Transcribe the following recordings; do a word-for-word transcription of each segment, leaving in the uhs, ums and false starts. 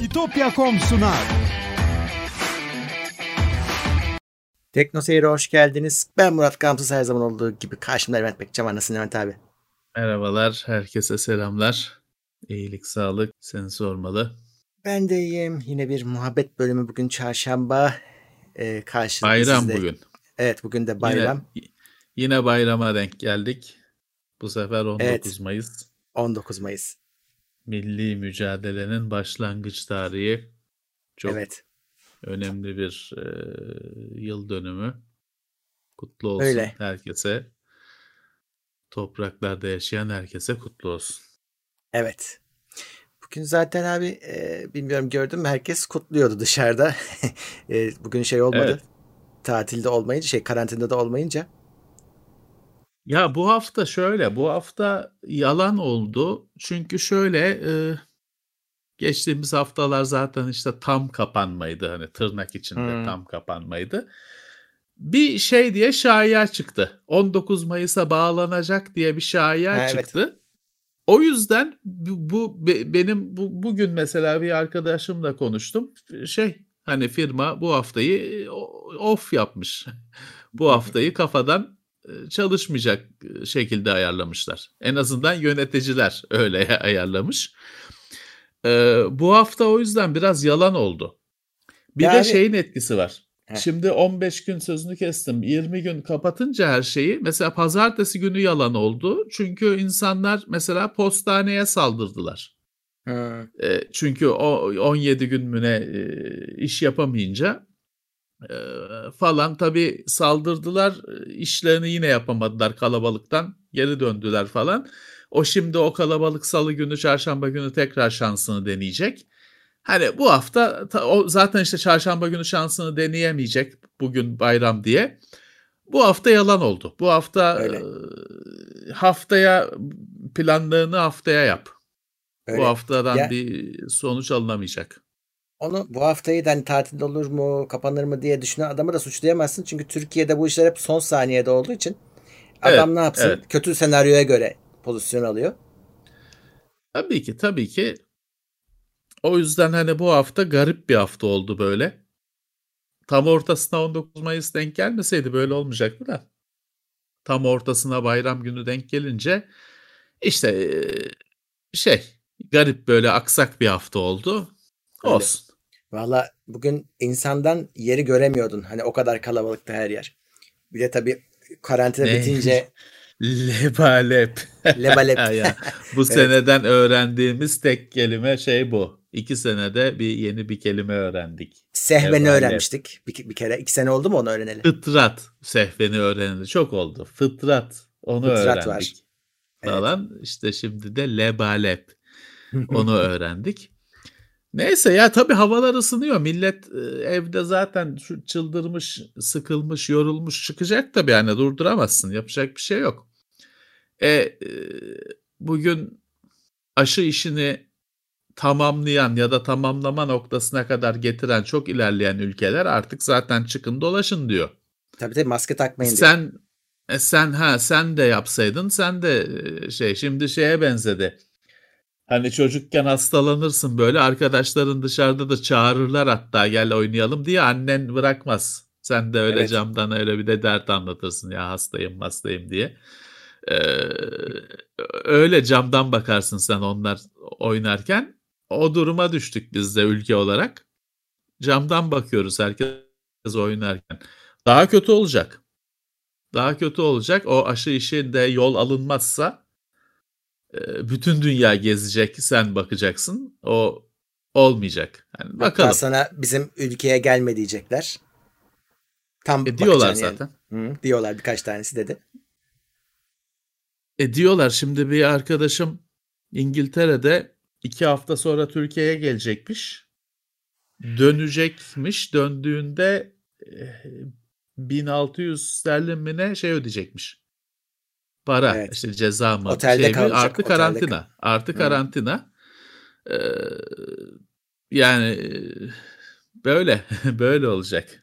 Bitopya nokta com sunar. Tekno Seyir'e hoş geldiniz. Ben Murat Gamsız, her zaman olduğu gibi karşımda Levent Bekçam var. Nasılsın Levent abi? Merhabalar, herkese selamlar. İyilik, sağlık, seni sormalı. Ben de iyiyim. Yine bir muhabbet bölümü, bugün çarşamba. Ee, karşılıklı Bayram sizde. bugün. Evet, bugün de bayram. Yine, yine bayrama denk geldik. Bu sefer on dokuz Evet, Mayıs. on dokuz Mayıs. Milli mücadelenin başlangıç tarihi. Çok Evet. önemli bir e, yıl dönümü. Kutlu olsun Öyle. herkese. Topraklarda yaşayan herkese kutlu olsun. Evet. Bugün zaten abi e, bilmiyorum, gördüm mü, herkes kutluyordu dışarıda. e, bugün şey olmadı. Evet. Tatilde olmayınca, şey karantinada olmayınca. Ya bu hafta şöyle, bu hafta yalan oldu. Çünkü şöyle, e, geçtiğimiz haftalar zaten işte tam kapanmaydı, hani tırnak içinde Hmm. tam kapanmaydı. Bir şey diye şaiye çıktı. on dokuz Mayıs'a bağlanacak diye bir şaiye Ha, çıktı. evet. O yüzden bu, bu be- benim bu, bugün mesela bir arkadaşımla konuştum. Şey, hani firma bu haftayı o- off yapmış. Bu haftayı kafadan e, çalışmayacak şekilde ayarlamışlar. En azından yöneticiler öyle ayarlamış. Ee, bu hafta o yüzden biraz yalan oldu. Bir Ya de abi, şeyin etkisi var. heh, Şimdi on beş gün sözünü kestim. yirmi gün kapatınca her şeyi, mesela pazartesi günü yalan oldu. Çünkü insanlar mesela postaneye saldırdılar. hmm, E, çünkü o on yedi gün mü ne e, iş yapamayınca e, falan tabii saldırdılar. E, İşlerini yine yapamadılar kalabalıktan. Geri döndüler falan. O şimdi o kalabalık salı günü, çarşamba günü tekrar şansını deneyecek. Hani bu hafta ta- o zaten işte çarşamba günü şansını deneyemeyecek, bugün bayram diye. Bu hafta yalan oldu. Bu hafta öyle. e, haftaya planlarını haftaya yap. Bu Öyle. haftadan Ya bir sonuç alınamayacak. onu, bu haftayı da hani tatil olur mu, kapanır mı diye düşünen adamı da suçlayamazsın. Çünkü Türkiye'de bu işler hep son saniyede olduğu için adam Evet, ne yapsın? evet. Kötü senaryoya göre pozisyon alıyor. Tabii ki, tabii ki. O yüzden hani bu hafta garip bir hafta oldu böyle. Tam ortasına on dokuz Mayıs denk gelmeseydi böyle olmayacaktı da. Tam ortasına bayram günü denk gelince işte eee, şey, garip, böyle aksak bir hafta oldu. Öyle. Olsun. Valla bugün insandan yeri göremiyordun. Hani o kadar kalabalıktı her yer. Bir de tabii karantina Ne? bitince Lebalep. lebalep. Ya, bu Evet. seneden öğrendiğimiz tek kelime şey bu. İki senede bir yeni bir kelime öğrendik. Sehveni Lebalep. öğrenmiştik bir, bir kere. İki sene oldu mu onu öğreneli? Fıtrat sehveni öğrenildi. Çok oldu. Fıtrat, onu Fıtrat var. öğrendik Evet. falan. İşte şimdi de lebalep, onu öğrendik. Neyse ya, tabii havalar ısınıyor. Millet e, evde zaten şu çıldırmış, sıkılmış, yorulmuş, çıkacak tabii, yani durduramazsın. Yapacak bir şey yok. E, e, bugün aşı işini tamamlayan ya da tamamlama noktasına kadar getiren çok ilerleyen ülkeler artık zaten çıkın dolaşın diyor. Tabii tabii, maske takmayın diyor. Sen e, sen ha sen de yapsaydın, sen de e, şey, şimdi şeye benzedi. Hani çocukken hastalanırsın, böyle arkadaşların dışarıda da çağırırlar, hatta gel oynayalım diye, annen bırakmaz. Sen de öyle Evet. camdan öyle bir de dert anlatırsın, ya hastayım hastayım diye. Ee, öyle camdan bakarsın sen onlar oynarken. O duruma düştük biz de ülke olarak. Camdan bakıyoruz herkes oynarken. Daha kötü olacak. Daha kötü olacak. O aşı işinde yol alınmazsa e, bütün dünya gezecek, sen bakacaksın. O olmayacak. Yani Hatta bakalım. sana bizim ülkeye gelme diyecekler. Tam E diyorlar bakacaksın yani. zaten. Hı, diyorlar, birkaç tanesi dedi. E diyorlar, şimdi bir arkadaşım İngiltere'de iki hafta sonra Türkiye'ye gelecekmiş. Dönecekmiş. Döndüğünde e, bin altı yüz sterlin mi ne şey ödeyecekmiş. Para, Evet. işte ceza mı Otelde şey mi, kalacak. artı Otelde kal. karantina. Artı Hı. karantina. Ee, yani e, böyle böyle olacak.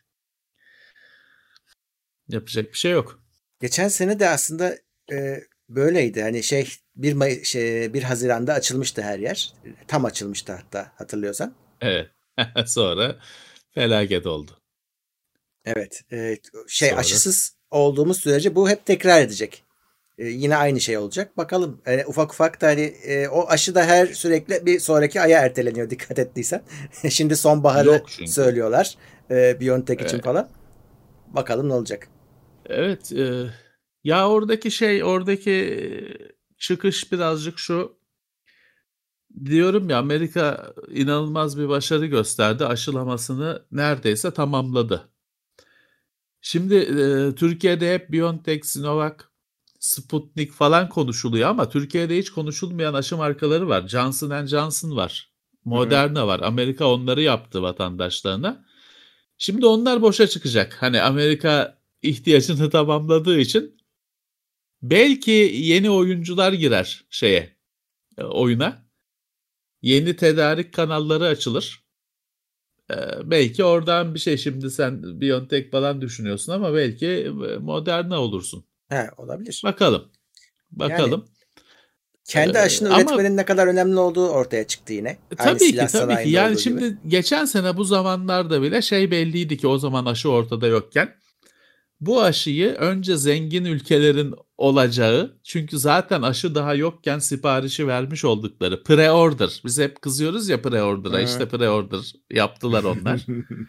Yapacak bir şey yok. Geçen sene de aslında e, böyleydi. Hani şey bir May şey bir Haziran'da açılmıştı her yer. Tam açılmıştı hatta, hatırlıyorsan. Evet. Sonra felaket oldu. Evet. E, şey Sonra aşısız olduğumuz sürece bu hep tekrar edecek. E, yine aynı şey olacak. Bakalım. E, ufak ufak da hani e, o aşı da her sürekli bir sonraki aya erteleniyor dikkat ettiysen. Şimdi sonbaharı yok çünkü. söylüyorlar. E, BioNTech için Eee, falan. Bakalım ne olacak. evet, eee, ya oradaki şey, oradaki eee, çıkış birazcık şu. Diyorum ya Amerika inanılmaz bir başarı gösterdi. Aşılamasını neredeyse tamamladı. Şimdi eee, Türkiye'de hep BioNTech, Sinovac, Sputnik falan konuşuluyor ama Türkiye'de hiç konuşulmayan aşı markaları var. Johnson and Johnson var. Hı hı. Moderna var. Amerika onları yaptı vatandaşlarına. Şimdi onlar boşa çıkacak. Hani Amerika ihtiyacını tamamladığı için belki yeni oyuncular girer şeye, e, oyuna. Yeni tedarik kanalları açılır. Ee, belki oradan bir şey, şimdi sen BioNTech falan düşünüyorsun ama belki e, Moderna olursun. He, olabilir. Bakalım. Yani Bakalım. kendi Ee, aşını ama üretmenin ne kadar önemli olduğu ortaya çıktı yine. e, Aynı tabii silah ki tabii ki sanayinde yani olduğu gibi. şimdi geçen sene bu zamanlarda bile şey belliydi ki, o zaman aşı ortada yokken bu aşıyı önce zengin ülkelerin olacağı, çünkü zaten aşı daha yokken siparişi vermiş oldukları pre-order. Biz hep kızıyoruz ya pre-order'a, Hı. işte pre-order yaptılar onlar.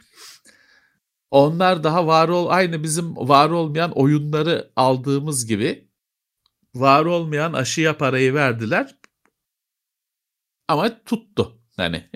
Onlar daha var ol aynı bizim var olmayan oyunları aldığımız gibi var olmayan aşıya parayı verdiler ama tuttu. Hani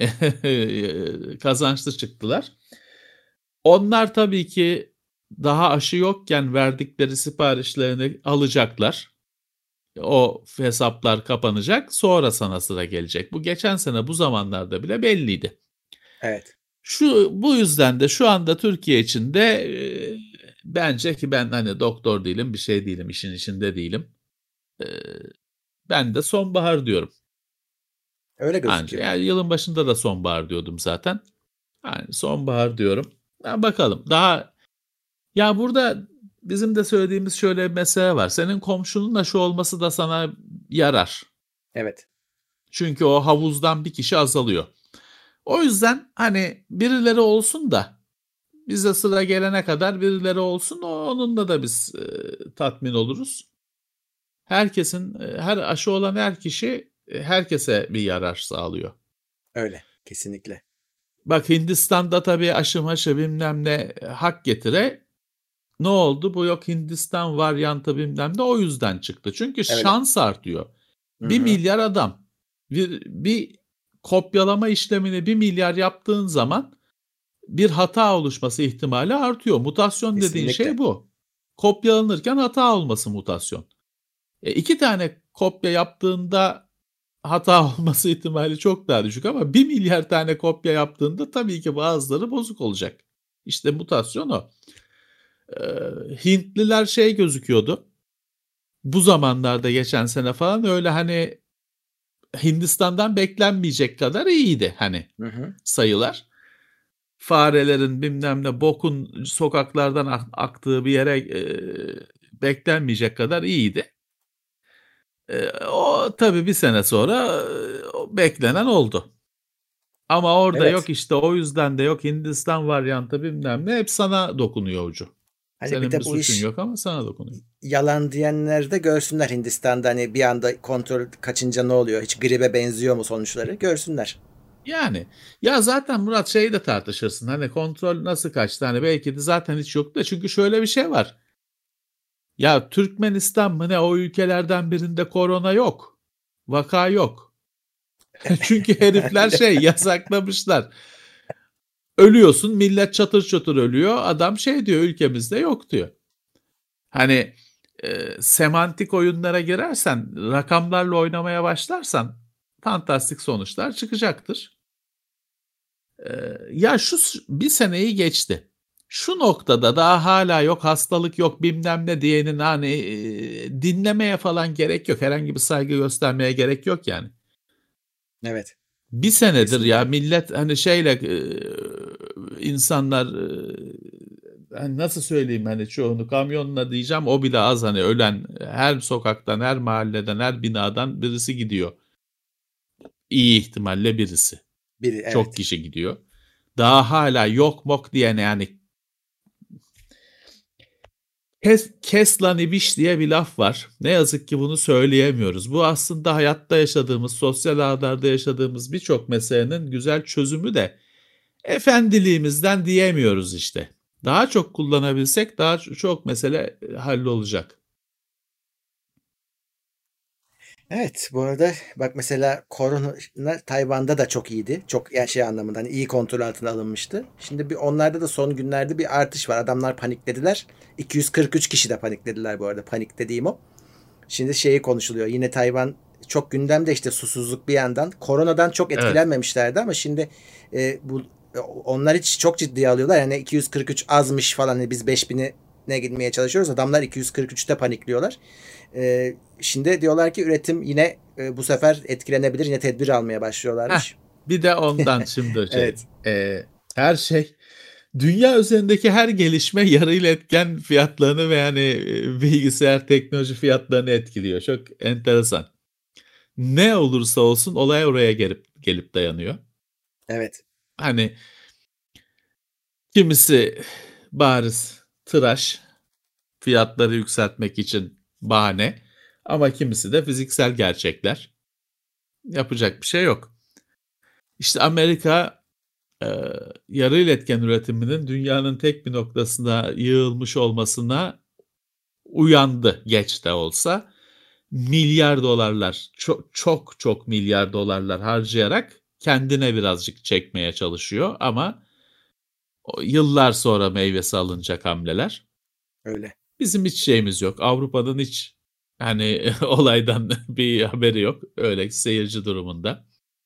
kazançlı çıktılar. Onlar tabii ki daha aşı yokken verdikleri siparişlerini alacaklar. O hesaplar kapanacak. Sonra sana sıra gelecek. Bu geçen sene bu zamanlarda bile belliydi. Evet. Şu bu yüzden de şu anda Türkiye için de e, bence, ki ben hani doktor değilim, bir şey değilim, işin içinde değilim. E, ben de sonbahar diyorum. Öyle Anca gözüküyor. yani yılın başında da sonbahar diyordum zaten. Yani sonbahar diyorum. Ya bakalım. Daha ya burada bizim de söylediğimiz şöyle bir mesele var. Senin komşunun aşı olması da sana yarar. Evet. Çünkü o havuzdan bir kişi azalıyor. O yüzden hani birileri olsun da bize sıra gelene kadar birileri olsun. O- Onunla da biz e, tatmin oluruz. Herkesin, e, her aşı olan her kişi e, herkese bir yarar sağlıyor. Öyle. Kesinlikle. Bak Hindistan'da tabii aşı maşı bilmem ne e, hak getire. Ne oldu? Bu yok Hindistan varyantı bilmem ne o yüzden çıktı. Çünkü Öyle. şans artıyor. Hı Bir hı. milyar adam bir, bir kopyalama işlemini bir milyar yaptığın zaman bir hata oluşması ihtimali artıyor. Mutasyon dediğin şey Kesinlikle. bu. Kopyalanırken hata olması mutasyon. E, iki tane kopya yaptığında hata olması ihtimali çok daha düşük ama bir milyar tane kopya yaptığında tabii ki bazıları bozuk olacak. İşte mutasyon o. E, Hintliler şey gözüküyordu. Bu zamanlarda geçen sene falan öyle hani Hindistan'dan beklenmeyecek kadar iyiydi hani Hı hı. sayılar. Farelerin bilmem ne bokun sokaklardan ak- aktığı bir yere e, beklenmeyecek kadar iyiydi. E, o tabii bir sene sonra e, o beklenen oldu. Ama orada yok Evet. işte, o yüzden de yok Hindistan varyantı bilmem ne, hep sana dokunuyor ucu. Hani bir Senin bir de bu suçun iş yok ama sana dokunuyor. yalan diyenler de görsünler Hindistan'da hani bir anda kontrol kaçınca ne oluyor? Hiç gribe benziyor mu sonuçları? Görsünler. Yani ya zaten Murat şeyi de tartışırsın. Hani kontrol nasıl kaçtı? Hani belki de zaten hiç yoktu da, çünkü şöyle bir şey var. Ya Türkmenistan mı ne, o ülkelerden birinde korona yok. Vaka yok. Çünkü herifler şey yasaklamışlar. Ölüyorsun, millet çatır çatır ölüyor. Adam şey diyor, ülkemizde yok diyor. Hani e, semantik oyunlara girersen, rakamlarla oynamaya başlarsan fantastik sonuçlar çıkacaktır. E, ya şu s- bir seneyi geçti. Şu noktada daha hala yok hastalık yok bilmem ne diyenin hani e, dinlemeye falan gerek yok. Herhangi bir saygı göstermeye gerek yok yani. Evet. Bir senedir ya Kesinlikle. millet hani şeyle e, insanlar e, hani nasıl söyleyeyim, hani çoğunu kamyonla diyeceğim, o bile az, hani ölen her sokaktan, her mahalleden, her binadan birisi gidiyor. İyi ihtimalle birisi. Biri Çok evet. kişi gidiyor. Daha hala yok mok diyene yani kes, kes lan ibiş diye bir laf var. Ne yazık ki bunu söyleyemiyoruz. Bu aslında hayatta yaşadığımız, sosyal ağlarda yaşadığımız birçok meselenin güzel çözümü de efendiliğimizden diyemiyoruz işte. Daha çok kullanabilsek daha çok mesele hallolacak. Evet, bu arada bak mesela korona Tayvan'da da çok iyiydi. Çok yani şey anlamında hani iyi kontrol altına alınmıştı. Şimdi bir onlarda da son günlerde bir artış var. Adamlar paniklediler. iki yüz kırk üç kişi de paniklediler bu arada. Panik dediğim o. Şimdi şeyi konuşuluyor. Yine Tayvan çok gündemde işte susuzluk bir yandan. Koronadan çok Evet. etkilenmemişlerdi ama şimdi e, bu onlar hiç çok ciddiye alıyorlar. Yani iki yüz kırk üç azmış falan. Hani biz beş bine ne gitmeye çalışıyoruz. Adamlar iki yüz kırk üçte panikliyorlar. E, şimdi diyorlar ki üretim yine e, bu sefer etkilenebilir. Yine tedbir almaya Heh, başlıyorlarmış. bir de ondan şimdi şey Evet. e, her şey dünya üzerindeki her gelişme yarı iletken fiyatlarını ve yani e, bilgisayar teknoloji fiyatlarını etkiliyor. Çok enteresan. Ne olursa olsun olay oraya gelip gelip dayanıyor. Evet. Hani kimisi bariz tıraş fiyatları yükseltmek için bahane ama kimisi de fiziksel gerçekler. Yapacak bir şey yok. İşte Amerika e, yarı iletken üretiminin dünyanın tek bir noktasına yığılmış olmasına uyandı geç de olsa. Milyar dolarlar, çok çok çok milyar dolarlar harcayarak kendine birazcık çekmeye çalışıyor ama o yıllar sonra meyvesi alınacak hamleler. Öyle. Bizim hiç şeyimiz yok. Avrupa'nın hiç hani olaydan bir haberi yok. Öyle seyirci durumunda.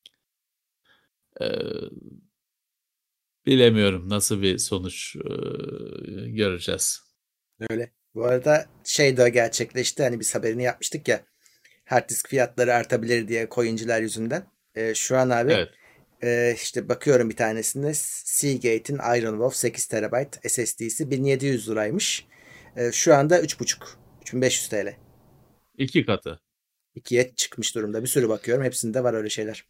Ee, bilemiyorum nasıl bir sonuç e, göreceğiz. Öyle. Bu arada şey de gerçekleşti. Hani biz haberini yapmıştık ya. Hard disk fiyatları artabilir diye coin'ciler yüzünden. Ee, şu an abi Evet. e, işte bakıyorum bir tanesinde Seagate'in Iron Wolf sekiz terabayt S S D'si bin yedi yüz liraymış. Ee, şu anda üç buçuk. üç bin beş yüz T L. İki katı. ikiye çıkmış durumda. Bir sürü bakıyorum. Hepsinde var öyle şeyler.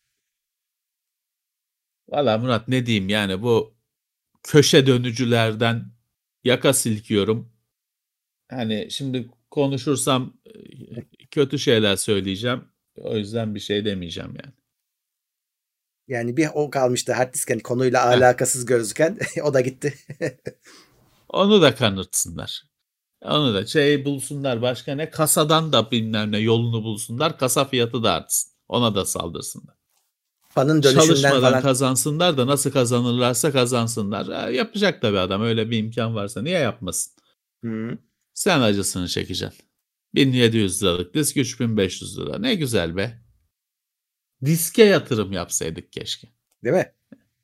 Valla Murat ne diyeyim yani bu köşe dönücülerden yaka silkiyorum. Hani şimdi konuşursam e, kötü şeyler söyleyeceğim. O yüzden bir şey demeyeceğim yani. Yani bir o kalmıştı hard disk hani konuyla Heh, alakasız gözüken o da gitti. onu da kanırtsınlar. Onu da şey bulsunlar başka ne kasadan da bilmem ne yolunu bulsunlar. Kasa fiyatı da artsın. Ona da saldırsınlar. Fanın dönüşünden Çalışmadan falan. kazansınlar da nasıl kazanırlarsa kazansınlar. Ha, yapacak tabii adam öyle bir imkan varsa niye yapmasın? Hı, Sen acısını çekeceksin. bin yedi yüz liralık disk üç bin beş yüz lira. Ne güzel be. Diske yatırım yapsaydık keşke. değil mi?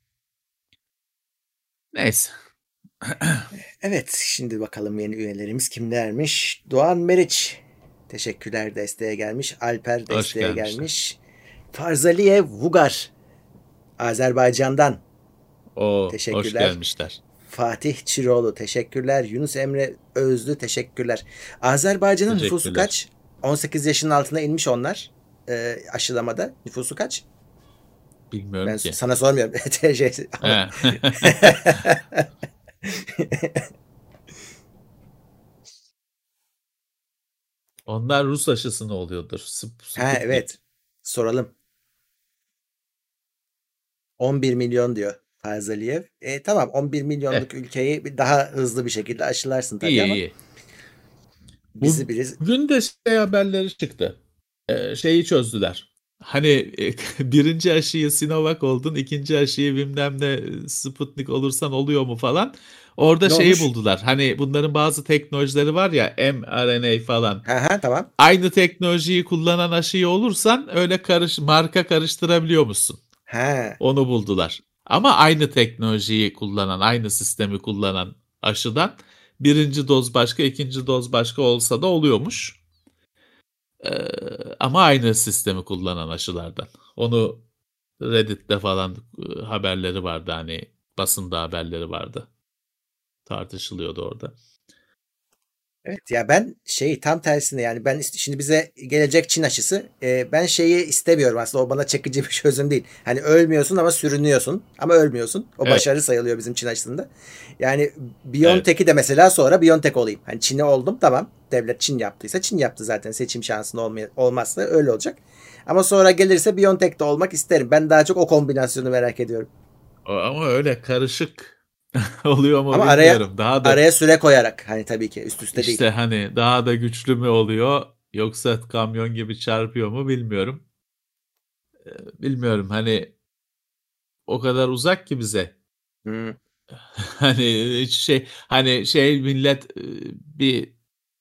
Neyse. Evet, şimdi bakalım yeni üyelerimiz kimlermiş? Doğan Meriç. Teşekkürler desteğe gelmiş. Alper Hoş desteğe gelmişler. gelmiş. Farzaliyev Vugar. Azerbaycan'dan. O hoş Teşekkürler. gelmişler. Fatih Çiroğlu. Teşekkürler. Yunus Emre Özlü. Teşekkürler. Azerbaycan'ın nüfusu Teşekkürler. kaç? on sekiz yaşının altına inmiş onlar. Ee, aşılamada. Nüfusu kaç? Bilmiyorum Ben ki. sana sormuyorum. Şey, ama He. Onlar Rus aşısını oluyordur. Sp- ha Sputnik. evet. Soralım. on bir milyon diyor Farzaliyev. E, tamam on bir Eh, milyonluk ülkeyi bir daha hızlı bir şekilde aşılarsın tabii iyi ama iyi. bizi Bu- biriz. Bugün de şey haberleri çıktı. Ee, şeyi çözdüler. Hani e, birinci aşıyı Sinovac oldun, ikinci aşıyı bilmem ne Sputnik olursan oluyor mu falan. Orada Ne şeyi olmuş? buldular. Hani bunların bazı teknolojileri var ya mRNA falan. Ha ha tamam. Aynı teknolojiyi kullanan aşıyı olursan öyle karış marka karıştırabiliyor musun? Ha. Onu buldular. Ama aynı teknolojiyi kullanan, aynı sistemi kullanan aşıdan birinci doz başka, ikinci doz başka olsa da oluyormuş. Ee, ama aynı sistemi kullanan aşılardan. Onu Reddit'te falan e, haberleri vardı hani basında haberleri vardı. Tartışılıyordu orada. Evet ya ben şey tam tersine yani ben ist- şimdi bize gelecek Çin aşısı e, ben şeyi istemiyorum aslında o bana çekici bir çözüm değil. Hani ölmüyorsun ama sürünüyorsun ama ölmüyorsun. O Evet, başarı sayılıyor bizim Çin aşısında. Yani evet. BioNTech'i de mesela sonra BioNTech olayım. Hani Çin'i oldum tamam. Devlet Çin yaptıysa Çin yaptı zaten. Seçim şansın olmay- olmazsa öyle olacak. Ama sonra gelirse BioNTech'te olmak isterim. Ben daha çok o kombinasyonu merak ediyorum. O- Ama öyle karışık oluyor mu Ama araya bilmiyorum. Daha da araya süre koyarak hani tabii ki üst üste değil. işte hani daha da güçlü mü oluyor yoksa kamyon gibi çarpıyor mu bilmiyorum. Bilmiyorum hani o kadar uzak ki bize. Hmm. Hani hiç şey hani şey millet e, bir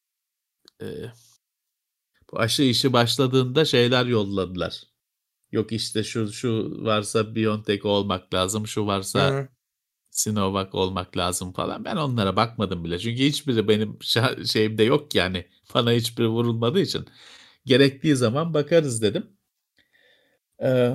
e, bu aşı işi başladığında şeyler yolladılar. Yok işte şu şu varsa BioNTech olmak lazım, şu varsa Hmm. Sinovac olmak lazım falan. Ben onlara bakmadım bile. Çünkü hiçbiri benim şa- şeyimde yok yani. Bana hiçbiri vurulmadığı için. Gerektiği zaman bakarız dedim. Ee,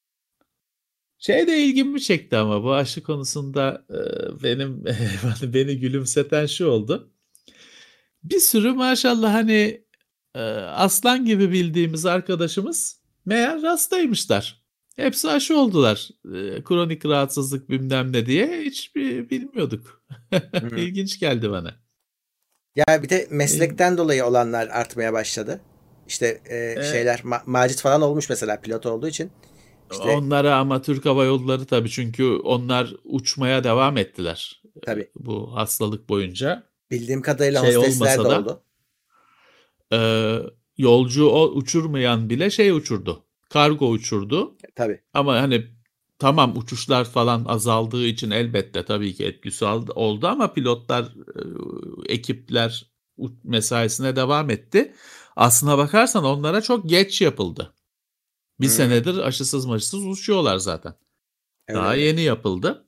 Şey de ilgimi çekti ama bu aşı konusunda e, benim beni gülümseten şu oldu. Bir sürü maşallah hani e, aslan gibi bildiğimiz arkadaşımız meğer hastaymışlar. Hepsi aşı oldular. E, kronik rahatsızlık bilmem ne diye hiç bi- bilmiyorduk. Hmm. İlginç geldi bana. Ya bir de İl- meslekten dolayı olanlar artmaya başladı. İşte e, E, şeyler Ma- Macit falan olmuş mesela pilot olduğu için. İşte Onlara ama Türk Hava Yolları tabii çünkü onlar uçmaya devam ettiler e, tabii bu hastalık boyunca. bildiğim kadarıyla Şey hostesler de olmasa da oldu. e, yolcu o uçurmayan bile şey uçurdu. Kargo uçurdu. Tabii. Ama hani tamam uçuşlar falan azaldığı için elbette tabii ki etkisi aldı- oldu ama pilotlar, e, ekipler u- mesaisine devam etti. Aslına bakarsan onlara çok geç yapıldı. Bir Hmm, senedir aşısız maşısız uçuyorlar zaten. öyle Daha öyle. yeni yapıldı.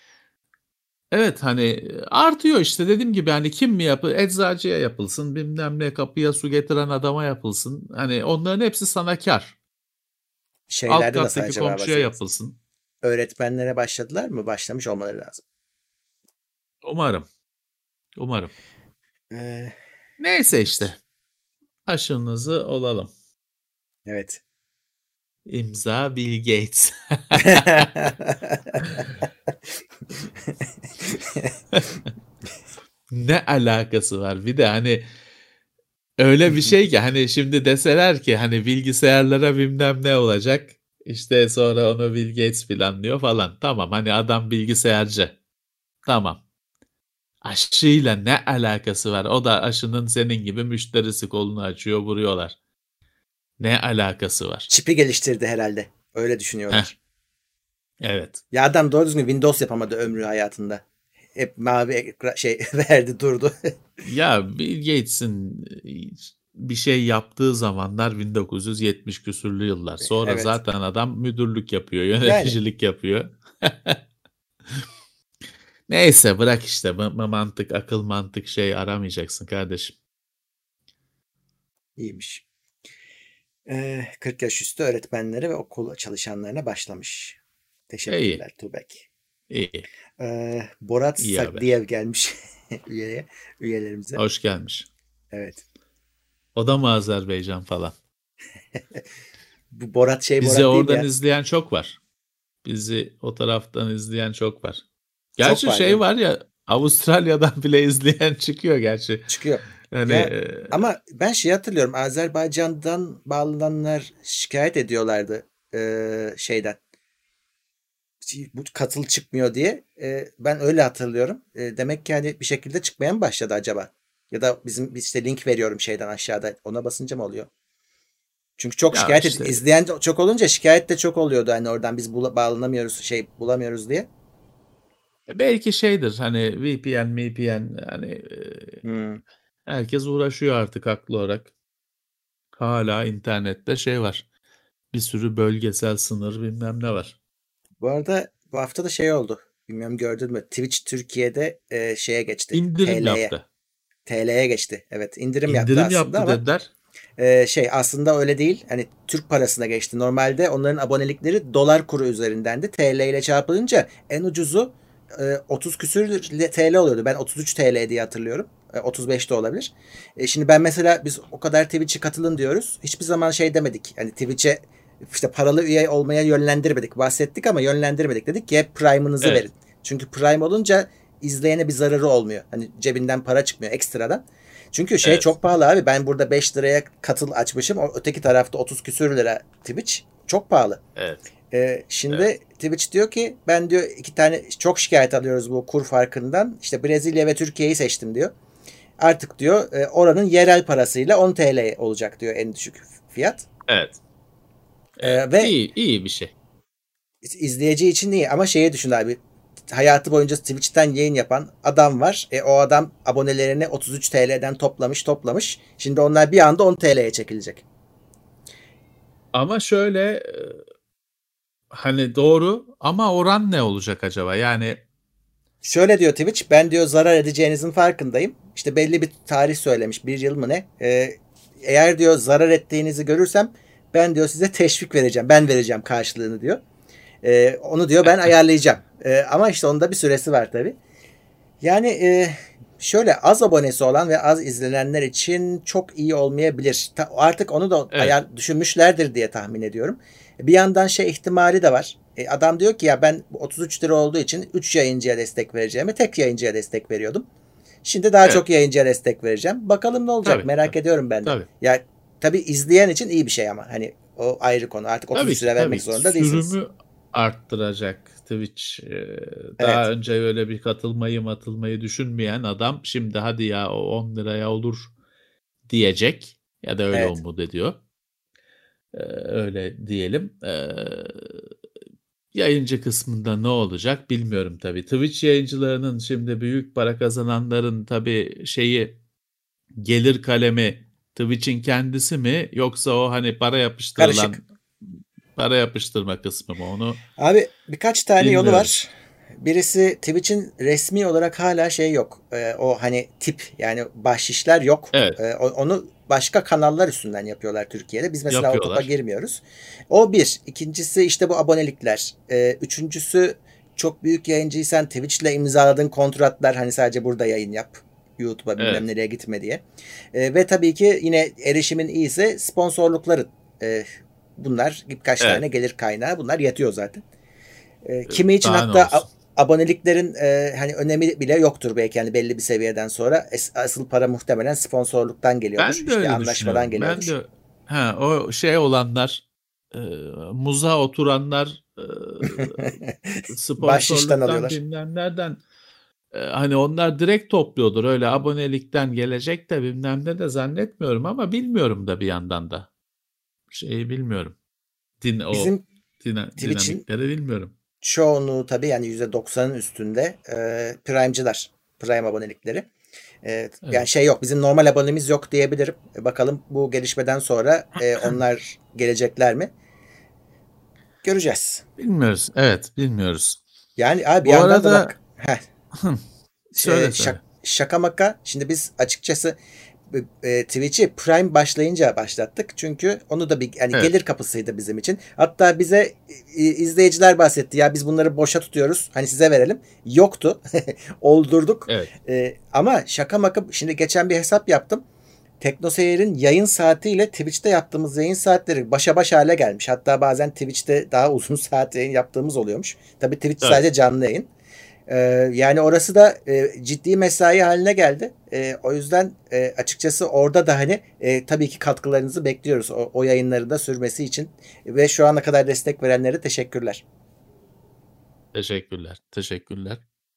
Evet hani artıyor işte dediğim gibi hani kim mi yapı eczacıya yapılsın bilmem ne kapıya su getiren adama yapılsın. Hani onların hepsi sana kar. Alt Şeylerde nasıl kattaki acaba komşuya vaziyet? yapılsın. Öğretmenlere başladılar mı? Başlamış olmaları lazım. Umarım. Umarım. Ee, Neyse işte. Aşınızı olalım. evet. İmza Bill Gates. Ne alakası var? Bir de hani öyle bir şey ki hani şimdi deseler ki hani bilgisayarlara bilmem ne olacak. İşte sonra onu Bill Gates planlıyor falan. Tamam hani adam bilgisayarcı. Tamam. Aşıyla ne alakası var? O da aşının senin gibi müşterisi kolunu açıyor vuruyorlar. Ne alakası var? Çipi geliştirdi herhalde. Öyle Heh, düşünüyorlar. evet. Ya adam doğru düzgün Windows yapamadı ömrü hayatında. Hep mavi ekra- şey verdi durdu. Ya Bill Gates'in bir şey yaptığı zamanlar bin dokuz yüz yetmiş küsürlü yıllar. Sonra Evet. zaten adam müdürlük yapıyor, Yani yöneticilik yapıyor. Neyse bırak işte bu- bu mantık, akıl mantık şey aramayacaksın kardeşim. iyiymiş. Ee, kırk yaş üstü öğretmenlere ve okul çalışanlarına başlamış. İyi, Teşekkürler Tubek. iyi, Ee, Borat iyi haber. Sagdiyev gelmiş üyeye, üyelerimize. Hoş gelmiş. Evet. O da mı Azerbaycan falan? Bu Borat şey Bizi Borat değil mi oradan ya? izleyen çok var. Bizi o taraftan izleyen çok var. Çok Gerçi var şey canım. var ya Avustralya'dan bile izleyen çıkıyor gerçi. Çıkıyor. Hani Ya e, ama ben şey hatırlıyorum. Azerbaycan'dan bağlananlar şikayet ediyorlardı ee, şeyden. Bu katıl çıkmıyor diye. Ee, ben öyle hatırlıyorum. Ee, demek ki hani bir şekilde çıkmaya mı başladı acaba? Ya da bizim biz işte link veriyorum şeyden aşağıda. Ona basınca mı oluyor? Çünkü çok ya şikayet ed- işte izleyen de çok olunca şikayet de çok oluyordu hani oradan biz bula- bağlanamıyoruz şey bulamıyoruz diye. belki şeydir hani V P N, V P N hani e, Hmm. herkes uğraşıyor artık haklı olarak. Hala internette şey var. Bir sürü bölgesel sınır bilmem ne var. Bu arada bu hafta da şey oldu. Bilmiyorum gördün mü? Twitch Türkiye'de e, şeye geçti. İndirim T L'ye. yaptı. T L'ye geçti. Evet indirim yaptı İndirim aslında yaptı ama dediler. e, şey aslında öyle değil. Hani Türk parasına geçti. Normalde onların abonelikleri dolar kuru üzerindendi. T L ile çarpılınca en ucuzu e, otuz küsür T L oluyordu. Ben otuz üç T L diye hatırlıyorum. E, otuz beş de olabilir. E, şimdi ben mesela biz o kadar Twitch'e katılın diyoruz. Hiçbir zaman şey demedik. Hani Twitch'e işte paralı üye olmaya yönlendirmedik. Bahsettik ama yönlendirmedik. Dedik ki hep Prime'ınızı Evet. verin. Çünkü Prime olunca izleyene bir zararı olmuyor. Hani cebinden para çıkmıyor ekstradan. Çünkü şey Evet. çok pahalı abi. Ben burada beş liraya katıl açmışım. O öteki tarafta otuz küsür lira Twitch. Çok pahalı. Evet. Ee, şimdi Evet. Twitch diyor ki ben diyor iki tane çok şikayet alıyoruz bu kur farkından. İşte Brezilya ve Türkiye'yi seçtim diyor. Artık diyor e, oranın yerel parasıyla on T L olacak diyor en düşük fiyat. Evet. Ee, Evet. ve İyi, iyi bir şey. izleyici için iyi ama şeye düşün abi. Hayatı boyunca Twitch'ten yayın yapan adam var. E, o adam abonelerini otuz üç T L'den toplamış toplamış. Şimdi onlar bir anda on T L'ye çekilecek. Ama şöyle e, hani doğru ama oran ne olacak acaba? Yani Şöyle diyor Twitch, ben diyor zarar edeceğinizin farkındayım. İşte belli bir tarih söylemiş, bir yıl mı ne? Ee, eğer diyor zarar ettiğinizi görürsem ben diyor size teşvik vereceğim. Ben vereceğim karşılığını diyor. Ee, onu diyor ben ayarlayacağım. Ee, ama işte onun da bir süresi var tabii. Yani e, şöyle az abonesi olan ve az izlenenler için çok iyi olmayabilir. Ta, artık onu da evet. ayar düşünmüşlerdir diye tahmin ediyorum. Bir yandan şey ihtimali de var. E, adam diyor ki ya ben otuz üç lira olduğu için üç yayıncıya destek vereceğime tek yayıncıya destek veriyordum. Şimdi daha Evet. çok yayıncıya destek vereceğim. Bakalım ne olacak Tabii, merak tabii. ediyorum ben de. Tabii. Ya tabii izleyen için iyi bir şey ama hani o ayrı konu. Artık Tabii otuz üç ki, lira tabii vermek ki. zorunda değilsiniz. Sürümü arttıracak Twitch. Ee, Evet. Daha önce öyle bir katılmayı matılmayı düşünmeyen adam şimdi hadi ya o on liraya olur diyecek ya da öyle Evet. umut ediyor. Ee, öyle diyelim. Ee, yayıncı kısmında ne olacak bilmiyorum tabii. Twitch yayıncılarının şimdi büyük para kazananların tabii şeyi gelir kalemi Twitch'in kendisi mi yoksa o hani para yapıştırılan Karışık. para yapıştırma kısmı mı onu Abi birkaç tane yolu bilmiyorum. var. Birisi Twitch'in resmi olarak hala şey yok. Ee, o hani tip yani bahşişler yok. Evet, Ee, o- onu başka kanallar üstünden yapıyorlar Türkiye'de. Biz mesela o topa yapıyorlar. girmiyoruz. O bir. İkincisi işte bu abonelikler. Ee, üçüncüsü çok büyük yayıncıysan Twitch'le imzaladığın kontratlar hani sadece burada yayın yap. YouTube'a bilmem Evet, nereye gitme diye. Ee, ve tabii ki yine erişimin iyiyse sponsorlukların. Ee, bunlar birkaç tane evet. gelir kaynağı. Bunlar yetiyor zaten. E, Ee, kimi için Daha ne hatta a- olsun? aboneliklerin e, hani önemi bile yoktur belki yani belli bir seviyeden sonra. Es- asıl para muhtemelen sponsorluktan geliyordur. Ben de İşte öyle anlaşmadan düşünüyorum. Ben geliyordur. de ha o şey olanlar e, muza oturanlar e, Bahşişten sponsorluktan alıyorlar. bilmem nereden e, hani onlar direkt topluyordur. Öyle abonelikten gelecek de bilmem ne de zannetmiyorum ama bilmiyorum da bir yandan da. Şeyi bilmiyorum. Din o Bizim dina- Twitch'in dinamikleri bilmiyorum. çoğunluğu tabii yani yüzde doksanın üstünde e, Prime'cılar. Prime abonelikleri. E, yani Evet. şey yok bizim normal abonemiz yok diyebilirim. E, bakalım bu gelişmeden sonra e, onlar gelecekler mi? Göreceğiz. Bilmiyoruz. Evet, bilmiyoruz. Yani abi bir Bu yandan da arada bak heh, e, söyle söyle. şak, şaka maka. Şimdi biz açıkçası e, Twitch'i Prime başlayınca başlattık. Çünkü onu da bir yani Evet. gelir kapısıydı bizim için. Hatta bize e, izleyiciler bahsetti. Ya biz bunları boşa tutuyoruz. Hani size verelim. Yoktu. Oldurduk. Evet. E, ama şaka maka şimdi geçen bir hesap yaptım. TeknoSeyir'in yayın saatiyle Twitch'te yaptığımız yayın saatleri başa baş hale gelmiş. Hatta bazen Twitch'te daha uzun saat yayın yaptığımız oluyormuş. Tabii Twitch Tabii. sadece canlı yayın. Ee, yani orası da e, ciddi mesai haline geldi. E, o yüzden e, açıkçası orada da hani e, tabii ki katkılarınızı bekliyoruz. O, o yayınları da sürmesi için. Ve şu ana kadar destek verenlere teşekkürler. Teşekkürler. Teşekkürler.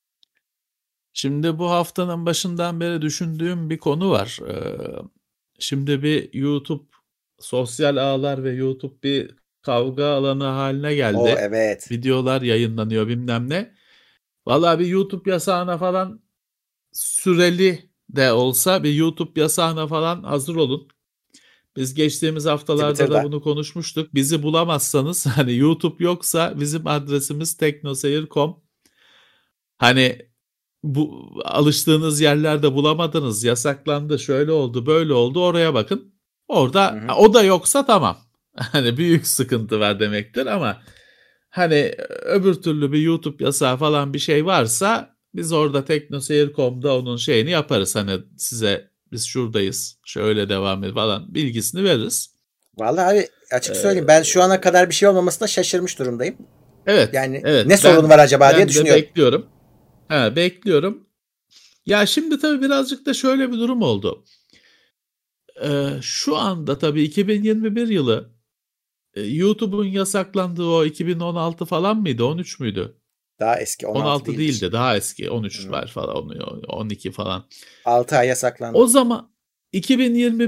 Şimdi bu haftanın başından beri düşündüğüm bir konu var. Ee, şimdi bir YouTube sosyal ağlar ve YouTube bir kavga alanı haline O geldi. evet. Videolar yayınlanıyor bilmem ne. Vallahi bir YouTube yasağına falan süreli de olsa bir YouTube yasağına falan hazır olun. Biz geçtiğimiz haftalarda da Twitter'da. bunu konuşmuştuk. Bizi bulamazsanız hani YouTube yoksa bizim adresimiz teknoseyir nokta com. Hani bu alıştığınız yerlerde bulamadınız, yasaklandı, şöyle oldu, böyle oldu. Oraya bakın. Hı Orada hı. o da yoksa tamam. Hani büyük sıkıntı var demektir ama hani öbür türlü bir YouTube yasağı falan bir şey varsa Biz orada teknoseyir nokta com'da onun şeyini yaparız. Hani size biz şuradayız, şöyle devam et falan bilgisini veririz. Vallahi abi açık söyleyeyim, ben şu ana kadar bir şey olmamasına şaşırmış durumdayım. Evet, Yani evet. ne sorun Ben, var acaba diye ben de düşünüyorum. bekliyorum. Ha, bekliyorum. Ya şimdi tabii birazcık da şöyle bir durum oldu. Ee, şu anda tabii iki bin yirmi bir yılı e, YouTube'un yasaklandığı o iki bin on altı falan mıydı? on üç müydü? Daha eski on on altı altı değildir. değildi, daha eski. on üç Hmm. var falan, on iki falan. altı ay yasaklandı. O zaman iki bin yirmi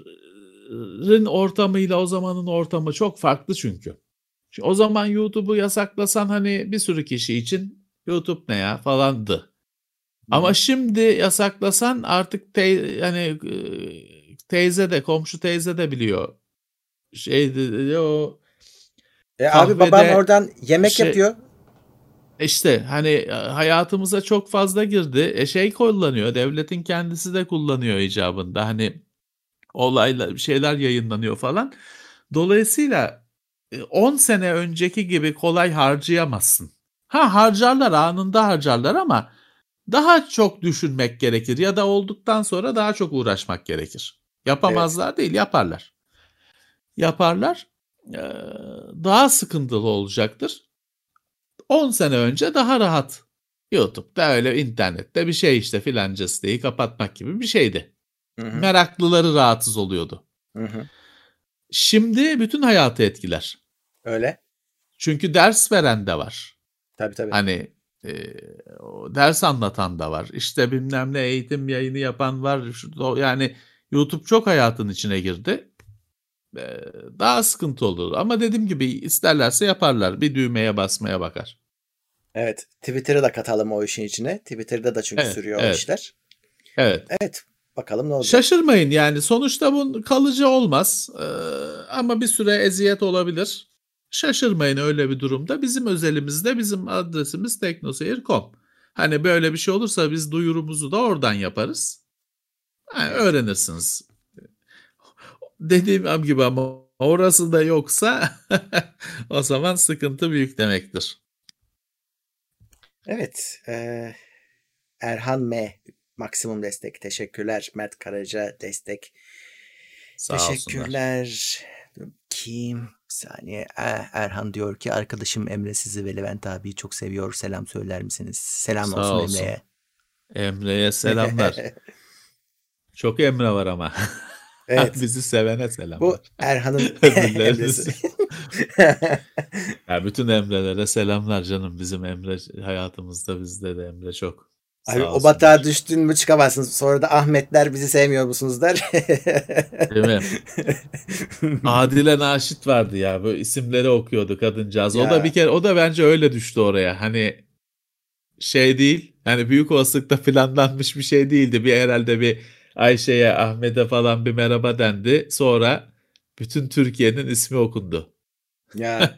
birin ortamıyla o zamanın ortamı çok farklı çünkü. Şimdi o zaman YouTube'u yasaklasan hani bir sürü kişi için YouTube ne ya falandı. Ama Hı-hı. şimdi yasaklasan artık te, yani teyze de, komşu teyze de biliyor. Şeydi o E abi babam kahvede oradan yemek şey yapıyor. işte hani hayatımıza çok fazla girdi. E şey kullanıyor. Devletin kendisi de kullanıyor icabında. Hani olaylar, şeyler yayınlanıyor falan. Dolayısıyla on sene önceki gibi kolay harcayamazsın. Ha, harcarlar, anında harcarlar ama daha çok düşünmek gerekir ya da olduktan sonra daha çok uğraşmak gerekir. Evet. Yapamazlar değil, yaparlar. Yaparlar. Ee, daha sıkıntılı olacaktır. on sene önce daha rahat. YouTube'da öyle internette bir şey işte filanca siteyi kapatmak gibi bir şeydi. Hı-hı. Meraklıları rahatsız oluyordu. Hı-hı. Şimdi bütün hayatı etkiler. Öyle. Çünkü ders veren de var. Tabii tabii. Hani e, o ders anlatan da var. İşte bilmem ne eğitim yayını yapan var. Şu, yani YouTube çok hayatın içine girdi. E, daha sıkıntı olur. Ama dediğim gibi isterlerse yaparlar. Bir düğmeye basmaya bakar. Evet. Twitter'ı da katalım o işin içine. Twitter'da da çünkü Evet, sürüyor o evet, işler. evet. Evet. Bakalım ne olacak. Şaşırmayın yani sonuçta bu kalıcı olmaz. Ee, ama bir süre eziyet olabilir. Şaşırmayın öyle bir durumda. Bizim özelimizde bizim adresimiz teknoseyir nokta com. Hani böyle bir şey olursa biz duyurumuzu da oradan yaparız. Yani Evet. öğrenirsiniz. Dediğim gibi ama orası da yoksa o zaman sıkıntı büyük demektir. Evet. Ee, Erhan M. Maksimum destek. Teşekkürler. Mert Karaca destek. Sağ olsunlar. Teşekkürler. Kim? Bir saniye. Er- Erhan diyor ki arkadaşım Emre sizi ve Levent abiyi çok seviyor. Selam söyler misiniz? Selam Sağ olsun olsun. Emre'ye. Emre'ye selamlar. Çok Emre var ama. Evet. Bizi sevene Bu selamlar. Erhan'ın Emre'si. Öbürleriniz. Ya bütün Emre'lere selamlar canım. Bizim Emre hayatımızda, bizde de Emre çok. Abi Sağ o batağa olsunlar. düştün mü çıkamazsın. Sonra da Ahmetler bizi sevmiyor musunuz der. Değil mi? Adile Naşit vardı ya. Böyle isimleri okuyordu kadıncağız. O da bir Ya kere, o da bence öyle düştü oraya. Hani şey değil. Hani büyük olasılıkla planlanmış bir şey değildi. Bir herhalde bir Ayşe'ye, Ahmet'e falan bir merhaba dendi. Sonra bütün Türkiye'nin ismi okundu. ya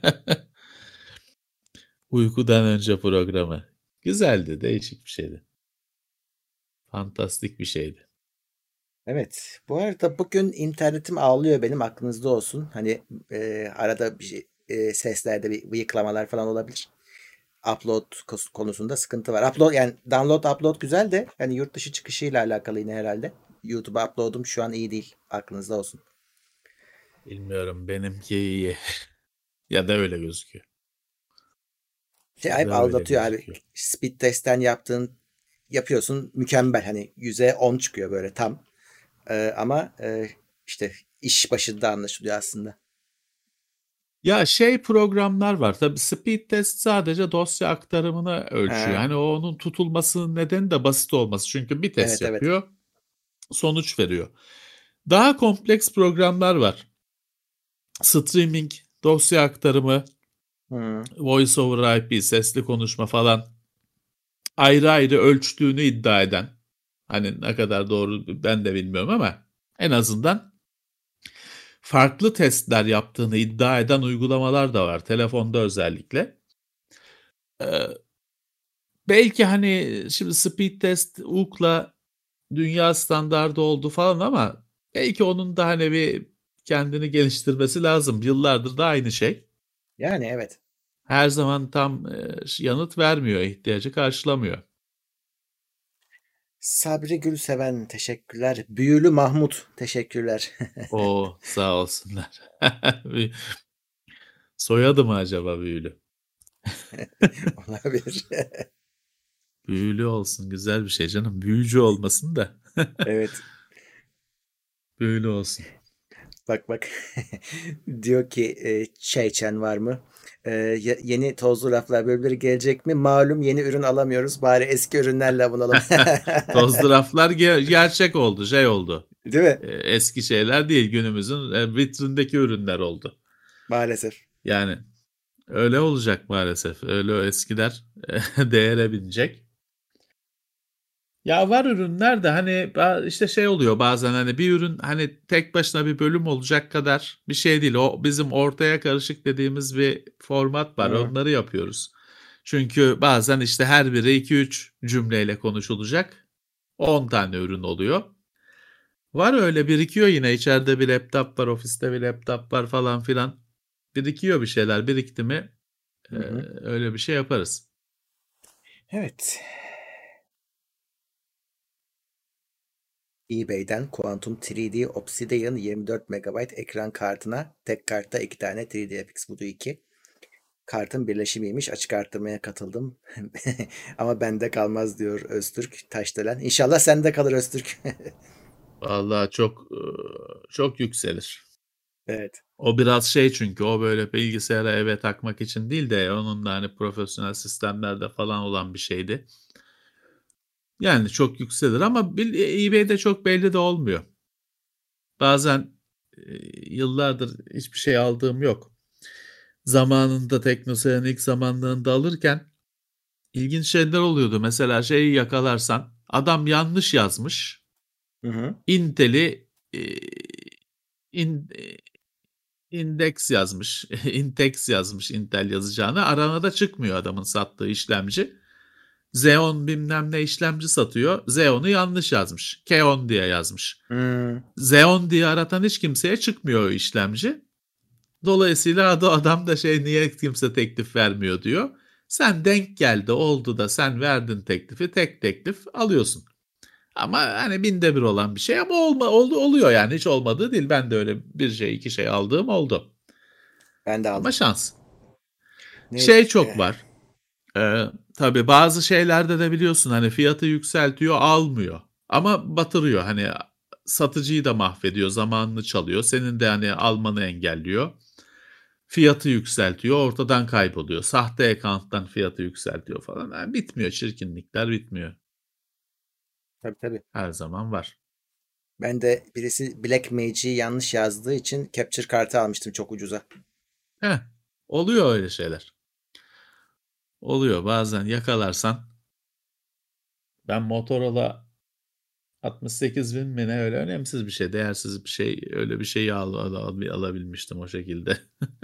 Uykudan önce programı. Güzeldi, değişik bir şeydi. Fantastik bir şeydi. evet. Bu arada bugün internetim ağlıyor benim, aklınızda olsun. Hani e, arada bir şey, e, seslerde bir bıyıklamalar falan olabilir. Upload kos- konusunda sıkıntı var. Upload yani download upload güzel de hani yurt dışı çıkışıyla alakalı yine herhalde. YouTube'a upload'um şu an iyi değil. Aklınızda olsun. Bilmiyorum, benimki iyi. Ya da öyle gözüküyor. Şey Ya hep da öyle aldatıyor abi. gözüküyor. Speed testten yaptığın yapıyorsun mükemmel, hani yüze on çıkıyor böyle tam. Ee, ama e, işte iş başında anlaşılıyor aslında. Ya şey programlar var. Tabii speed test sadece dosya aktarımını ölçüyor. Ha, Hani o onun tutulmasının nedeni de basit olması. Çünkü bir test evet evet. yapıyor, sonuç veriyor. Daha kompleks programlar var. Streaming, dosya aktarımı, Hı, voice over I P, sesli konuşma falan ayrı ayrı ölçtüğünü iddia eden. Hani ne kadar doğru ben de bilmiyorum ama en azından farklı testler yaptığını iddia eden uygulamalar da var. Telefonda özellikle. Ee, belki hani şimdi speed test U K'la dünya standardı oldu falan ama belki onun da hani bir kendini geliştirmesi lazım. Yıllardır da aynı şey. yani evet. Her zaman tam e, yanıt vermiyor, ihtiyacı karşılamıyor. Sabri Gülseven teşekkürler. Büyülü Mahmut teşekkürler. O sağ olsunlar. Bir- Soyadı mı acaba büyülü? Olabilir. Büyülü olsun, güzel bir şey canım. Büyücü olmasın da Evet. büyülü olsun. Bak bak. Diyor ki e, çay içen var mı? E, ye- yeni tozlu raflar bölümleri gelecek mi? Malum yeni ürün alamıyoruz. Bari eski ürünlerle bulunalım. Tozlu raflar ge- gerçek oldu, şey oldu. Değil mi? E, Eski şeyler değil, günümüzün e, vitrindeki ürünler oldu. Maalesef. Yani öyle olacak maalesef. Öyle eskiler değere binecek. Ya var ürünler de hani ba- işte şey oluyor bazen, hani bir ürün hani tek başına bir bölüm olacak kadar bir şey değil. O bizim ortaya karışık dediğimiz bir format var. Hı. Onları yapıyoruz. Çünkü bazen işte her biri iki üç cümleyle konuşulacak. on tane ürün oluyor. Var öyle, birikiyor yine, içeride bir laptop var, ofiste bir laptop var falan filan. Birikiyor bir şeyler, birikti mi e, Hı hı. öyle bir şey yaparız. Evet. eBay'den Quantum üç D Obsidian yirmi dört megabayt ekran kartına tek kartta iki tane üç D F X Voodoo iki. Kartın birleşimiymiş. Açık arttırmaya katıldım. Ama bende kalmaz diyor Öztürk Taşdelen. İnşallah sende kalır Öztürk. Vallahi çok e, çok yükselir. Evet. O biraz şey, çünkü o böyle bilgisayara eve takmak için değil de onun da hani profesyonel sistemlerde falan olan bir şeydi. Yani çok yükselir ama bil- eBay'de çok belli de olmuyor. Bazen e, yıllardır hiçbir şey aldığım yok. Zamanında TeknoSeyir'in ilk zamanlarında alırken ilginç şeyler oluyordu. Mesela şeyi yakalarsan adam yanlış yazmış. Hı hı. Intel'i e, in, e, Index yazmış. Intex yazmış Intel yazacağına. Arana da çıkmıyor adamın sattığı işlemci. Xeon bilmem ne işlemci satıyor. Xeon'u yanlış yazmış. Keon diye yazmış. Hmm. Xeon diye aratan hiç kimseye çıkmıyor o işlemci. Dolayısıyla adı adam da şey, niye kimse teklif vermiyor diyor. Sen denk geldi, oldu da sen verdin teklifi, tek teklif alıyorsun. Ama hani binde bir olan bir şey, ama olma, oldu, oluyor yani, hiç olmadığı değil. Ben de öyle bir şey iki şey aldığım oldu. Ben de Ama aldım. şans. Ne? Şey çok eh, var. Ee, tabii bazı şeylerde de biliyorsun hani fiyatı yükseltiyor, almıyor. Ama batırıyor, hani satıcıyı da mahvediyor, zamanını çalıyor. Senin de hani almanı engelliyor. Fiyatı yükseltiyor, ortadan kayboluyor. Sahte account'tan fiyatı yükseltiyor falan. Yani bitmiyor, çirkinlikler bitmiyor. tabii tabii. Her zaman var. Ben de birisi Black Mage'i yanlış yazdığı için Capture kartı almıştım çok ucuza. Heh, oluyor öyle şeyler. Oluyor bazen, yakalarsan. Ben Motorola altmış sekiz bin mi ne, öyle önemsiz bir şey, değersiz bir şey, öyle bir şeyi al, al- al- alabilmiştim o şekilde.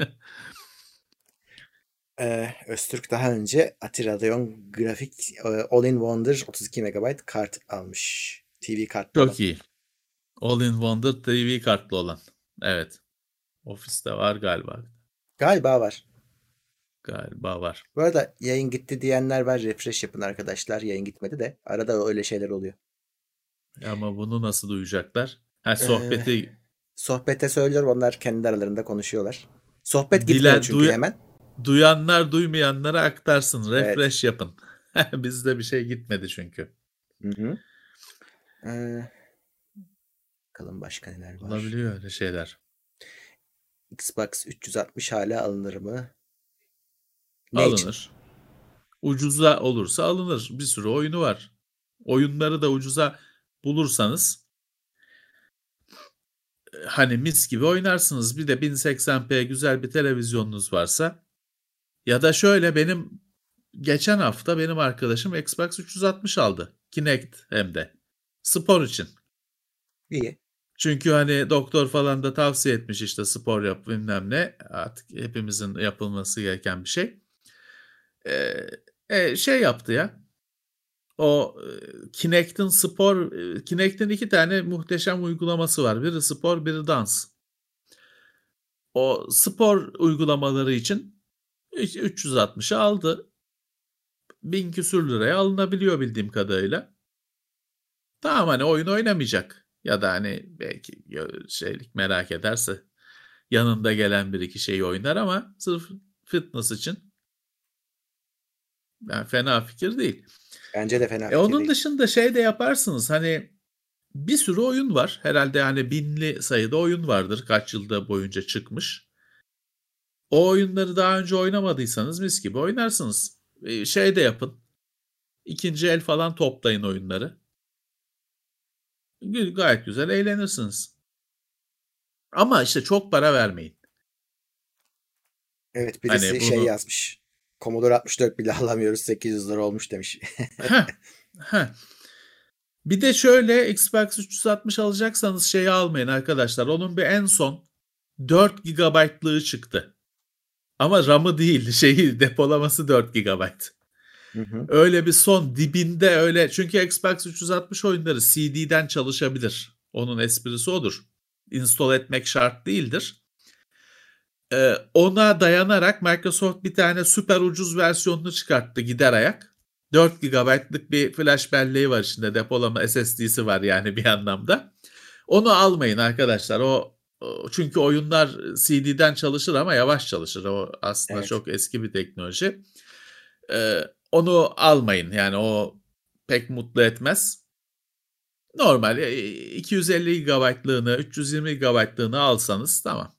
Ee, Öztürk daha önce Ati Radeon Grafik e, All-in Wonder otuz iki megabayt kart almış. T V kartlı olan. Çok iyi. All-in Wonder T V kartlı olan. Evet. Ofiste var galiba. Galiba var. Galiba var. Bu arada yayın gitti diyenler var. Refresh yapın arkadaşlar. Yayın gitmedi de. Arada öyle şeyler oluyor. Ama bunu nasıl duyacaklar? Ha, Ee, sohbeti sohbette söylüyorum. Onlar kendi aralarında konuşuyorlar. Sohbet gitmiyor dilen çünkü duy, hemen. duyanlar duymayanlara aktarsın. Evet. Refresh yapın. Bizde bir şey gitmedi çünkü. Hı hı. Ee, bakalım başka neler var. Olabiliyor öyle şeyler. Xbox üç yüz altmış hala alınır mı? Ne için? Alınır. Ucuza olursa alınır. Bir sürü oyunu var. Oyunları da ucuza bulursanız e, hani mis gibi oynarsınız. Bir de bin seksen p güzel bir televizyonunuz varsa, ya da şöyle, benim geçen hafta benim arkadaşım Xbox üç yüz altmış aldı. Kinect hem de. Spor için. İyi. Çünkü hani doktor falan da tavsiye etmiş, işte spor yap bilmem ne. Artık hepimizin yapılması gereken bir şey. Ee, e, şey yaptı ya. O e, Kinect'in spor, e, Kinect'in iki tane muhteşem uygulaması var. Biri spor, biri dans. O spor uygulamaları için üç yüz altmışı aldı. Bin küsür liraya alınabiliyor bildiğim kadarıyla. Tamam, hani oyun oynamayacak ya da hani belki şeylik merak ederse yanında gelen bir iki şeyi oynar ama sırf fitness için yani fena fikir değil. Bence de fena E fikir onun değil. dışında şey de yaparsınız, hani bir sürü oyun var. Herhalde hani binli sayıda oyun vardır kaç yılda boyunca çıkmış. O oyunları daha önce oynamadıysanız mis gibi oynarsınız. E, şey de yapın. İkinci el falan toplayın oyunları. Gü- Gayet güzel eğlenirsiniz. Ama işte çok para vermeyin. Evet, Hani birisi şey bunu yazmış. Commodore altmış dört bile alamıyoruz, sekiz yüz lira olmuş demiş. heh, heh. Bir de şöyle Xbox üç yüz altmış alacaksanız şeyi almayın arkadaşlar. Onun bir en son dört gigabaytlığı çıktı. Ama RAM'ı değil, şeyi depolaması dört gigabayt. Hı hı. Öyle bir son dibinde öyle. Çünkü Xbox üç yüz altmış oyunları C D'den çalışabilir. Onun esprisi odur. Install etmek şart değildir. Ee, ona dayanarak Microsoft bir tane süper ucuz versiyonunu çıkarttı gider ayak. dört gigabaytlık bir flash belleği var içinde. Depolama S S D'si var yani bir anlamda. Onu almayın arkadaşlar. O, o çünkü oyunlar C D'den çalışır ama yavaş çalışır. O aslında Evet. çok eski bir teknoloji. Ee, onu almayın. Yani o pek mutlu etmez. Normal e, iki yüz elli gigabaytlığını, üç yüz yirmi gigabaytlığını alsanız tamam.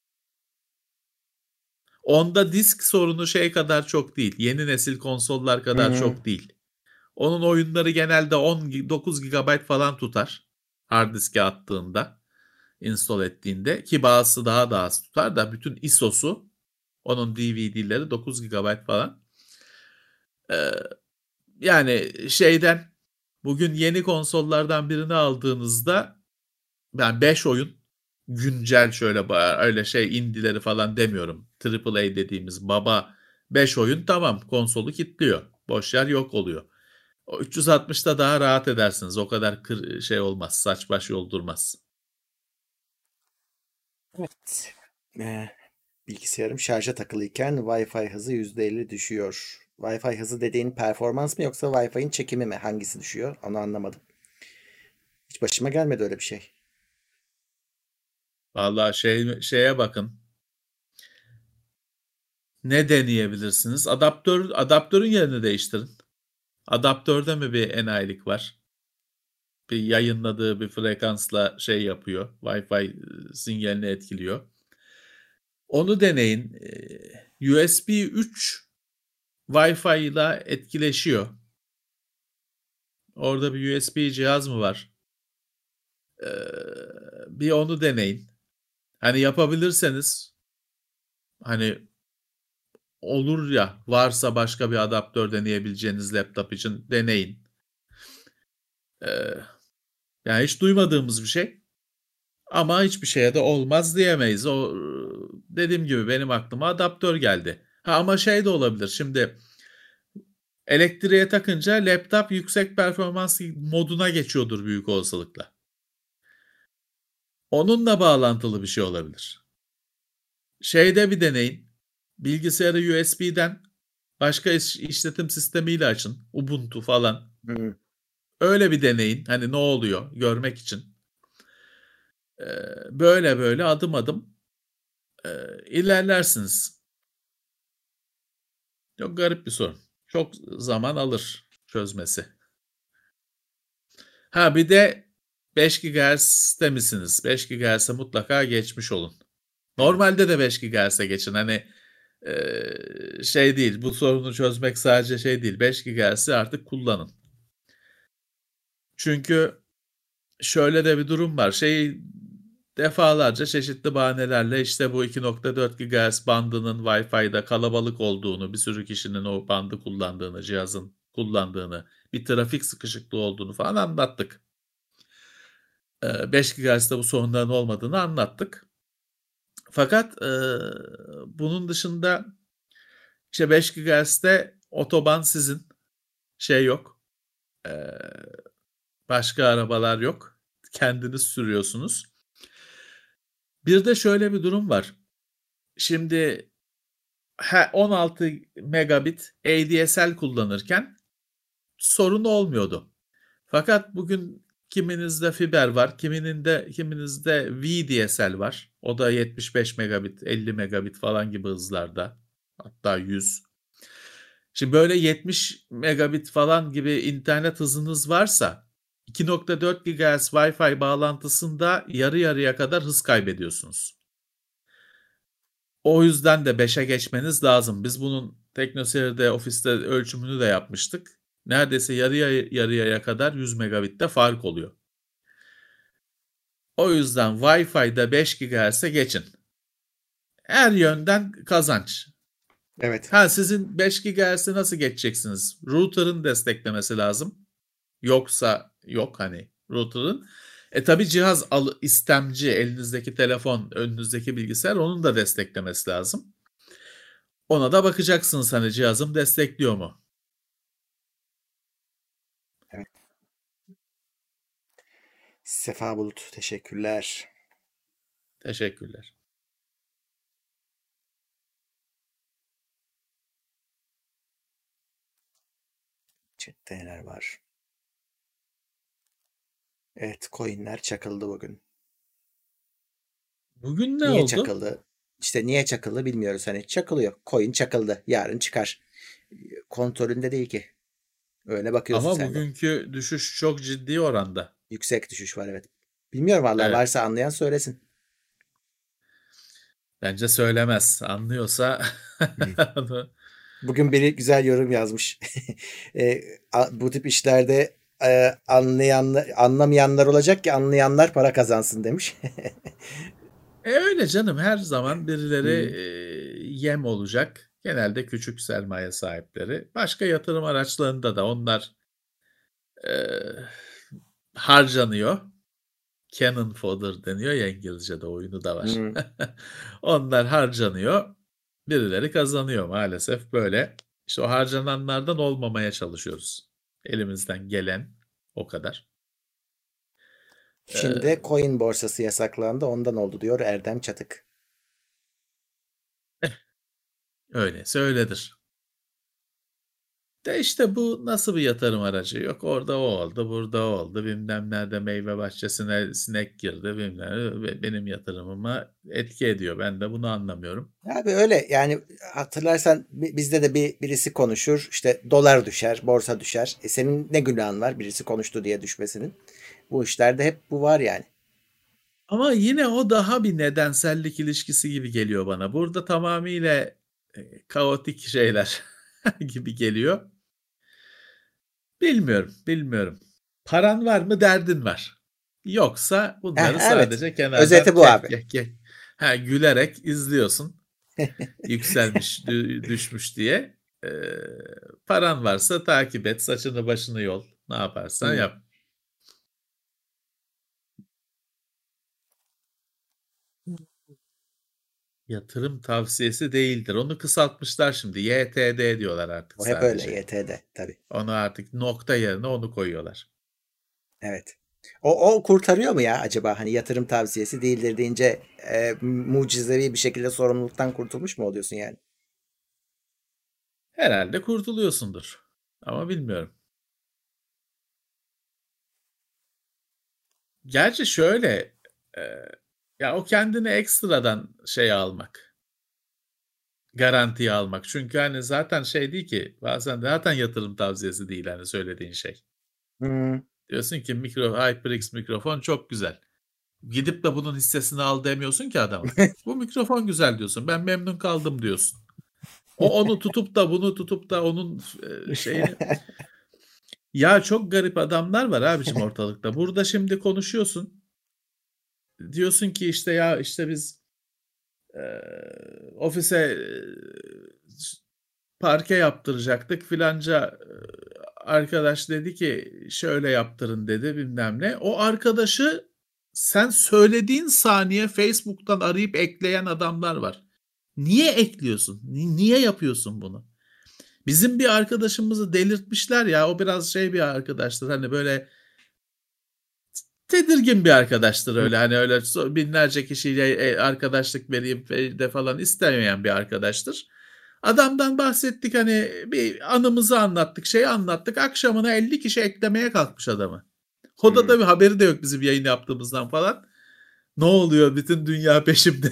Onda disk sorunu şey kadar çok değil. Yeni nesil konsollar Hı kadar hı. çok değil. Onun oyunları genelde on dokuz gigabayt falan tutar. Hard diske attığında, install ettiğinde ki bazısı daha da az tutar da bütün I S O'su onun D V D'leri dokuz gigabayt falan. Ee, yani şeyden bugün yeni konsollardan birini aldığınızda ben beş oyun güncel şöyle öyle şey indileri falan demiyorum. Triple A dediğimiz baba beş oyun tamam konsolu kilitliyor. Boş yer yok oluyor. O üç yüz altmışta daha rahat edersiniz. O kadar kır, şey olmaz. Saç baş yoldurmaz. Evet. Ee, bilgisayarım şarja takılıyken Wi-Fi hızı yüzde elli düşüyor. Wi-Fi hızı dediğin performans mı yoksa Wi-Fi'nin çekimi mi? Hangisi düşüyor? Onu anlamadım. Hiç başıma gelmedi öyle bir şey. Vallahi şey şeye bakın. Ne deneyebilirsiniz? Adaptör adaptörün yerini değiştirin. Adaptörde mi bir enayilik var? Bir yayınladığı bir frekansla şey yapıyor. Wi-Fi e, sinyalini etkiliyor. Onu deneyin. Ee, U S B üç Wi-Fi ile etkileşiyor. Orada bir U S B cihaz mı var? Ee, bir onu deneyin. Hani yapabilirseniz hani olur ya varsa başka bir adaptör deneyebileceğiniz laptop için deneyin. Ee, yani hiç duymadığımız bir şey ama hiçbir şeye de olmaz diyemeyiz. O dediğim gibi benim aklıma adaptör geldi. Ha ama şey de olabilir. Şimdi elektriğe takınca laptop yüksek performans moduna geçiyordur büyük olasılıkla. Onunla bağlantılı bir şey olabilir. Şeyde bir deneyin. Bilgisayarı U S B'den başka iş- işletim sistemiyle açın. Ubuntu falan. Hı. Öyle bir deneyin. Hani ne oluyor görmek için. Ee, böyle böyle adım adım e, ilerlersiniz. Çok garip bir sorun. Çok zaman alır çözmesi. Ha bir de beş gigahertz'te misiniz? beş gigahertz'e mutlaka geçmiş olun. Evet. Normalde de beş gigahertz'e geçin. Hani e, şey değil. Bu sorunu çözmek sadece şey değil. beş gigahertz'i artık kullanın. Çünkü şöyle de bir durum var. Şey defalarca çeşitli bahanelerle işte bu iki nokta dört gigahertz bandının Wi-Fi'de kalabalık olduğunu, bir sürü kişinin o bandı kullandığını, cihazın kullandığını, bir trafik sıkışıklığı olduğunu falan anlattık. Ee, beş gigahertz'te bu sorunların olmadığını anlattık. Fakat e, bunun dışında işte beş gigahertz'te otoban sizin şey yok. E, başka arabalar yok. Kendiniz sürüyorsunuz. Bir de şöyle bir durum var. Şimdi on altı megabit A D S L kullanırken sorun olmuyordu. Fakat bugün Kiminizde fiber var, kimininde kiminizde V D S L var. O da yetmiş beş megabit, elli megabit falan gibi hızlarda. Hatta yüz. Şimdi böyle yetmiş megabit falan gibi internet hızınız varsa iki nokta dört gigahertz Wi-Fi bağlantısında yarı yarıya kadar hız kaybediyorsunuz. O yüzden de beşe geçmeniz lazım. Biz bunun TeknoSeyir'de ofiste ölçümünü de yapmıştık. Neredeyse yarıya yarıya kadar yüz megabitte fark oluyor. O yüzden Wi-Fi'de beş gigahertz'e geçin. Her yönden kazanç. Evet. Ha, sizin beş gigahertz'e nasıl geçeceksiniz? Router'ın desteklemesi lazım. Yoksa yok hani router'ın. E tabi cihaz al, istemci, elinizdeki telefon, önünüzdeki bilgisayar onun da desteklemesi lazım. Ona da bakacaksınız hani cihazım destekliyor mu? Evet. Sefa Bulut, teşekkürler. Teşekkürler. Chat'te neler var? Evet, coinler çakıldı bugün. Bugün ne Niye oldu? çakıldı? İşte niye çakıldı bilmiyoruz. Hani çakılıyor. Coin çakıldı. Yarın çıkar. Kontrolünde değil ki. Öyle bakıyorsun Ama sen de. bugünkü düşüş çok ciddi oranda. Yüksek düşüş var, evet. Bilmiyorum vallahi, Evet. varsa anlayan söylesin. Bence söylemez. Anlıyorsa Bugün biri güzel yorum yazmış. E, a- bu tip işlerde e, anlayanlar, anlamayanlar olacak ki anlayanlar para kazansın demiş. E öyle canım, her zaman birileri Hmm. e, yem olacak. Genelde küçük sermaye sahipleri. Başka yatırım araçlarında da onlar e, harcanıyor. Cannon fodder deniyor ya, İngilizce'de oyunu da var. Hmm. Onlar harcanıyor. Birileri kazanıyor, maalesef böyle. İşte o harcananlardan olmamaya çalışıyoruz. Elimizden gelen o kadar. Çin'de coin borsası yasaklandı. Ondan oldu diyor Erdem Çatık. Öyleyse öyledir. De işte bu nasıl bir yatırım aracı? Yok orada o oldu, burada o oldu. Bilmem nerede meyve bahçesine sinek girdi. Bilmem ne. Benim yatırımıma etki ediyor. Ben de bunu anlamıyorum. Abi öyle yani, hatırlarsan bi- bizde de bir birisi konuşur, işte dolar düşer, borsa düşer. E senin ne günahın var birisi konuştu diye düşmesinin? Bu işlerde hep bu var yani. Ama yine o daha bir nedensellik ilişkisi gibi geliyor bana. Burada tamamıyla e, kaotik şeyler gibi geliyor. Bilmiyorum, bilmiyorum. Paran var mı, derdin var. Yoksa Eh, bunları evet. sadece kenardan Özeti bu kek abi. kek kek. Ha, gülerek izliyorsun. Yükselmiş, dü- düşmüş diye. Ee, paran varsa takip et, saçını başını yol. Ne yaparsan Hmm. yap. Yatırım tavsiyesi değildir. Onu kısaltmışlar şimdi. Y T D diyorlar artık O hep öyle sadece. Y T D tabii. Onu artık nokta yerine onu koyuyorlar. Evet. O, o kurtarıyor mu ya acaba? Hani yatırım tavsiyesi değildir deyince e, mucizevi bir şekilde sorumluluktan kurtulmuş mu oluyorsun yani? Herhalde kurtuluyorsundur. Ama bilmiyorum. Gerçi şöyle, e, ya o kendine ekstradan şey almak, garantiye almak. Çünkü hani zaten şey değil ki, bazen zaten yatırım tavsiyesi değil hani söylediğin şey. Hmm. Diyorsun ki mikro HyperX mikrofon çok güzel. Gidip de bunun hissesini al demiyorsun ki adama. Bu mikrofon güzel diyorsun. Ben memnun kaldım diyorsun. O onu tutup da bunu tutup da onun e, şeyini. Ya çok garip adamlar var abicim ortalıkta. Burada şimdi konuşuyorsun. Diyorsun ki işte ya işte biz e, ofise e, parke yaptıracaktık. Filanca e, arkadaş dedi ki şöyle yaptırın dedi bilmem ne. O arkadaşı sen söylediğin saniye Facebook'tan arayıp ekleyen adamlar var. Niye ekliyorsun? Ni- Niye yapıyorsun bunu? Bizim bir arkadaşımızı delirtmişler ya. O biraz şey bir arkadaştır. Hani böyle tedirgin bir arkadaştır öyle. Hani öyle so- binlerce kişiyle e, arkadaşlık vereyim de falan istemeyen bir arkadaştır. Adamdan bahsettik, hani bir anımızı anlattık, şey anlattık. Akşamına elli kişi eklemeye kalkmış adamı. O da Hmm. tabii haberi de yok bizim yayın yaptığımızdan falan. Ne oluyor? Bütün dünya peşimde.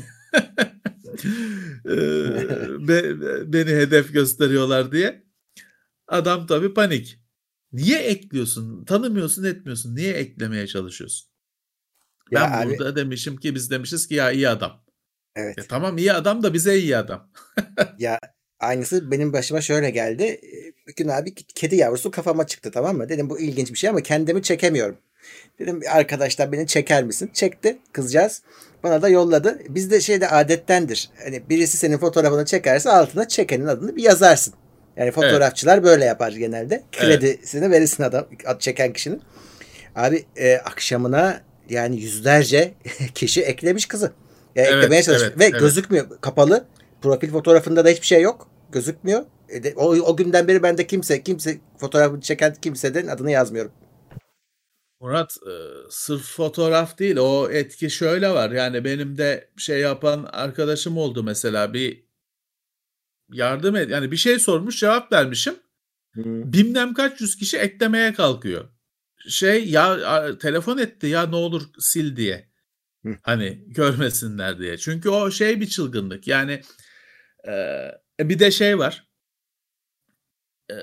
Be, beni hedef gösteriyorlar diye. Adam tabii panik. Niye ekliyorsun? Tanımıyorsun, etmiyorsun. Niye eklemeye çalışıyorsun? Ya Ben abi, burada demişim ki biz demişiz ki ya iyi adam. E evet. tamam iyi adam da bize iyi adam. Ya aynısı benim başıma şöyle geldi. Ee, Bir gün abi kedi yavrusu kafama çıktı, tamam mı? Dedim bu ilginç bir şey ama kendimi çekemiyorum. Dedim arkadaşlar beni çeker misin? Çekti kızcağız. Bana da yolladı. Bizde şeyde adettendir. Hani birisi senin fotoğrafını çekerse altına çekenin adını bir yazarsın. Yani Evet, fotoğrafçılar böyle yapar genelde. evet, Kredisini verirsin adam çeken kişinin. Abi e, akşamına yani yüzlerce kişi eklemiş kızı. Ya eklemeye evet, çalışmış. evet, Ve evet. gözükmüyor. Kapalı. Profil fotoğrafında da hiçbir şey yok. Gözükmüyor. E de, o, o günden beri ben de kimse, kimse fotoğrafını çeken kimseden adını yazmıyorum. Murat e, sırf fotoğraf değil o etki şöyle var. Yani benim de şey yapan arkadaşım oldu mesela bir yardım et. Yani bir şey sormuş cevap vermişim. Hı. Bilmem kaç yüz kişi eklemeye kalkıyor. Şey ya a- telefon etti ya ne olur sil diye. Hı. Hani görmesinler diye. Çünkü o şey bir çılgınlık. Yani e, bir de şey var. E,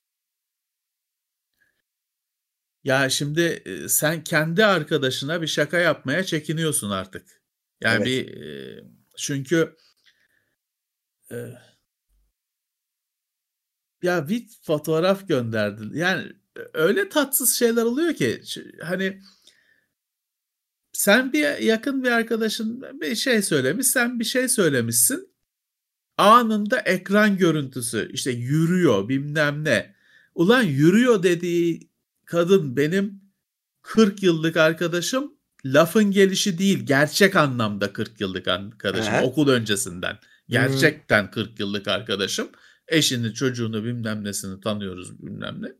ya şimdi e, sen kendi arkadaşına bir şaka yapmaya çekiniyorsun artık. Yani Evet. bir e, çünkü e, ya bir fotoğraf gönderdin. Yani öyle tatsız şeyler oluyor ki ş- hani sen bir yakın bir arkadaşın bir şey söylemiş, sen bir şey söylemişsin. Anında ekran görüntüsü işte yürüyor bilmem ne. Ulan yürüyor dediği kadın benim kırk yıllık arkadaşım, lafın gelişi değil gerçek anlamda kırk yıllık arkadaşım Aha. okul öncesinden. Hı. Gerçekten kırk yıllık arkadaşım. Eşini çocuğunu bilmem nesini tanıyoruz bilmem ne.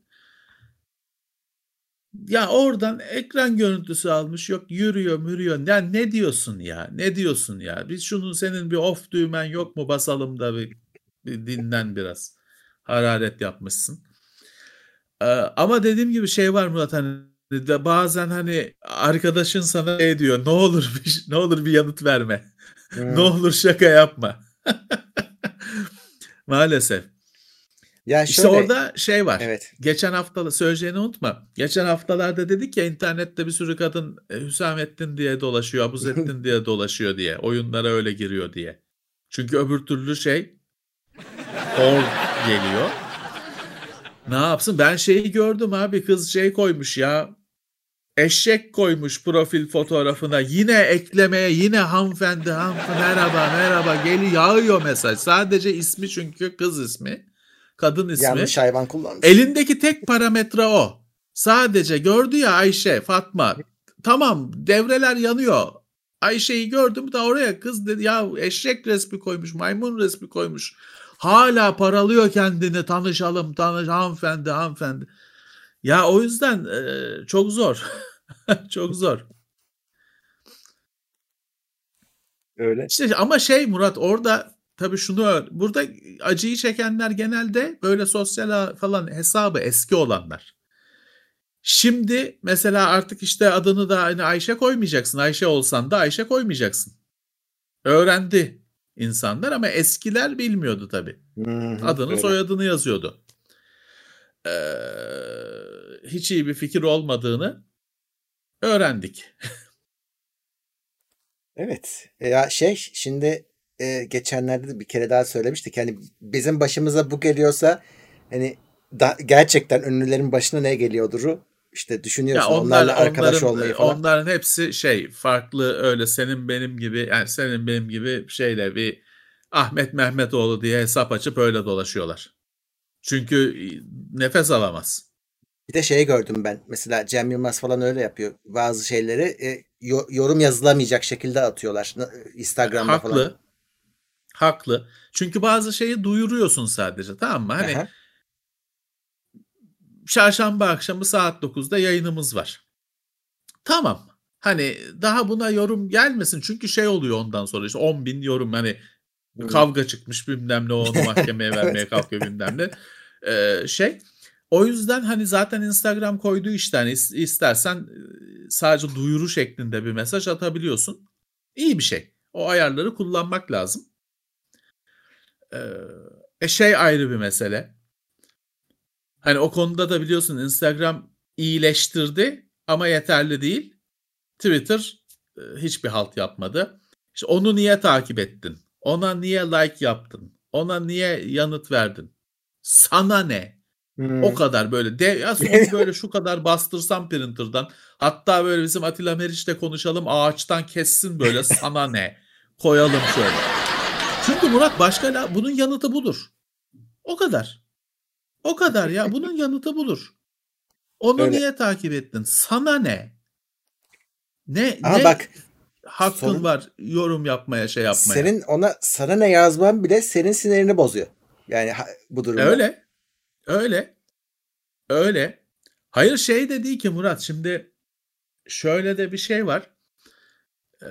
Ya oradan ekran görüntüsü almış yok yürüyor mürüyor. Ya ne diyorsun ya ne diyorsun ya. Biz şunun senin bir off düğmen yok mu basalım da bir, bir dinlen biraz. Hararet yapmışsın. Ee, ama dediğim gibi şey var Murat hani de bazen hani arkadaşın sana şey diyor ne olur bir, ne olur bir yanıt verme. Ne Hı. olur şaka yapma. Maalesef. Ya İşte şöyle, orada şey var. evet. Geçen hafta söyleyeceğini unutma. Geçen haftalarda dedik ya internette bir sürü kadın e, Hüsamettin diye dolaşıyor, Abuzettin diye dolaşıyor diye. Oyunlara öyle giriyor diye. Çünkü öbür türlü şey hor geliyor. Ne yapsın? Ben şeyi gördüm abi kız şey koymuş ya. Eşek koymuş profil fotoğrafına. Yine eklemeye yine hanımefendi, hanımefendi merhaba merhaba geliyor yağıyor mesaj. Sadece ismi çünkü kız ismi. Kadın Yanlış ismi. hayvan kullanmış. Elindeki tek parametre o. Sadece gördü ya Ayşe, Fatma. Tamam devreler yanıyor. Ayşe'yi gördüm de oraya kız dedi ya eşek resmi koymuş, maymun resmi koymuş. Hala paralıyor kendini tanışalım, tanış hanımefendi, hanımefendi. Ya o yüzden e, çok zor. Çok zor. Öyle. İşte ama şey Murat orada tabii şunu burada acıyı çekenler genelde böyle sosyal ağ falan hesabı eski olanlar. Şimdi mesela artık işte adını da hani Ayşe koymayacaksın. Ayşe olsan da Ayşe koymayacaksın. Öğrendi insanlar ama eskiler bilmiyordu tabii. Hı hı, Adını öyle. soyadını yazıyordu. Ee, hiç iyi bir fikir olmadığını öğrendik. Evet. E Ya şey şimdi e, geçenlerde de bir kere daha söylemiştik. Hani bizim başımıza bu geliyorsa hani da, gerçekten ünlülerin başına ne geliyordur? İşte Ya düşünüyorsun onlar onlarla arkadaş onların olmayı falan. onların hepsi şey farklı öyle senin benim gibi yani senin benim gibi şeyle bir Ahmet Mehmetoğlu diye hesap açıp öyle dolaşıyorlar. Çünkü nefes alamaz. Bir de şey gördüm ben. Mesela Cem Yılmaz falan öyle yapıyor. Bazı şeyleri e, yo- yorum yazılamayacak şekilde atıyorlar. Na- Instagram'da falan. Haklı, haklı. Çünkü bazı şeyi duyuruyorsun sadece tamam mı? Hani Aha. çarşamba akşamı saat dokuzda yayınımız var. Tamam. Hani daha buna yorum gelmesin. Çünkü şey oluyor ondan sonra işte on bin yorum hani Hmm. kavga çıkmış bilmem ne onu mahkemeye Evet. vermeye kalkıyor bilmem ne. Ee, şey O yüzden hani zaten Instagram koyduğu işte hani istersen sadece duyuru şeklinde bir mesaj atabiliyorsun. İyi bir şey. O ayarları kullanmak lazım. E şey ayrı bir mesele. Hani o konuda da biliyorsun Instagram iyileştirdi ama yeterli değil. Twitter hiçbir halt yapmadı. İşte onu niye takip ettin? Ona niye like yaptın? Ona niye yanıt verdin? Sana ne? Hmm. O kadar böyle. De, ya onu böyle şu kadar bastırsam printer'dan. Hatta böyle bizim Atilla Meriç'le konuşalım. Ağaçtan kessin böyle. Sana ne? Koyalım şöyle. Çünkü Murat başka bunun yanıtı budur. O kadar. O kadar ya. Bunun yanıtı budur. Onu Öyle. Niye takip ettin? Sana ne? Ne Ama ne bak, hakkın sorun, var yorum yapmaya, şey yapmaya. Senin ona sana ne yazman bile senin sinirini bozuyor. Yani bu durumda. Öyle. Öyle. Öyle. Hayır şey de değil ki Murat. Şimdi şöyle de bir şey var. Ee,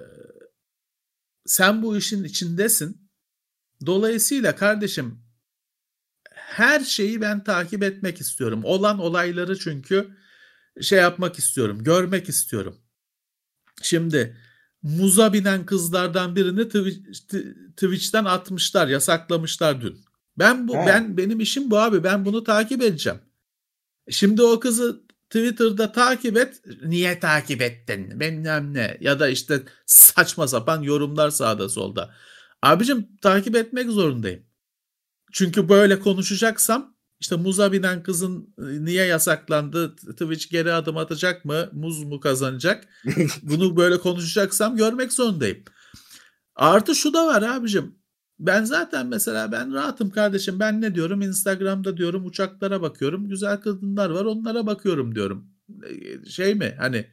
sen bu işin içindesin. Dolayısıyla kardeşim her şeyi ben takip etmek istiyorum. Olan olayları çünkü şey yapmak istiyorum. Görmek istiyorum. Şimdi muza binen kızlardan birini Twitch'ten atmışlar, yasaklamışlar dün. Ben bu He. ben benim işim bu abi. Ben bunu takip edeceğim. Şimdi o kızı Twitter'da takip et. Niye takip ettin? Bilmem ne. Ya da işte saçma sapan yorumlar sağda solda. Abicim takip etmek zorundayım. Çünkü böyle konuşacaksam işte muza binen kızın niye yasaklandı? Twitch geri adım atacak mı? Muz mu kazanacak? Bunu böyle konuşacaksam görmek zorundayım. Artı şu da var abicim. Ben zaten mesela ben rahatım kardeşim. Ben ne diyorum? Instagram'da diyorum uçaklara bakıyorum. Güzel kadınlar var onlara bakıyorum diyorum. Şey mi? Hani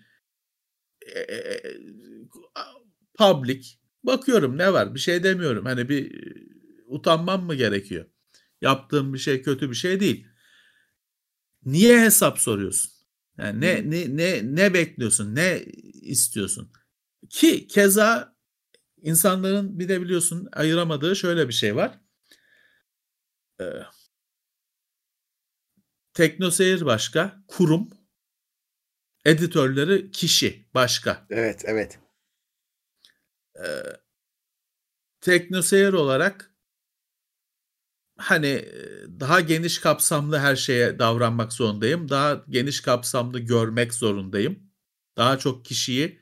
public bakıyorum ne var? Bir şey demiyorum. Hani bir utanmam mı gerekiyor? Yaptığım bir şey kötü bir şey değil. Niye hesap soruyorsun? Yani ne ne ne ne bekliyorsun? Ne istiyorsun? Ki keza insanların bir de biliyorsun ayıramadığı şöyle bir şey var. Ee, Teknoseyir başka, kurum, editörleri kişi başka. Evet, evet. Ee, Teknoseyir olarak hani daha geniş kapsamlı her şeye davranmak zorundayım. Daha geniş kapsamlı görmek zorundayım. Daha çok kişiyi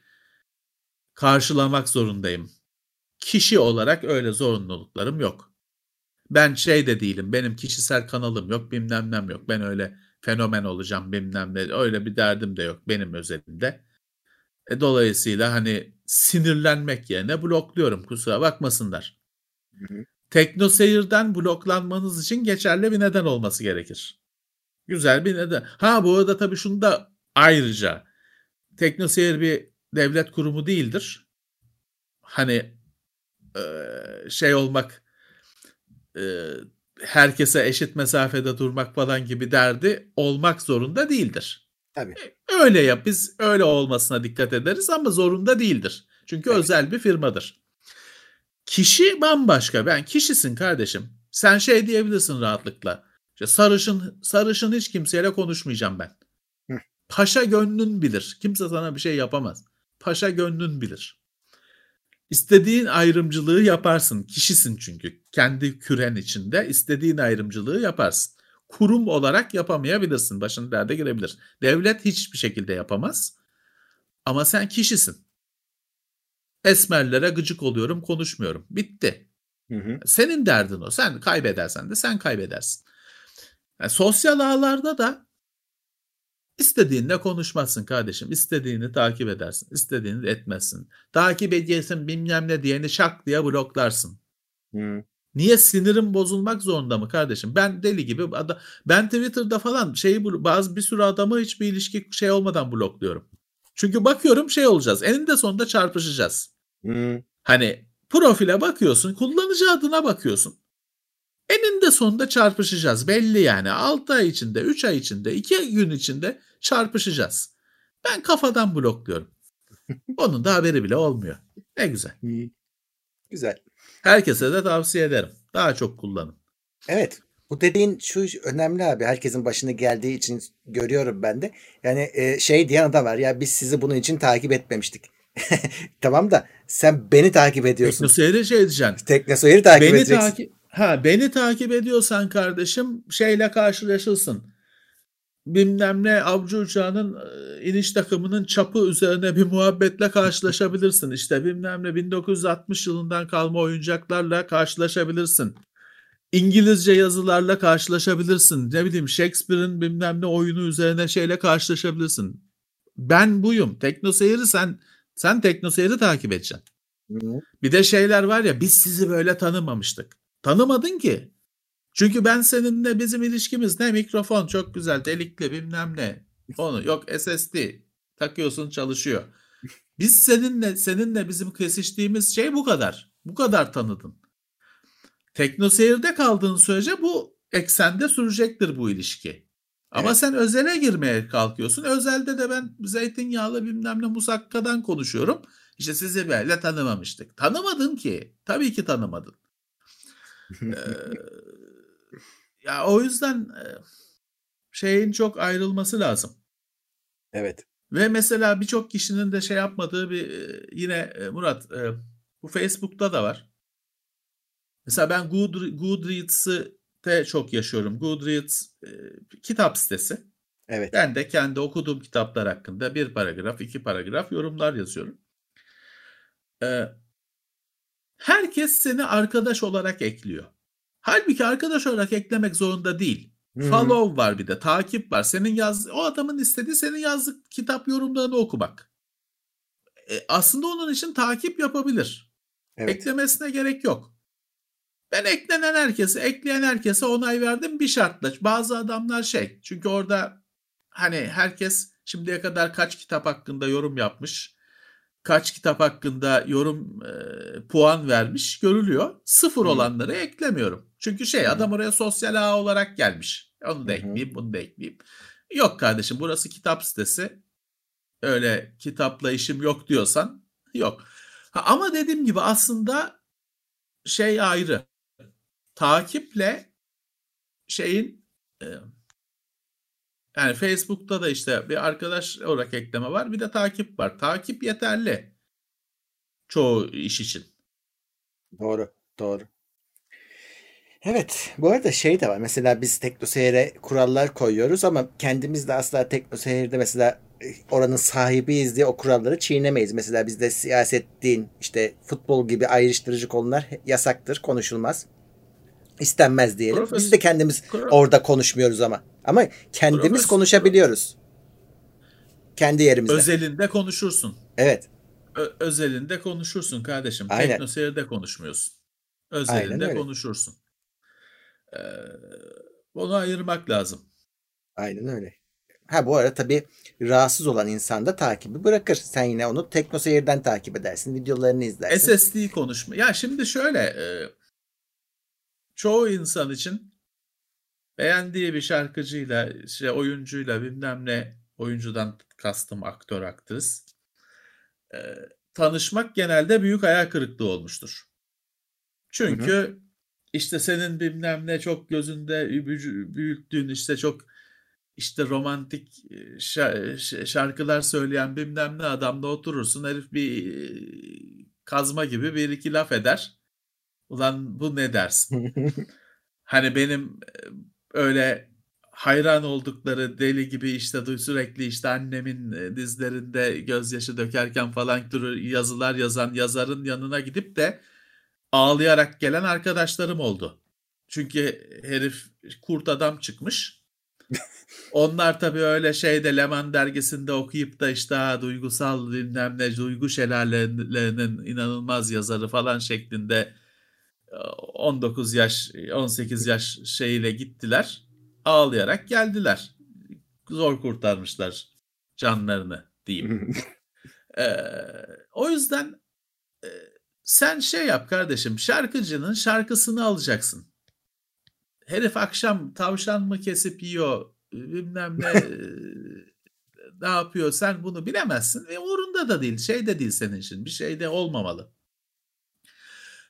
karşılamak zorundayım. Kişi olarak öyle zorunluluklarım yok. Ben şey de değilim. Benim kişisel kanalım yok. Bilmem nem yok. Ben öyle fenomen olacağım bilmem ne. Öyle bir derdim de yok benim özelimde. E, dolayısıyla hani sinirlenmek yerine blokluyorum. Kusura bakmasınlar. Hı hı. Teknoseyir'den bloklanmanız için geçerli bir neden olması gerekir. Güzel bir neden. Ha bu arada tabii şunu da ayrıca Teknoseyir bir devlet kurumu değildir. Hani e, şey olmak e, herkese eşit mesafede durmak falan gibi derdi olmak zorunda değildir. Tabii. Öyle yap biz öyle olmasına dikkat ederiz ama zorunda değildir. Çünkü evet. Özel bir firmadır. Kişi bambaşka. Ben kişisin kardeşim. Sen şey diyebilirsin rahatlıkla. İşte sarışın sarışın hiç kimseyle konuşmayacağım ben. Hı. Paşa gönlün bilir. Kimse sana bir şey yapamaz. Paşa gönlün bilir. İstediğin ayrımcılığı yaparsın. Kişisin çünkü. Kendi küren içinde istediğin ayrımcılığı yaparsın. Kurum olarak yapamayabilirsin. Başın derde girebilir. Devlet hiçbir şekilde yapamaz. Ama sen kişisin. Esmerlere gıcık oluyorum, konuşmuyorum. Bitti. Hı hı. Senin derdin o. Sen kaybedersen de sen kaybedersin. Yani sosyal ağlarda da istediğinle konuşmazsın kardeşim. İstediğini takip edersin. İstediğini etmezsin. Takip ediyorsun bilmem ne diyeni şak diye bloklarsın. Hı. Niye sinirim bozulmak zorunda mı kardeşim? Ben deli gibi ada- ben Twitter'da falan şeyi bazı bir sürü adamı hiçbir ilişki şey olmadan blokluyorum. Çünkü bakıyorum şey olacağız. Eninde sonunda çarpışacağız. Hı. Hani profile bakıyorsun, kullanıcı adına bakıyorsun. Eninde sonunda çarpışacağız. Belli yani. altı ay içinde, üç ay içinde, iki gün içinde çarpışacağız. Ben kafadan blokluyorum. Onun da haberi bile olmuyor. Ne güzel. Güzel. Herkese de tavsiye ederim. Daha çok kullanın. Evet. Bu dediğin şu önemli abi. Herkesin başına geldiği için görüyorum ben de. Yani e, şey diyen adam var ya, biz sizi bunun için takip etmemiştik. Tamam da sen beni takip ediyorsun. Teknoseyir'e şey diyeceksin. Teknoseyir'i takip Beni edeceksin. takip ha beni takip ediyorsan kardeşim şeyle karşılaşırsın. Bilmem ne avcı uçağının e, iniş takımının çapı üzerine bir muhabbetle karşılaşabilirsin. İşte bilmem ne bin dokuz yüz altmış yılından kalma oyuncaklarla karşılaşabilirsin. İngilizce yazılarla karşılaşabilirsin. Ne bileyim Shakespeare'in bilmem ne oyunu üzerine şeyle karşılaşabilirsin. Ben buyum. Teknoseyir'i sen sen Teknoseyir'i takip edeceksin. Hı. Bir de şeyler var ya, biz sizi böyle tanımamıştık. Tanımadın ki. Çünkü ben seninle bizim ilişkimiz ne? Mikrofon çok güzel, delikli bilmem ne. Onu yok S S D takıyorsun çalışıyor. Biz seninle seninle bizim kesiştiğimiz şey bu kadar. Bu kadar tanıdın. Teknoseyir'de kaldığın sürece bu eksende sürecektir bu ilişki. Ama Evet. sen özele girmeye kalkıyorsun. Özelde de ben zeytinyağlı bilmem ne musakkadan konuşuyorum. İşte sizi böyle tanımamıştık. Tanımadın ki. Tabii ki tanımadın. Ee, ya o yüzden e, şeyin çok ayrılması lazım. Evet. Ve mesela birçok kişinin de şey yapmadığı bir e, yine e, Murat e, bu Facebook'ta da var. Mesela ben Good, Goodreads'ı de çok yaşıyorum. Goodreads e, kitap sitesi. Evet. Ben de kendi okuduğum kitaplar hakkında bir paragraf, iki paragraf yorumlar yazıyorum. E, herkes seni arkadaş olarak ekliyor. Halbuki arkadaş olarak eklemek zorunda değil. Hı. Follow var, bir de takip var. Senin yaz, o adamın istediği senin yazdık kitap yorumlarını okumak. E, aslında onun için takip yapabilir. Evet. Eklemesine gerek yok. Ben eklenen herkese, ekleyen herkese onay verdim bir şartla. Bazı adamlar şey, çünkü orada hani herkes şimdiye kadar kaç kitap hakkında yorum yapmış, kaç kitap hakkında yorum e, puan vermiş görülüyor. Sıfır Hı. olanları eklemiyorum. Çünkü şey, Hı. adam oraya sosyal ağ olarak gelmiş. Onu Hı da hı. ekleyeyim, bunu da ekleyeyim. Yok kardeşim, burası kitap sitesi. Öyle kitapla işim yok diyorsan yok. Ha, ama dediğim gibi aslında şey ayrı. Takiple şeyin e, yani Facebook'ta da işte bir arkadaş olarak ekleme var, bir de takip var. Takip yeterli çoğu iş için. Doğru. Doğru. Evet. Bu arada şey de var. Mesela biz Teknoseyir'e kurallar koyuyoruz ama kendimiz de asla Teknoseyir'de mesela e, oranın sahibiyiz diye o kuralları çiğnemeyiz. Mesela bizde siyaset, din, işte futbol gibi ayrıştırıcı konular yasaktır, konuşulmaz. İstenmez diyelim. Biz de Profes, kendimiz pro- orada konuşmuyoruz ama. Ama kendimiz profes, pro- konuşabiliyoruz. Kendi yerimizde. özelinde konuşursun. Evet. Ö- özelinde konuşursun kardeşim. Aynen. Teknoseyir'de konuşmuyorsun. Aynen Özelinde öyle. konuşursun. Ee, onu ayırmak lazım. Aynen öyle. Ha bu arada tabii rahatsız olan insan da takibi bırakır. Sen yine onu Teknoseyir'den takip edersin. Videolarını izlersin. S S D konuşma. Ya şimdi şöyle, e, çoğu insan için beğendiği bir şarkıcıyla, işte oyuncuyla bilmem ne, oyuncudan kastım aktör, aktris, e, tanışmak genelde büyük hayal kırıklığı olmuştur. Hı hı. Çünkü işte senin bilmem ne çok gözünde büyü- büyüttüğün, işte çok işte romantik e, şa- ş- şarkılar söyleyen bilmem ne adamla oturursun. Herif bir e, kazma gibi bir iki laf eder. Ulan bu ne dersin? Hani benim e, öyle hayran oldukları deli gibi işte du- sürekli işte annemin e, dizlerinde gözyaşı dökerken falan türü yazılar yazan yazarın yanına gidip de ağlayarak gelen arkadaşlarım oldu. Çünkü herif kurt adam çıkmış. Onlar tabii öyle şeyde Leman dergisinde okuyup da işte ha, duygusal bilmem ne, duygu şelalelerinin inanılmaz yazarı falan şeklinde on dokuz yaş on sekiz yaş şeyiyle gittiler. Ağlayarak geldiler. Zor kurtarmışlar canlarını diyeyim. Ee, o yüzden e, sen şey yap kardeşim, şarkıcının şarkısını alacaksın. Herif akşam tavşan mı kesip yiyor bilmem ne ne yapıyor, sen bunu bilemezsin ve umurunda da değil, şey de değil senin için, bir şey de olmamalı.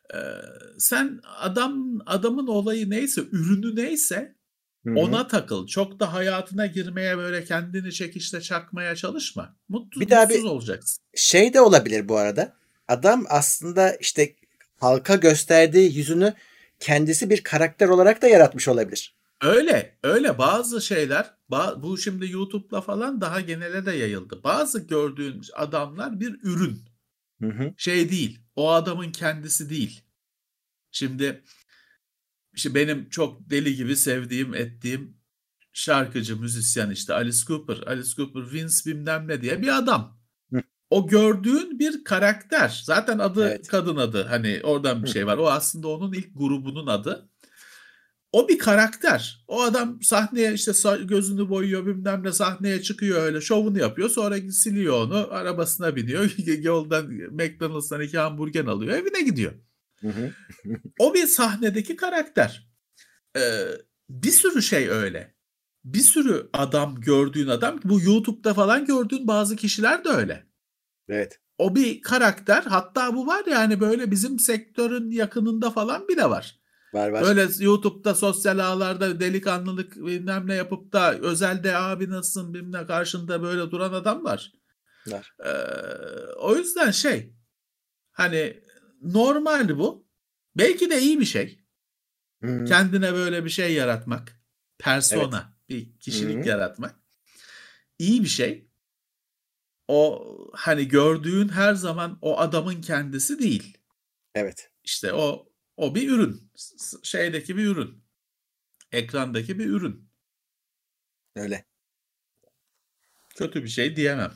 Ee, sen adam adamın olayı neyse, ürünü neyse Hı hı. ona takıl. Çok da hayatına girmeye, böyle kendini çekişle çakmaya çalışma. Mutlu, Bir daha mutsuz bir olacaksın. şey de olabilir bu arada. Adam aslında işte halka gösterdiği yüzünü kendisi bir karakter olarak da yaratmış olabilir. Öyle, öyle bazı şeyler, ba- bu şimdi YouTube'la falan daha genele de yayıldı. Bazı gördüğün adamlar bir ürün. Hı hı. Şey değil, o adamın kendisi değil. Şimdi, işte benim çok deli gibi sevdiğim, ettiğim şarkıcı, müzisyen işte Alice Cooper. Alice Cooper, Vince bilmem ne diye bir adam. Hı. O gördüğün bir karakter. Zaten adı Evet. kadın adı. Hani oradan bir Hı. şey var. O aslında onun ilk grubunun adı. O bir karakter. O adam sahneye işte sa- gözünü boyuyor, bilmem ne, sahneye çıkıyor, öyle şovunu yapıyor. Sonra siliyor onu, arabasına biniyor. Yoldan McDonald's'tan iki hamburger alıyor, evine gidiyor. Hı hı. O bir sahnedeki karakter. Ee, bir sürü şey öyle. Bir sürü adam, gördüğün adam, bu YouTube'da falan gördüğün bazı kişiler de öyle. Evet. O bir karakter. Hatta bu var ya, hani böyle bizim sektörün yakınında falan bile var. Var var. Böyle YouTube'da, sosyal ağlarda delikanlılık bilmem ne yapıp da özelde abi nasılsın bilmem ne karşında böyle duran adam var. Var. Ee, o yüzden şey, hani normal bu. Belki de iyi bir şey. Hı hı. Kendine böyle bir şey yaratmak. Evet. Persona, bir Hı kişilik hı. yaratmak. İyi bir şey. O hani gördüğün her zaman o adamın kendisi değil. Evet. İşte o o bir ürün. S- Şeydeki bir ürün. Ekrandaki bir ürün. Öyle. Kötü bir şey diyemem.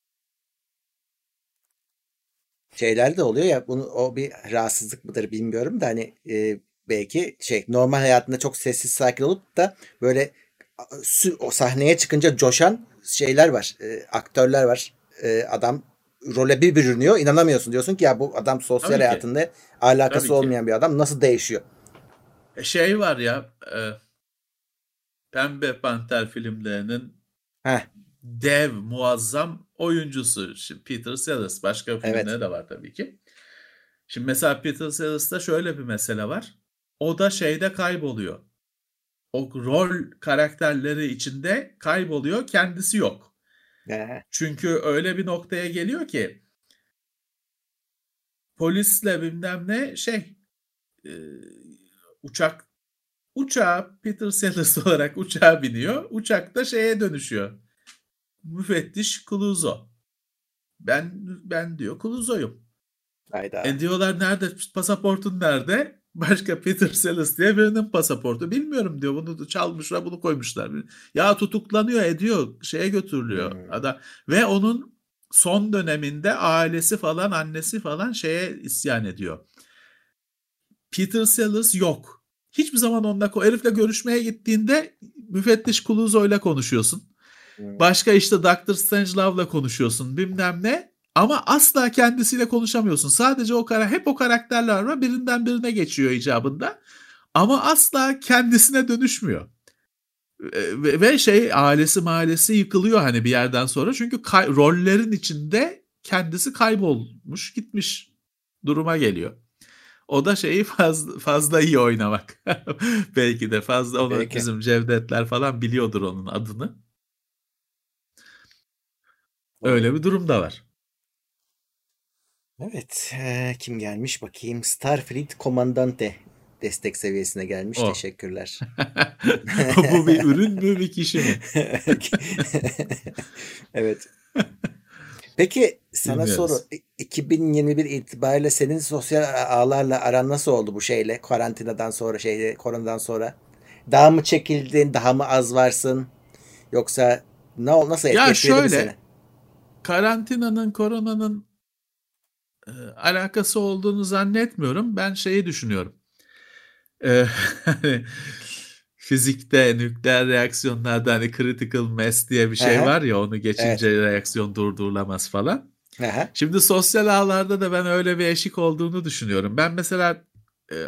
Şeyler de oluyor ya, bunu o bir rahatsızlık mıdır bilmiyorum da hani e, belki şey normal hayatında çok sessiz sakin olup da böyle a- sü- o sahneye çıkınca coşan şeyler var. E, aktörler var. E, adam role bir bürünüyor. İnanamıyorsun. Diyorsun ki ya bu adam sosyal Tabii ki. hayatında alakası Tabii ki. olmayan bir adam nasıl değişiyor? E, Şey var ya, e, Pembe Panter filmlerinin Heh, dev, muazzam oyuncusu. Şimdi Peter Sellers. Başka evet. filmleri de var tabii ki. Şimdi mesela Peter Sellers'ta şöyle bir mesele var. O da şeyde kayboluyor. O rol karakterleri içinde kayboluyor. Kendisi yok. Ee, Çünkü öyle bir noktaya geliyor ki polisle bilmem ne şey, e, uçak uçağa Peter Sellers olarak uçağa biniyor. Uçakta şeye dönüşüyor. Müfettiş Clouseau. Ben ben diyor Clouseau'yum. E hayda. diyorlar nerede, pasaportun nerede? Başka Peter Sellers diye birinin pasaportu. Bilmiyorum diyor, bunu çalmışlar, bunu koymuşlar. Ya tutuklanıyor, ediyor, şeye götürülüyor Hmm, adam. Ve onun son döneminde ailesi falan, annesi falan şeye isyan ediyor. Peter Sellers yok. Hiçbir zaman onunla, o herifle görüşmeye gittiğinde müfettiş Clouseau'yla konuşuyorsun. hmm. Başka işte Doctor Strangelove'la konuşuyorsun bilmem ne. Ama asla kendisiyle konuşamıyorsun. Sadece o kara hep o karakterler var. Birinden birine geçiyor icabında. Ama asla kendisine dönüşmüyor. E, Ve, ve şey, ailesi mahallesi yıkılıyor hani bir yerden sonra. Çünkü kay- rollerin içinde kendisi kaybolmuş gitmiş duruma geliyor. O da şeyi fazla, fazla iyi oynamak. Belki de fazla, onu Peki. bizim Cevdetler falan biliyordur onun adını. Doğru. Öyle bir durum da var. Evet. ee, kim gelmiş bakayım. Starfleet Komandante destek seviyesine gelmiş. O. Teşekkürler. Bu bir ürün mü, bir kişi mi? Evet. Peki sana soru. Bilmiyoruz. İ- iki bin yirmi bir itibariyle senin sosyal ağlarla aran nasıl oldu bu şeyle? Karantinadan sonra, şeyle, koronadan sonra. Daha mı çekildin? Daha mı az varsın? Yoksa ne ol- nasıl et- Ya etkiledi mi seni? şöyle, karantinanın, koronanın e, alakası olduğunu zannetmiyorum. Ben şeyi düşünüyorum. E, hani fizikte, nükleer reaksiyonlarda hani critical mass diye bir Hı şey hı. var ya, onu Evet. geçince reaksiyon durdurulamaz falan. Hı hı. Şimdi sosyal ağlarda da ben öyle bir eşik olduğunu düşünüyorum. Ben mesela e,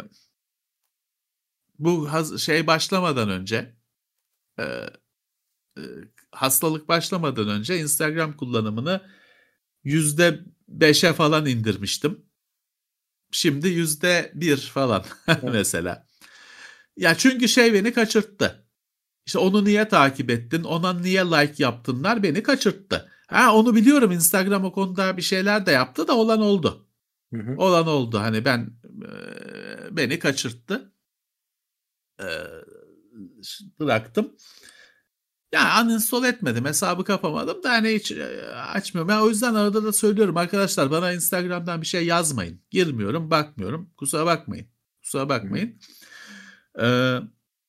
bu haz- şey başlamadan önce, e, e, hastalık başlamadan önce Instagram kullanımını yüzde beşe falan indirmiştim. Şimdi yüzde bir falan Hı. mesela. Ya çünkü şey beni kaçırttı. İşte onu niye takip ettin, ona niye like yaptınlar beni kaçırttı. Ha onu biliyorum, Instagram o konuda bir şeyler de yaptı da olan oldu. Hı hı. Olan oldu hani ben e, beni kaçırttı. E, bıraktım. Ya uninstall etmedim, hesabı kapamadım da hani hiç e, açmıyorum. Ben o yüzden arada da söylüyorum arkadaşlar, bana Instagram'dan bir şey yazmayın. Girmiyorum, bakmıyorum. Kusura bakmayın. Kusura Hı hı. bakmayın. Ee,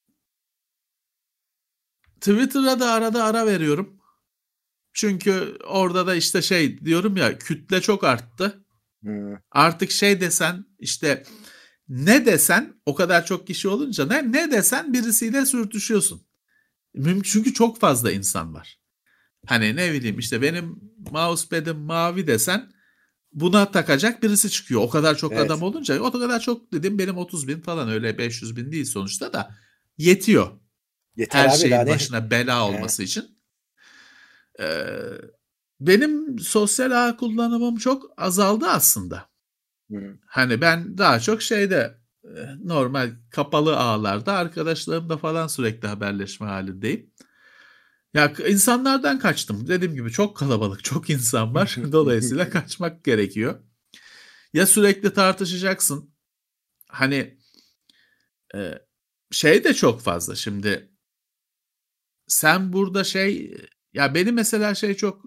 Twitter'a da arada ara veriyorum. Çünkü orada da işte şey diyorum ya, kütle çok arttı. Hı. Artık şey desen işte, ne desen o kadar çok kişi olunca ne, ne desen birisiyle sürtüşüyorsun. Mümkün, çünkü çok fazla insan var. Hani ne bileyim işte benim mousepad'im mavi desen buna takacak birisi çıkıyor. O kadar çok adam Evet. olunca, o kadar çok dedim, benim otuz bin falan, öyle beş yüz bin değil sonuçta da yetiyor. Yeter Her abi, daha şeyin ne? başına bela He. olması için. Ee, benim sosyal ağ kullanımım çok azaldı aslında. Hı. Hani ben daha çok şeyde e, normal kapalı ağlarda arkadaşlarımla falan sürekli haberleşme halindeyim. Ya insanlardan kaçtım. Dediğim gibi çok kalabalık, çok insan var. Dolayısıyla kaçmak gerekiyor. Ya sürekli tartışacaksın. Hani e, şey de çok fazla şimdi. Sen burada şey, ya beni mesela şey çok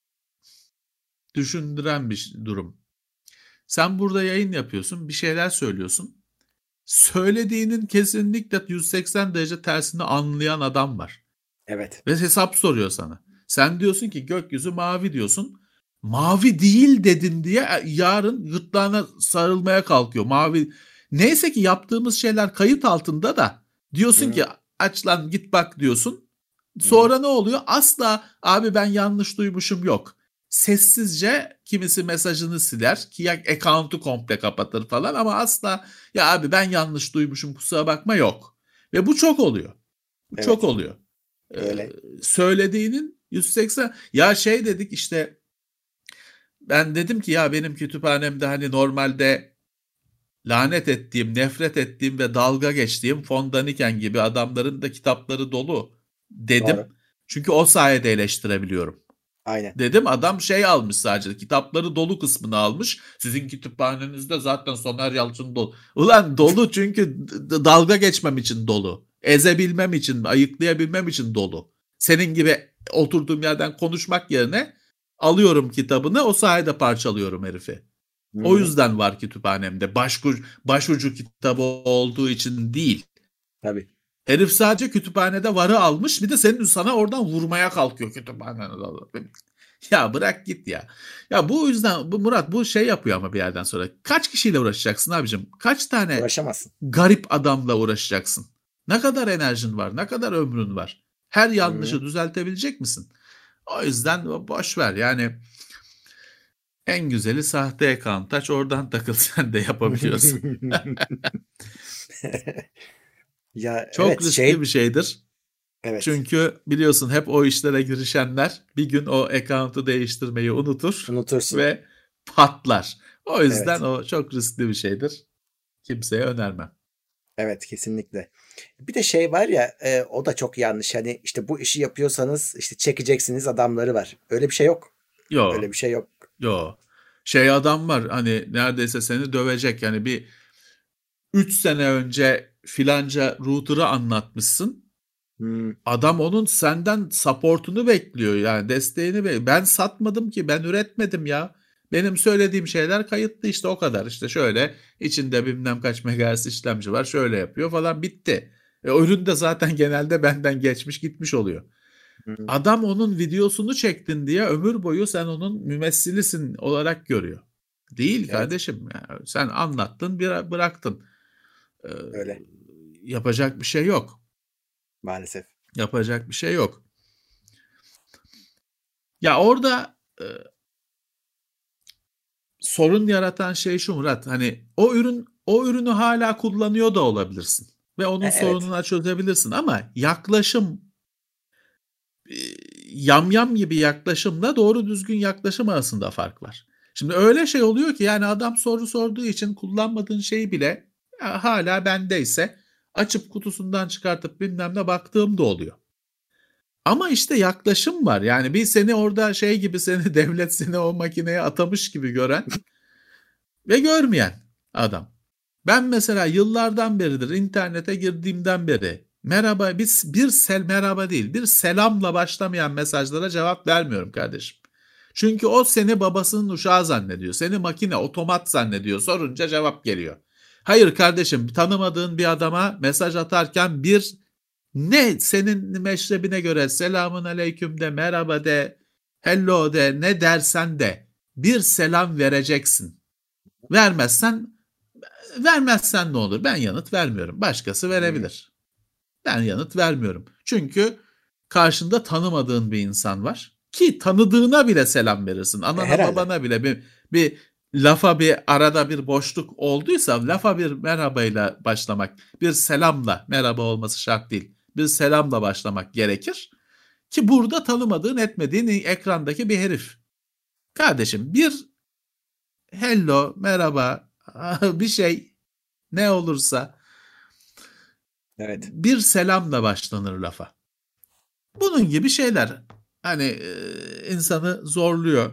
düşündüren bir durum. Sen burada yayın yapıyorsun, bir şeyler söylüyorsun. Söylediğinin kesinlikle yüz seksen derece tersini anlayan adam var. Evet. Ve hesap soruyor sana. Sen diyorsun ki gökyüzü mavi diyorsun. Mavi değil dedin diye yarın gırtlağına sarılmaya kalkıyor. Mavi. Neyse ki yaptığımız şeyler kayıt altında da diyorsun Hı. ki aç lan git bak diyorsun. Hı. Sonra ne oluyor? Asla abi ben yanlış duymuşum yok. Sessizce kimisi mesajını siler ki ya account'u komple kapatır falan, ama asla ya abi ben yanlış duymuşum kusura bakma yok. Ve bu çok oluyor. Bu çok Evet. oluyor. Ee, Öyle. söylediğinin yüz seksen, ya şey dedik işte, ben dedim ki ya benim kütüphanemde hani normalde lanet ettiğim, nefret ettiğim ve dalga geçtiğim Von Daniken gibi adamların da kitapları dolu dedim. Doğru. Çünkü o sayede eleştirebiliyorum. Aynen. Dedim, adam şey almış, sadece kitapları dolu kısmını almış. Sizin kütüphanenizde zaten Soner Yalçın dolu. Ulan dolu çünkü d- dalga geçmem için dolu. Ezebilmem için, ayıklayabilmem için dolu. Senin gibi oturduğum yerden konuşmak yerine alıyorum kitabını, o sayede parçalıyorum herifi. O Hı. yüzden var kütüphanemde. Başucu, başucu kitabı olduğu için değil. Tabii. Herif sadece kütüphanede varı almış, bir de senin sana oradan vurmaya kalkıyor kütüphanede. Ya bırak git ya. Ya bu yüzden bu Murat bu şey yapıyor ama bir yerden sonra. Kaç kişiyle uğraşacaksın abicim? Kaç tane Uğraşamazsın. garip adamla uğraşacaksın? Ne kadar enerjin var? Ne kadar ömrün var? Her Hı. yanlışı düzeltebilecek misin? O yüzden boş ver. Yani en güzeli sahte account aç, oradan takıl, sen de yapabiliyorsun. Ya Çok evet, riskli şey, bir şeydir. evet, Çünkü biliyorsun hep o işlere girişenler bir gün o account'u değiştirmeyi unutur unutursun. ve patlar. O yüzden Evet. o çok riskli bir şeydir. Kimseye önermem. Evet, kesinlikle. Bir de şey var ya, e, o da çok yanlış. Hani işte bu işi yapıyorsanız işte çekeceksiniz adamları var. Öyle bir şey yok. Öyle Yo, bir şey yok. yo. Şey adam var hani neredeyse seni dövecek. Yani bir üç sene önce filanca router'ı anlatmışsın. Hmm, Adam onun senden support'unu bekliyor, yani desteğini bekliyor. Ben satmadım ki, ben üretmedim ya. Benim söylediğim şeyler kayıtlı, işte o kadar. İşte şöyle içinde bilmem kaç megahertz işlemci var, şöyle yapıyor falan, bitti. E, o ürün de zaten genelde benden geçmiş gitmiş oluyor. hmm, Adam onun videosunu çektin diye ömür boyu sen onun mümessilisin olarak görüyor. Değil evet, kardeşim. Yani sen anlattın, bir bıraktın. Ee, öyle yapacak bir şey yok. maalesef. Yapacak bir şey yok. Ya orada e, sorun yaratan şey şu Murat. Hani o ürün o ürünü hala kullanıyor da olabilirsin ve E, onun evet, sorununu çözebilirsin, ama yaklaşım, e, yamyam gibi yaklaşımla doğru düzgün yaklaşım arasında fark var. Şimdi öyle şey oluyor ki yani adam soru sorduğu için kullanmadığın şeyi bile ya hala bendeyse açıp kutusundan çıkartıp bilmem ne baktığım da oluyor. Ama işte yaklaşım var. Yani bir seni orada şey gibi seni devlet seni o makineye atamış gibi gören ve görmeyen adam. Ben mesela yıllardan beridir internete girdiğimden beri merhaba biz bir sel merhaba değil bir selamla başlamayan mesajlara cevap vermiyorum kardeşim. Çünkü o seni babasının uşağı zannediyor. Seni makine otomat zannediyor. Sorunca cevap geliyor. Hayır kardeşim tanımadığın bir adama mesaj atarken bir ne senin meşrebine göre selamun aleyküm de merhaba de hello de ne dersen de bir selam vereceksin. Vermezsen vermezsen ne olur? Ben yanıt vermiyorum. Başkası verebilir. Ben yanıt vermiyorum. Çünkü karşında tanımadığın bir insan var. Ki tanıdığına bile selam verirsin. Anana Herhalde. babana bile bir, bir lafa bir arada bir boşluk olduysa lafa bir merhabayla başlamak, bir selamla merhaba olması şart değil. Bir selamla başlamak gerekir. Ki burada tanımadığın etmediğin ekrandaki bir herif. Kardeşim bir hello, merhaba, bir şey ne olursa Evet. bir selamla başlanır lafa. Bunun gibi şeyler hani e, insanı zorluyor.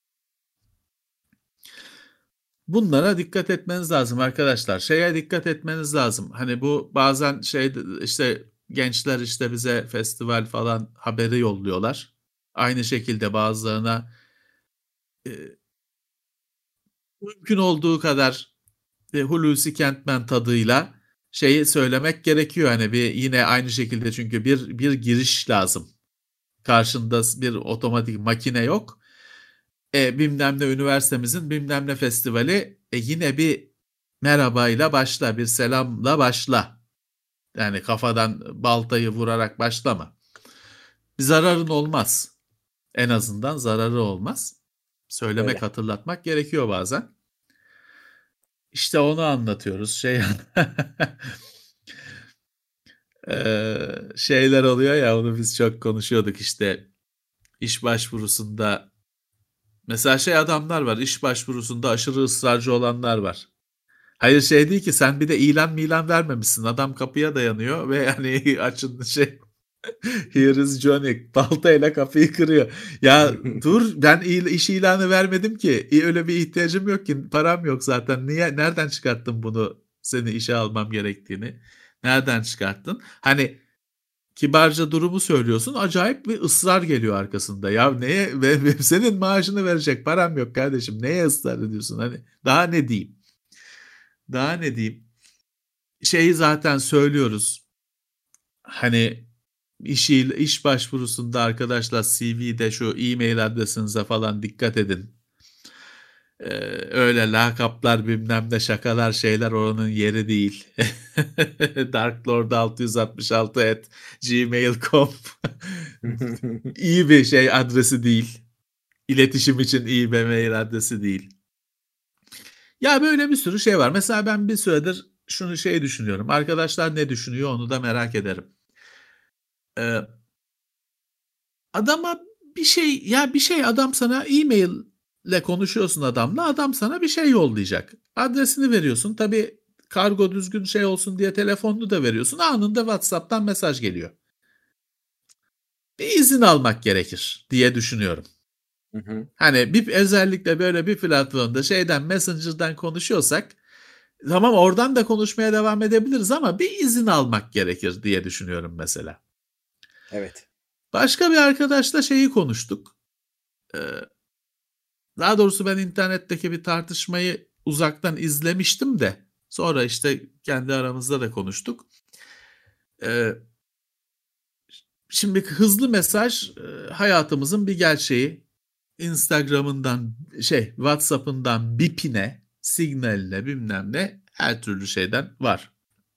Bunlara dikkat etmeniz lazım arkadaşlar. Şeye dikkat etmeniz lazım. Hani bu bazen şey işte gençler işte bize festival falan haberi yolluyorlar. Aynı şekilde bazılarına e, mümkün olduğu kadar e, Hulusi Kentmen tadıyla şeyi söylemek gerekiyor. Hani bir yine aynı şekilde çünkü bir bir giriş lazım. Karşında bir otomatik makine yok. E, bilmem ne üniversitemizin bilmem ne festivali e, yine bir merhabayla başla, bir selamla başla. Yani kafadan baltayı vurarak başlama. Bir zararın olmaz. En azından zararı olmaz. Söylemek, Öyle. hatırlatmak gerekiyor bazen. İşte onu anlatıyoruz. Şey Ee, şeyler oluyor ya onu biz çok konuşuyorduk işte iş başvurusunda mesela şey adamlar var iş başvurusunda aşırı ısrarcı olanlar var. Hayır şey değil ki sen bir de ilan milan vermemişsin adam kapıya dayanıyor ve yani açın şey here is Johnny baltayla kapıyı kırıyor. Ya dur ben iş ilanı vermedim ki öyle bir ihtiyacım yok ki param yok zaten niye nereden çıkarttın bunu seni işe almam gerektiğini nereden çıkarttın? Hani kibarca durumu söylüyorsun. Acayip bir ısrar geliyor arkasında. Ya neye ve senin maaşını verecek param yok kardeşim. Neye ısrar ediyorsun? Hani daha ne diyeyim? Daha ne diyeyim? Şeyi zaten söylüyoruz. Hani iş iş başvurusunda arkadaşlar C V'de şu e-mail adresinize falan dikkat edin. Ee, öyle lakaplar bilmem ne şakalar şeyler oranın yeri değil. Dark Lord altı yüz altmış altı at gmail nokta com iyi bir şey adresi değil. İletişim için iyi bir mail adresi değil. Ya böyle bir sürü şey var. Mesela ben bir süredir şunu şey düşünüyorum. Arkadaşlar ne düşünüyor onu da merak ederim. Ee, adama bir şey ya bir şey adam sana e-mail ile konuşuyorsun adamla adam sana bir şey yollayacak. Adresini veriyorsun. Tabii kargo düzgün şey olsun diye telefonunu da veriyorsun. Anında WhatsApp'tan mesaj geliyor. Bir izin almak gerekir diye düşünüyorum. Hı hı. Hani bir özellikle böyle bir platformda şeyden Messenger'dan konuşuyorsak tamam oradan da konuşmaya devam edebiliriz ama bir izin almak gerekir diye düşünüyorum mesela. Evet. Başka bir arkadaşla şeyi konuştuk. Ee, daha doğrusu ben internetteki bir tartışmayı uzaktan izlemiştim de sonra işte kendi aramızda da konuştuk. Ee, şimdi hızlı mesaj e, hayatımızın bir gerçeği. Instagram'ından şey WhatsApp'ından Bip'ine, Signal'ine bilmem ne her türlü şeyden var.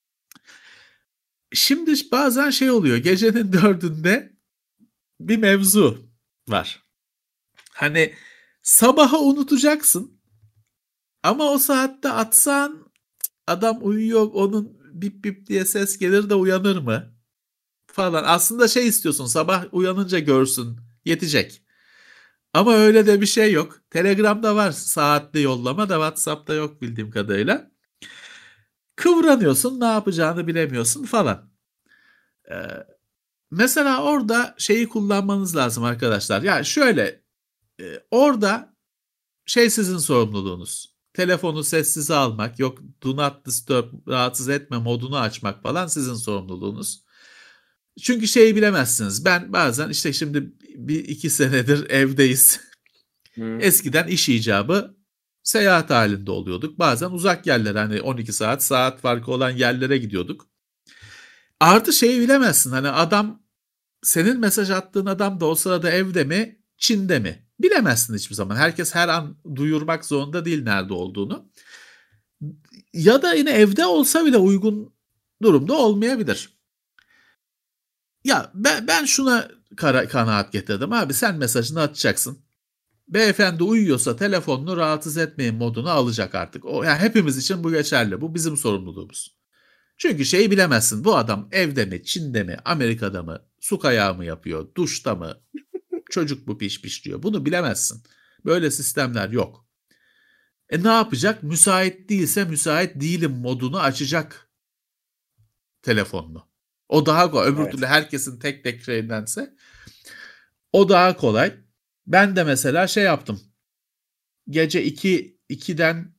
Şimdi bazen şey oluyor gecenin dördünde bir mevzu var. Hani sabaha unutacaksın ama o saatte atsan adam uyuyor onun bip bip diye ses gelir de uyanır mı falan. Aslında şey istiyorsun sabah uyanınca görsün yetecek. Ama öyle de bir şey yok. Telegram'da var saatli yollama da WhatsApp'ta yok bildiğim kadarıyla. Kıvranıyorsun, ne yapacağını bilemiyorsun falan. Ee, mesela orada şeyi kullanmanız lazım arkadaşlar. Yani şöyle, e, orada şey sizin sorumluluğunuz. Telefonu sessize almak, yok do not disturb, rahatsız etme modunu açmak falan sizin sorumluluğunuz. Çünkü şeyi bilemezsiniz. Ben bazen işte şimdi bir iki senedir evdeyiz. Hı. Eskiden iş icabı seyahat halinde oluyorduk. Bazen uzak yerlere, hani on iki saat saat farkı olan yerlere gidiyorduk. Artı şeyi bilemezsin, hani adam, senin mesaj attığın adam da o sırada evde mi, Çin'de mi? Bilemezsin hiçbir zaman. Herkes her an duyurmak zorunda değil nerede olduğunu. Ya da yine evde olsa bile uygun durumda olmayabilir. Ya ben, ben şuna kara, kanaat getirdim. Abi sen mesajını atacaksın. Beyefendi uyuyorsa telefonunu rahatsız etmeyin modunu alacak artık. O, yani hepimiz için bu geçerli. Bu bizim sorumluluğumuz. Çünkü şeyi bilemezsin. Bu adam evde mi, Çin'de mi, Amerika'da mı, su kayağı mı yapıyor, duşta mı, çocuk mu piş piş diyor. Bunu bilemezsin. Böyle sistemler yok. E ne yapacak? Müsait değilse müsait değilim modunu açacak telefonunu. O daha kolay. Öbür Evet. türlü herkesin tek tek şeyindense o daha kolay. Ben de mesela şey yaptım. Gece iki ikiden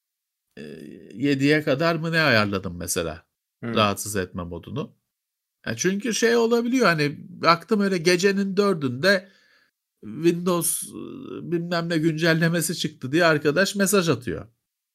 yediye kadar mı ne ayarladım mesela. Hı. Rahatsız etme modunu. Yani çünkü şey olabiliyor, hani baktım öyle gecenin dördünde Windows bilmem ne güncellemesi çıktı diye arkadaş mesaj atıyor.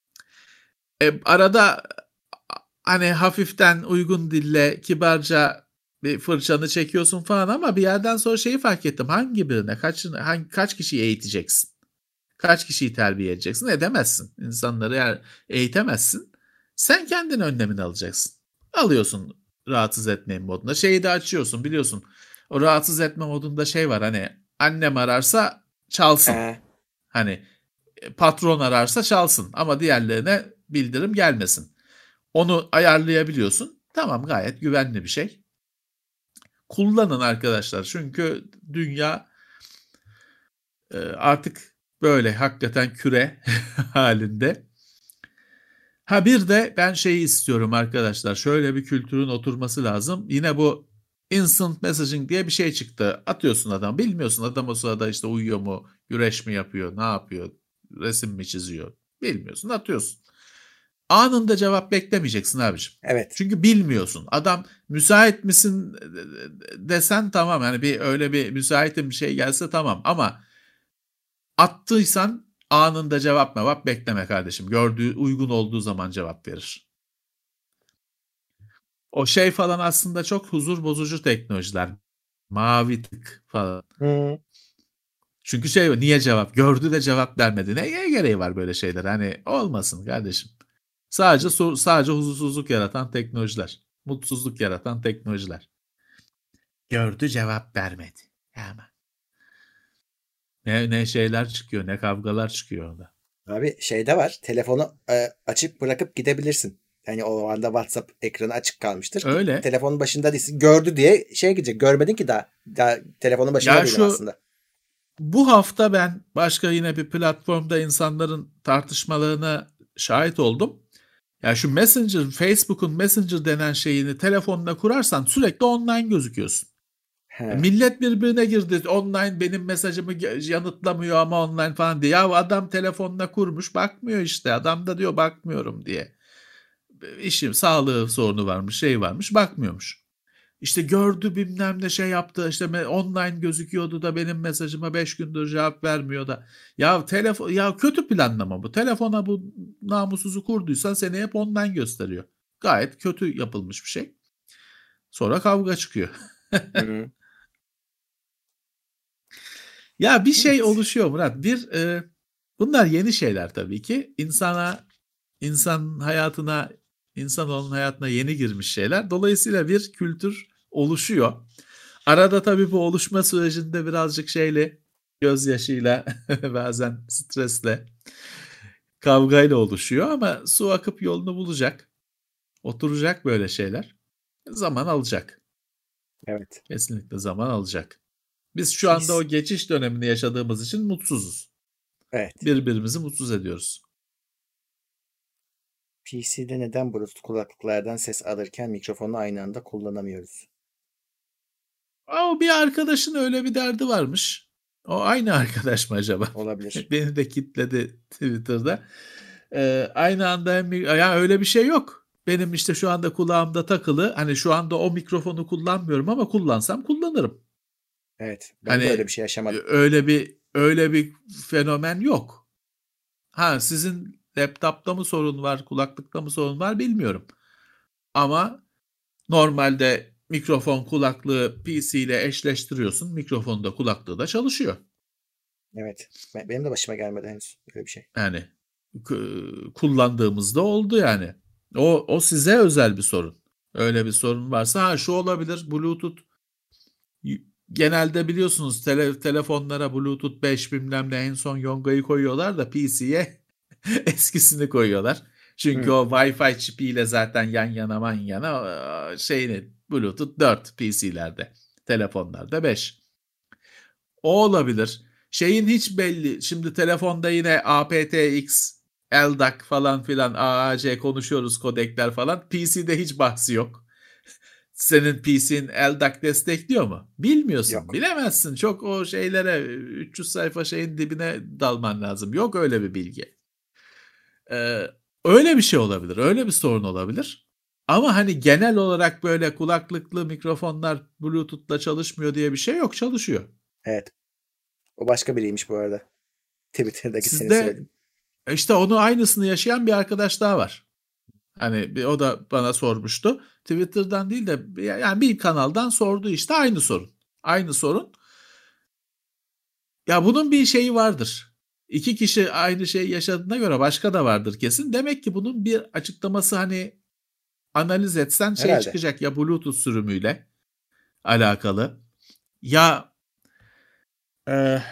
E, arada hani hafiften uygun dille kibarca bir fırçanı çekiyorsun falan ama bir yerden sonra şeyi fark ettim. Hangi birine, kaç, hangi, kaç kişiyi eğiteceksin? Kaç kişiyi terbiye edeceksin? Edemezsin. İnsanları eğer eğitemezsin, sen kendin önlemini alacaksın. Alıyorsun rahatsız etmeyin modunda. Şeyi de açıyorsun, biliyorsun. O rahatsız etme modunda şey var, hani annem ararsa çalsın. Ee, Hani patron ararsa çalsın ama diğerlerine bildirim gelmesin. Onu ayarlayabiliyorsun. Tamam, gayet güvenli bir şey. Kullanın arkadaşlar. Çünkü dünya e, artık böyle hakikaten küre halinde. Ha bir de ben şeyi istiyorum arkadaşlar. Şöyle bir kültürün oturması lazım. Yine bu instant messaging diye bir şey çıktı. Atıyorsun adam. Bilmiyorsun adam o sırada işte uyuyor mu, güreş mi yapıyor, ne yapıyor, resim mi çiziyor. Bilmiyorsun, atıyorsun. Anında cevap beklemeyeceksin abiciğim. evet. Çünkü bilmiyorsun. Adam müsait misin desen tamam. Yani bir öyle bir müsaitim bir şey gelse tamam. Ama attıysan anında cevap mevap bekleme kardeşim. Gördüğü uygun olduğu zaman cevap verir. O şey falan aslında çok huzur bozucu teknolojiler. Mavi tık falan. Hı. Çünkü şey, niye cevap? Gördü de cevap vermedi. Neye gereği var böyle şeyler? Hani olmasın kardeşim. Sadece sadece huzursuzluk yaratan teknolojiler. Mutsuzluk yaratan teknolojiler. Gördü cevap vermedi. Ama ne, ne şeyler çıkıyor, ne kavgalar çıkıyor orada. Abi şeyde var. Telefonu e, açık bırakıp gidebilirsin. Yani o anda WhatsApp ekranı açık kalmıştır. Git, Öyle. telefonun başında değilsin. Gördü diye şey gidecek. Görmedin ki daha. Daha telefonun başında Ya değilim şu aslında. bu hafta ben başka yine bir platformda insanların tartışmalarına şahit oldum. Ya şu Messenger, Facebook'un Messenger denen şeyini telefonuna kurarsan sürekli online gözüküyorsun. He. Millet birbirine girdi. Online benim mesajımı yanıtlamıyor ama online falan diye. Ya adam telefonuna kurmuş, bakmıyor işte. Adam da diyor bakmıyorum diye. İşim sağlığı sorunu varmış, şey varmış, bakmıyormuş. İşte gördü bilmem ne şey yaptı, işte online gözüküyordu da benim mesajıma beş gündür cevap vermiyor da. Ya telefon, ya kötü planlama bu. Telefona bu namussuzu kurduysan seni hep online gösteriyor. Gayet kötü yapılmış bir şey. Sonra kavga çıkıyor. Hı. Ya bir şey Evet. oluşuyor Murat. Bir e, bunlar yeni şeyler tabii ki. İnsana, insan hayatına, insanoğlunun hayatına yeni girmiş şeyler. Dolayısıyla bir kültür oluşuyor. Arada tabii bu oluşma sürecinde birazcık şeyle, gözyaşıyla, bazen stresle, kavgayla oluşuyor ama su akıp yolunu bulacak. Oturacak böyle şeyler. Zaman alacak. Evet. Kesinlikle zaman alacak. Biz şu anda o Pis. geçiş dönemini yaşadığımız için mutsuzuz. Evet. Birbirimizi mutsuz ediyoruz. P C'de neden Bluetooth kulaklıklardan ses alırken mikrofonu aynı anda kullanamıyoruz? O bir arkadaşın öyle bir derdi varmış. O aynı arkadaş mı acaba? Olabilir. Beni de kitledi Twitter'da. Ee, aynı anda hem ya öyle bir şey yok. Benim işte şu anda kulağımda takılı. Hani şu anda o mikrofonu kullanmıyorum ama kullansam kullanırım. Evet. Ben de öyle Hani bir şey yaşamadım. öyle bir öyle bir fenomen yok. Ha sizin laptopta mı sorun var, kulaklıkta mı sorun var bilmiyorum. Ama normalde mikrofon kulaklığı P C ile eşleştiriyorsun. Mikrofonu da kulaklığı da çalışıyor. Evet. Benim de başıma gelmedi henüz öyle bir şey. Yani kullandığımızda oldu yani. O, o size özel bir sorun. Öyle bir sorun varsa ha şu olabilir Bluetooth genelde biliyorsunuz tele, telefonlara Bluetooth beş bilmem ne en son Yonga'yı koyuyorlar da P C'ye eskisini koyuyorlar. Çünkü Hı. o Wi-Fi çipiyle zaten yan yana man yana şeyini Bluetooth dört P C'lerde. Telefonlarda beş. O olabilir. Şeyin hiç belli. Şimdi telefonda yine A P T X, L D A C falan filan A A C konuşuyoruz kodekler falan. P C'de hiç bahsi yok. Senin P C'in L D A C destekliyor mu? Bilmiyorsun. Yok. Bilemezsin. Çok o şeylere üç yüz sayfa şeyin dibine dalman lazım. Yok öyle bir bilgi. Ee, öyle bir şey olabilir. Öyle bir sorun olabilir. Ama hani genel olarak böyle kulaklıklı mikrofonlar Bluetooth'la çalışmıyor diye bir şey yok. Çalışıyor. Evet. O başka biriymiş bu arada. Twitter'daki senin Sizde söylediğin. işte onu aynısını yaşayan bir arkadaş daha var. Hani bir, o da bana sormuştu. Twitter'dan değil de yani bir kanaldan sordu işte aynı sorun. Aynı sorun. Ya bunun bir şeyi vardır. İki kişi aynı şeyi yaşadığına göre başka da vardır kesin. Demek ki bunun bir açıklaması hani analiz etsen şey Herhalde. çıkacak ya Bluetooth sürümüyle alakalı. Ya e,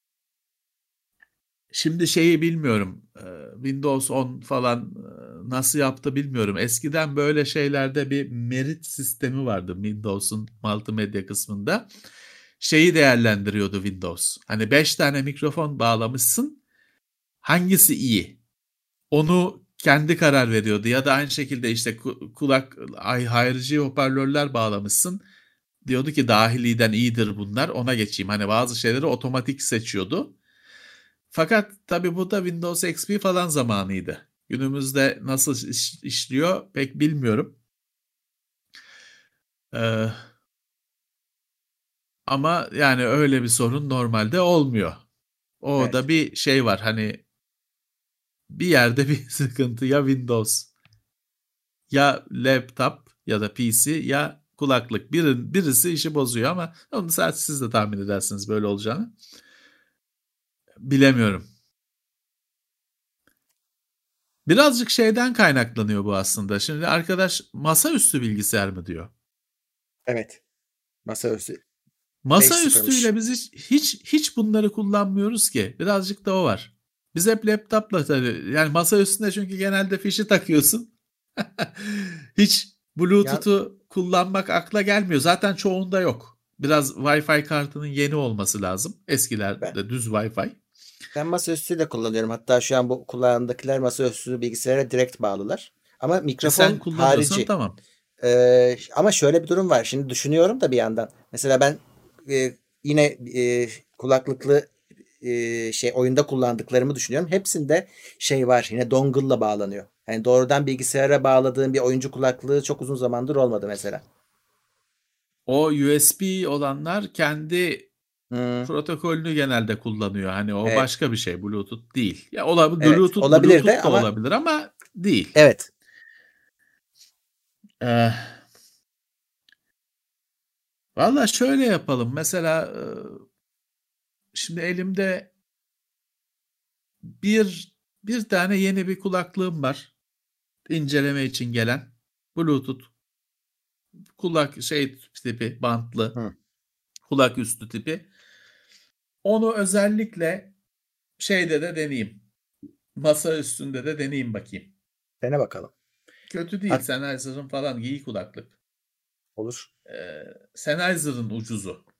şimdi şeyi bilmiyorum. e, Windows on falan e, nasıl yaptı bilmiyorum. Eskiden böyle şeylerde bir merit sistemi vardı Windows'un multimedya kısmında. Şeyi değerlendiriyordu Windows. Hani beş tane mikrofon bağlamışsın. Hangisi iyi? Onu kendi karar veriyordu. Ya da aynı şekilde işte kulak ay harici hoparlörler bağlamışsın. Diyordu ki dahiliden iyidir bunlar. Ona geçeyim. Hani bazı şeyleri otomatik seçiyordu. Fakat tabii bu da Windows X P falan zamanıydı. Günümüzde nasıl iş, işliyor pek bilmiyorum. Ee, ama yani öyle bir sorun normalde olmuyor. O da Evet. bir şey var hani bir yerde bir sıkıntı ya Windows ya laptop ya da P C ya kulaklık. Birin, birisi işi bozuyor ama onu sadece siz de tahmin edersiniz böyle olacağını. Bilemiyorum. Birazcık şeyden kaynaklanıyor bu aslında. Şimdi arkadaş masaüstü bilgisayar mı diyor. Evet. Masaüstü beş Masaüstüyle sıfırmış. biz hiç, hiç hiç bunları kullanmıyoruz ki. Birazcık da o var. Biz hep laptopla tabii. Yani masa üstünde çünkü genelde fişi takıyorsun. Hiç Ya Bluetooth'u kullanmak akla gelmiyor. Zaten çoğunda yok. Biraz Wi-Fi kartının yeni olması lazım. ben Eskilerde düz Wi-Fi. ben masaüstü de kullanıyorum. Hatta şu an bu kulağımdakiler masaüstü bilgisayara direkt bağlılar. Ama E sen mikrofon kullanıyorsan harici. tamam. Ee, ama şöyle bir durum var. Şimdi düşünüyorum da bir yandan. Mesela ben e, yine e, kulaklıklı e, şey oyunda kullandıklarımı düşünüyorum. Hepsinde şey var. Yine dongle'la bağlanıyor. Yani doğrudan bilgisayara bağladığım bir oyuncu kulaklığı çok uzun zamandır olmadı mesela. O U S B olanlar kendi Hmm, protokolünü genelde kullanıyor. Hani o evet. başka bir şey. Bluetooth değil. Ya olabilir. Evet. Bluetooth Olabilir de Bluetooth da ama olabilir ama değil. evet. Ee, valla şöyle yapalım. Mesela e, şimdi elimde bir bir tane yeni bir kulaklığım var. İnceleme için gelen. Bluetooth kulak şey tipi bantlı. Hı, Kulak üstü tipi. Onu özellikle şeyde de deneyeyim. Masa üstünde de deneyeyim bakayım. dene bakalım. Kötü değil. Hat Sennheiser'ın falan iyi kulaklık. olur. Ee, Sennheiser'ın ucuzu.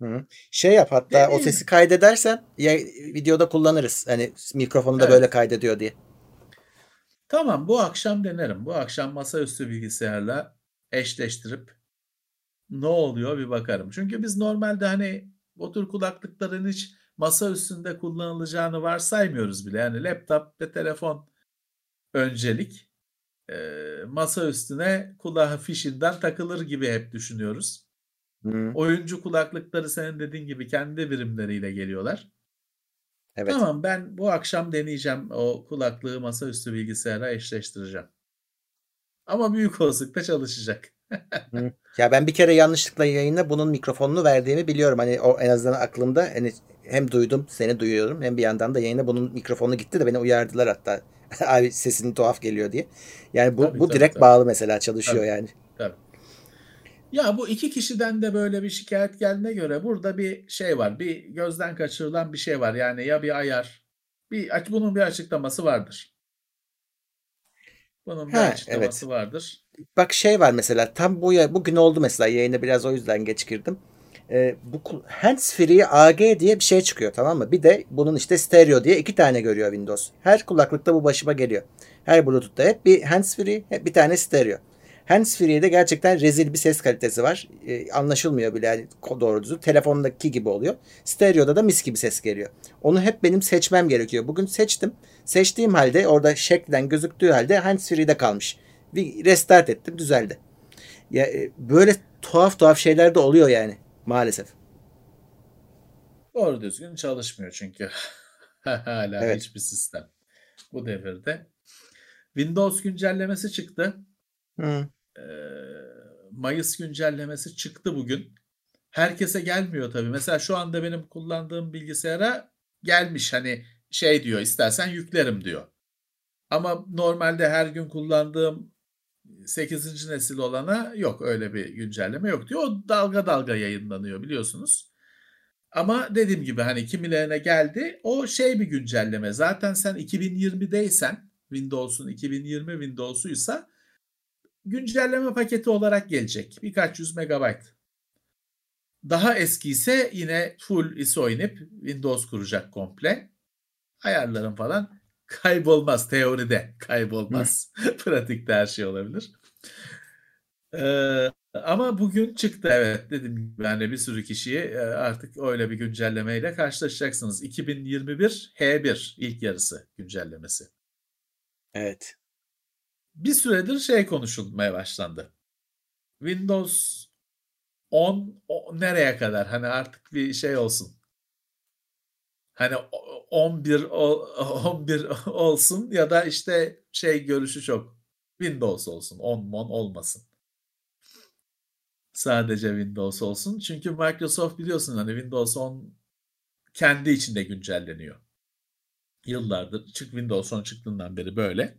Hı. Şey yap, hatta o Deneyim. sesi kaydedersen ya, videoda kullanırız. Hani mikrofonu da böyle Evet. kaydediyor diye. Tamam, bu akşam denerim. Bu akşam masaüstü bilgisayarla eşleştirip ne oluyor bir bakarım. Çünkü biz normalde hani o tür kulaklıkların hiç masa üstünde kullanılacağını varsaymıyoruz bile. Yani laptop ve telefon öncelik. Eee, masa üstüne kulağı fişinden takılır gibi hep düşünüyoruz. Hı. Oyuncu kulaklıkları senin dediğin gibi kendi birimleriyle geliyorlar. Evet. Tamam, ben bu akşam deneyeceğim. O kulaklığı masaüstü bilgisayara eşleştireceğim. Ama büyük olasılıkla çalışacak. Hı. Ya ben bir kere yanlışlıkla yayına bunun mikrofonunu verdiğimi biliyorum. Hani o en azından aklımda, hani hem duydum, seni duyuyorum, hem bir yandan da yayına bunun mikrofonu gitti de beni uyardılar hatta. Abi sesin tuhaf geliyor diye. Yani bu Tabii bu tabii direkt tabii. bağlı mesela, çalışıyor Tabii yani. tabii. Ya bu iki kişiden de böyle bir şikayet geldiğine göre burada bir şey var. Bir gözden kaçırılan bir şey var. Yani ya bir ayar, bir aç- bunun bir açıklaması vardır. Bunun bir Ha evet. açıklaması vardır. Bak şey var mesela, tam bu ya, bugün oldu mesela, yayına biraz o yüzden geç girdim. Ee, bu kul- handsfree A G diye bir şey çıkıyor, tamam mı? Bir de bunun işte stereo diye iki tane görüyor Windows. Her kulaklıkta bu başıma geliyor. Her Bluetooth'ta hep bir handsfree, hep bir tane stereo. Handsfree'de gerçekten rezil bir ses kalitesi var. Ee, anlaşılmıyor bile yani, ko- doğru düzgün. Telefondaki gibi oluyor. Stereo'da da mis gibi ses geliyor. Onu hep benim seçmem gerekiyor. Bugün seçtim. Seçtiğim halde orada şeklen gözüktüğü halde handsfree'de kalmış. Bir restart ettim, düzeldi. Ya e, böyle tuhaf tuhaf şeyler de oluyor yani, maalesef. Doğru düzgün çalışmıyor çünkü. Hala Evet. hiçbir sistem bu devirde. Windows güncellemesi çıktı. Hı. Ee, Mayıs güncellemesi çıktı bugün. Herkese gelmiyor tabii. Mesela şu anda benim kullandığım bilgisayara gelmiş, hani şey diyor, istersen yüklerim diyor. Ama normalde her gün kullandığım sekizinci nesil olana yok, öyle bir güncelleme yok diyor. O dalga dalga yayınlanıyor biliyorsunuz. Ama dediğim gibi hani kimilerine geldi. O şey bir güncelleme. Zaten sen iki bin yirmideysen, Windows'un iki bin yirmi Windows'uysa güncelleme paketi olarak gelecek. Birkaç yüz megabayt. Daha eski ise yine full I S O inip Windows kuracak komple. Ayarların falan kaybolmaz teoride, Hı. kaybolmaz. Pratikte her şey olabilir. Ee, ama bugün çıktı, evet, dediğim gibi yani bir sürü kişiyi e, artık öyle bir güncellemeyle karşılaşacaksınız. iki bin yirmi bir H bir ilk yarısı güncellemesi. Evet. Bir süredir şey konuşulmaya başlandı. Windows on o- nereye kadar? Hani artık bir şey olsun. Hani o- on bir o- on bir olsun ya da işte şey görüşü çok. Windows olsun. on mon olmasın. Sadece Windows olsun. Çünkü Microsoft biliyorsun hani Windows on kendi içinde güncelleniyor. Yıllardır çık Windows on çıktığından beri böyle.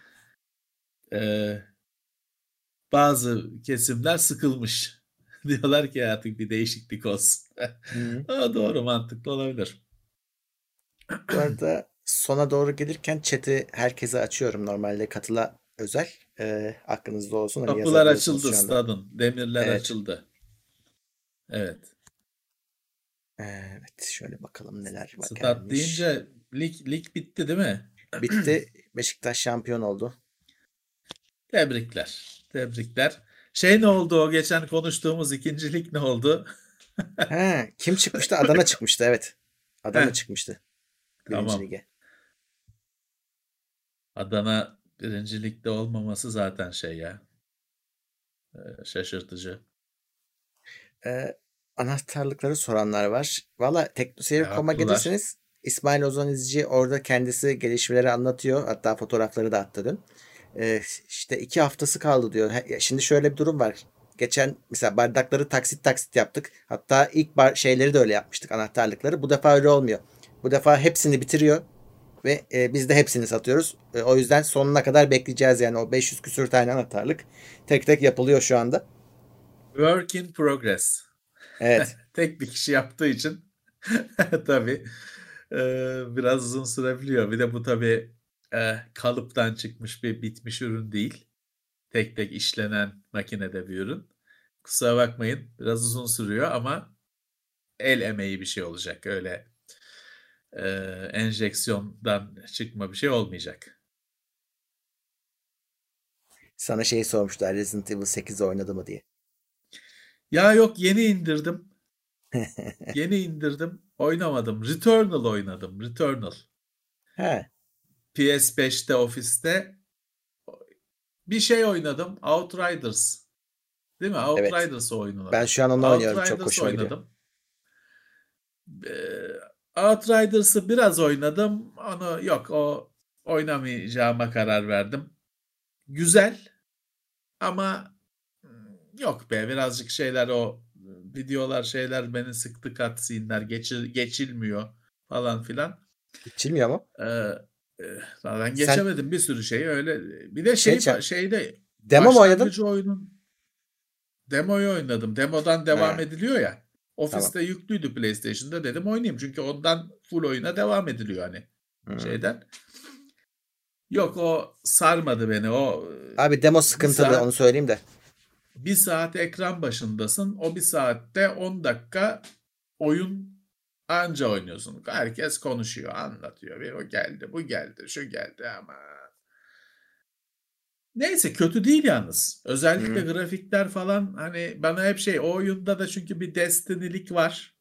Ee, bazı kesimler sıkılmış. Diyorlar ki artık bir değişiklik olsun. Hı. Aa, doğru, mantıklı olabilir. Bu arada sona doğru gelirken chat'i herkese açıyorum, normalde katıla özel. Ee, aklınızda olsun, hani Kapılar yazabiliyorsunuz açıldı şu anda. stadın. Demirler Evet. açıldı. Evet. Evet, şöyle bakalım neler var Stat gelmiş. deyince lig, lig bitti değil mi? Bitti. Beşiktaş şampiyon oldu. Tebrikler. Tebrikler. Şey ne oldu, o geçen konuştuğumuz ikinci lig ne oldu? Ha, kim çıkmıştı? Adana çıkmıştı, evet. Adana Heh, çıkmıştı birinci tamam. lige. Adana birinci ligde olmaması zaten şey ya. e, Şaşırtıcı. Ee, anahtarlıkları soranlar var. Valla E, teknoseyir nokta com'a haklılar. gelirseniz, İsmail Ozan İzci orada kendisi gelişmeleri anlatıyor. Hatta fotoğrafları da attı dün. Ee, işte iki haftası kaldı diyor. He- Şimdi şöyle bir durum var. Geçen mesela bardakları taksit taksit yaptık. Hatta ilk bar şeyleri de öyle yapmıştık, anahtarlıkları. Bu defa öyle olmuyor. Bu defa hepsini bitiriyor ve e, biz de hepsini satıyoruz. E, o yüzden sonuna kadar bekleyeceğiz yani, o beş yüz küsür tane anahtarlık tek tek yapılıyor şu anda. Work in progress. Evet. Tek bir kişi yaptığı için tabii e, biraz uzun sürebiliyor. Bir de bu tabii e, kalıptan çıkmış bir bitmiş ürün değil. Tek tek işlenen makinede bir ürün. Kusura bakmayın, biraz uzun sürüyor ama el emeği bir şey olacak. Öyle e, enjeksiyondan çıkma bir şey olmayacak. Sana şey sormuşlar, Resident Evil sekiz oynadı mı diye. Ya yok, yeni indirdim. Yeni indirdim. Oynamadım. Returnal oynadım. Returnal. He, P S beşte ofiste bir şey oynadım. Outriders. Değil mi? evet. Outriders Ben oynadım. şu an onu oynuyorum. Çok Outriders hoşuma gidiyor. oynadım. Ee, Outriders'ı biraz oynadım. Onu yok, o oynamayacağıma karar verdim. Güzel ama yok be, birazcık şeyler, o videolar şeyler beni sıktı, cutscene'ler geçil, geçilmiyor falan filan. İçilmiyor mu? Ee, e, ben Sen geçemedim bir sürü şeyi öyle. Bir de şey şey diyeceğim. şeyde Demo mu oynadın? başlangıcı oyunun demoyu oynadım. Demodan devam Ha, ediliyor ya. tamam. Ofiste yüklüydü PlayStation'da, dedim oynayayım. Çünkü ondan full oyuna devam ediliyor hani Hmm. şeyden. Yok, o sarmadı beni. O Abi demo bir sıkıntılı, onu saat söyleyeyim de. bir saat ekran başındasın. O bir saatte on dakika oyun anca oynuyorsun. Herkes konuşuyor, anlatıyor. Bir o geldi, bu geldi, şu geldi ama. Neyse, kötü değil yalnız. Özellikle Hmm. grafikler falan, hani bana hep şey, o oyunda da çünkü bir Destiny'lik var.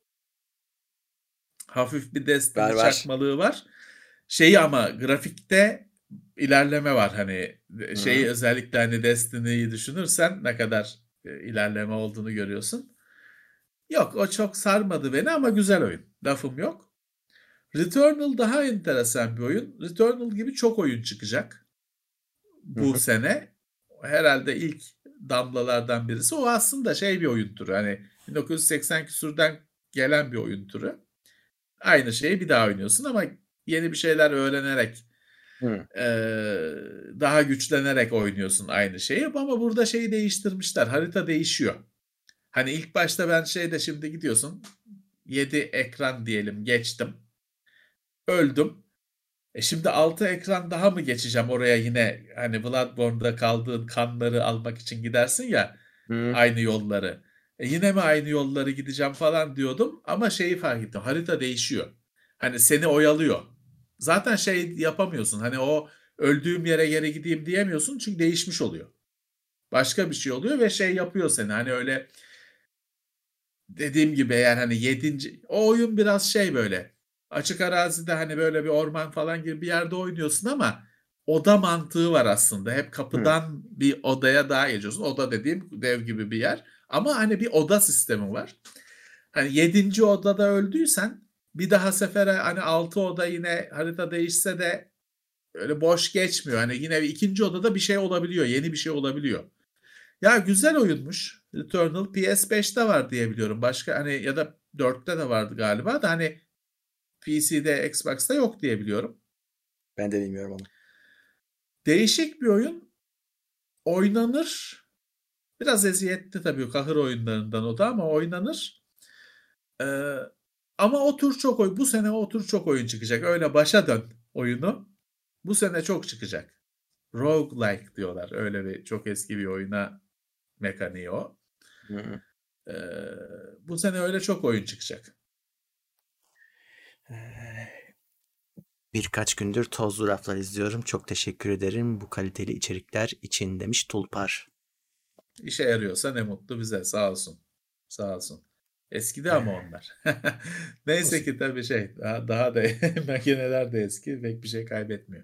Hafif bir Var Destiny var. çakmalığı var. Şeyi ama grafikte ilerleme var, hani şeyi, Hmm. özellikle hani Destiny'yi düşünürsen ne kadar e, ilerleme olduğunu görüyorsun. Yok, o çok sarmadı beni ama güzel oyun. Lafım yok. Returnal daha enteresan bir oyun. Returnal gibi çok oyun çıkacak Hı bu hı. sene. Herhalde ilk damlalardan birisi. O aslında şey bir oyun türü. Hani bin dokuz yüz seksen küsurdan gelen bir oyun türü. Aynı şeyi bir daha oynuyorsun ama yeni bir şeyler öğrenerek, Hmm. eee, daha güçlenerek oynuyorsun aynı şeyi. Ama burada şeyi değiştirmişler. Harita değişiyor. Hani ilk başta ben şeyde, şimdi gidiyorsun yedi ekran diyelim geçtim. Öldüm. E şimdi altı ekran daha mı geçeceğim oraya, yine hani Bloodborne'da kaldığın kanları almak için gidersin ya, Hmm. aynı yolları. E yine mi aynı yolları gideceğim falan diyordum ama şeyi fark ettim. Harita değişiyor. Hani seni oyalıyor. Zaten şey yapamıyorsun. Hani o öldüğüm yere geri gideyim diyemiyorsun çünkü değişmiş oluyor. Başka bir şey oluyor ve şey yapıyor seni. Hani öyle, dediğim gibi, yani hani yedinci o oyun biraz şey, böyle açık arazide, hani böyle bir orman falan gibi bir yerde oynuyorsun ama oda mantığı var aslında. Hep Hmm. kapıdan bir odaya daha geçiyorsun. Oda dediğim dev gibi bir yer. Ama hani bir oda sistemi var. Hani yedinci odada öldüysen bir daha sefere, hani altı oda yine harita değişse de öyle boş geçmiyor. Hani yine ikinci odada bir şey olabiliyor. Yeni bir şey olabiliyor. Ya güzel oyunmuş. Returnal P S beşte var diye biliyorum. Başka hani, ya da dörtte de vardı galiba da, hani P C'de, Xbox'ta yok diye biliyorum. Ben de bilmiyorum onu. Değişik bir oyun. Oynanır. Biraz eziyetli tabii, kahır oyunlarından o da, ama oynanır. Ee, Ama o tür çok oyun. Bu sene o tür çok oyun çıkacak. Öyle başa dön oyunu. Bu sene çok çıkacak. Roguelike diyorlar. Öyle bir çok eski bir oyuna mekaniği o. Hmm. Ee, Bu sene öyle çok oyun çıkacak. Ee, Birkaç gündür tozlu raflar izliyorum. Çok teşekkür ederim bu kaliteli içerikler için, demiş Tulpar. İşe yarıyorsa ne mutlu bize. Sağ olsun. Sağ olsun. Eskidi ama onlar. Neyse Olsun. ki tabii şey, daha, daha da makineler de eski. Pek bir şey kaybetmiyor.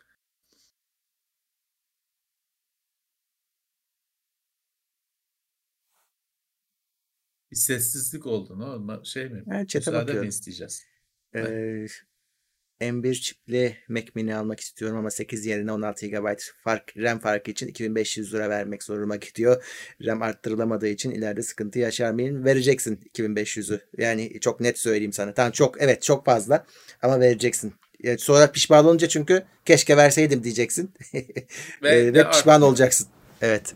Bir sessizlik oldu. Ne oldu? Şey mi? Ben chat'e Müsaade mi bakıyorum. isteyeceğiz? Heh. Ee, M bir çipli Mac Mini almak istiyorum ama sekiz yerine on altı gigabayt fark, RAM farkı için iki bin beş yüz lira vermek zoruma gidiyor. RAM arttırılamadığı için ileride sıkıntı yaşar mıyım? Vereceksin iki bin beş yüzü. Yani çok net söyleyeyim sana. Tamam, çok, evet, çok fazla ama vereceksin. Yani sonra pişman olunca, çünkü keşke verseydim diyeceksin. Ve Ee, de ve pişman artmıyor. olacaksın. Evet.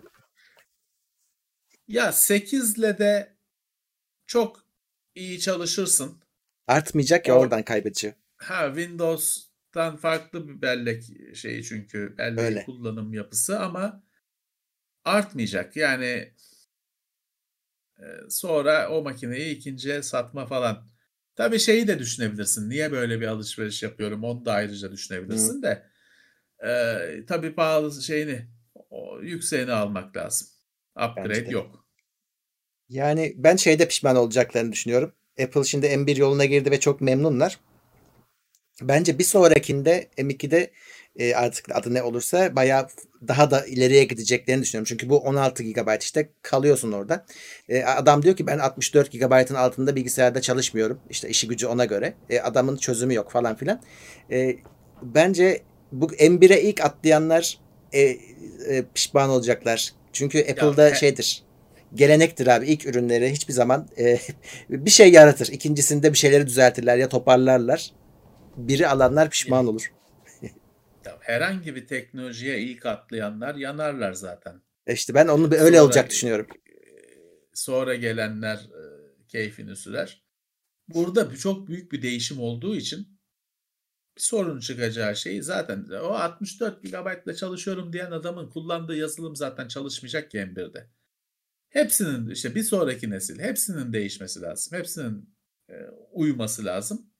Ya sekizle de çok iyi çalışırsın. Artmayacak ya, O oradan kaybedeceğim. ha Windows'tan farklı bir bellek şeyi, çünkü belleği Öyle. kullanım yapısı, ama artmayacak. Yani Eee, sonra o makineyi ikinciye satma falan. Tabii şeyi de düşünebilirsin. Niye böyle bir alışveriş yapıyorum? Onu da ayrıca Hıı. düşünebilirsin de. Eee, tabii pahalı şeyini, o yükseğini almak lazım. Bence Upgrade de. yok. Yani ben şeyde pişman olacaklarını düşünüyorum. Apple şimdi M bir yoluna girdi ve çok memnunlar. Bence bir sonrakinde M ikide e, artık adı ne olursa bayağı daha da ileriye gideceklerini düşünüyorum. Çünkü bu on altı gigabayt işte kalıyorsun orada. E, adam diyor ki ben altmış dört gigabaytın altında bilgisayarda çalışmıyorum. İşte işi gücü ona göre. E, adamın çözümü yok falan filan. E, bence bu M bire ilk atlayanlar e, e, pişman olacaklar. Çünkü Ya Apple'da he şeydir. Gelenektir abi ilk ürünleri hiçbir zaman e, bir şey yaratır. İkincisinde bir şeyleri düzeltirler ya toparlarlar. Biri alanlar pişman olur. ya herhangi bir teknolojiye ilk atlayanlar yanarlar zaten. E İşte ben onu Eee, bir öyle sonra, olacak eee, düşünüyorum. sonra gelenler, eee, keyfini sürer. Burada bir çok büyük bir değişim olduğu için bir sorun çıkacağı şey zaten o altmış dört gigabaytla çalışıyorum diyen adamın kullandığı yazılım zaten çalışmayacak ki M birde. Hepsinin işte bir sonraki nesil hepsinin değişmesi lazım. Hepsinin, eee, uyuması lazım.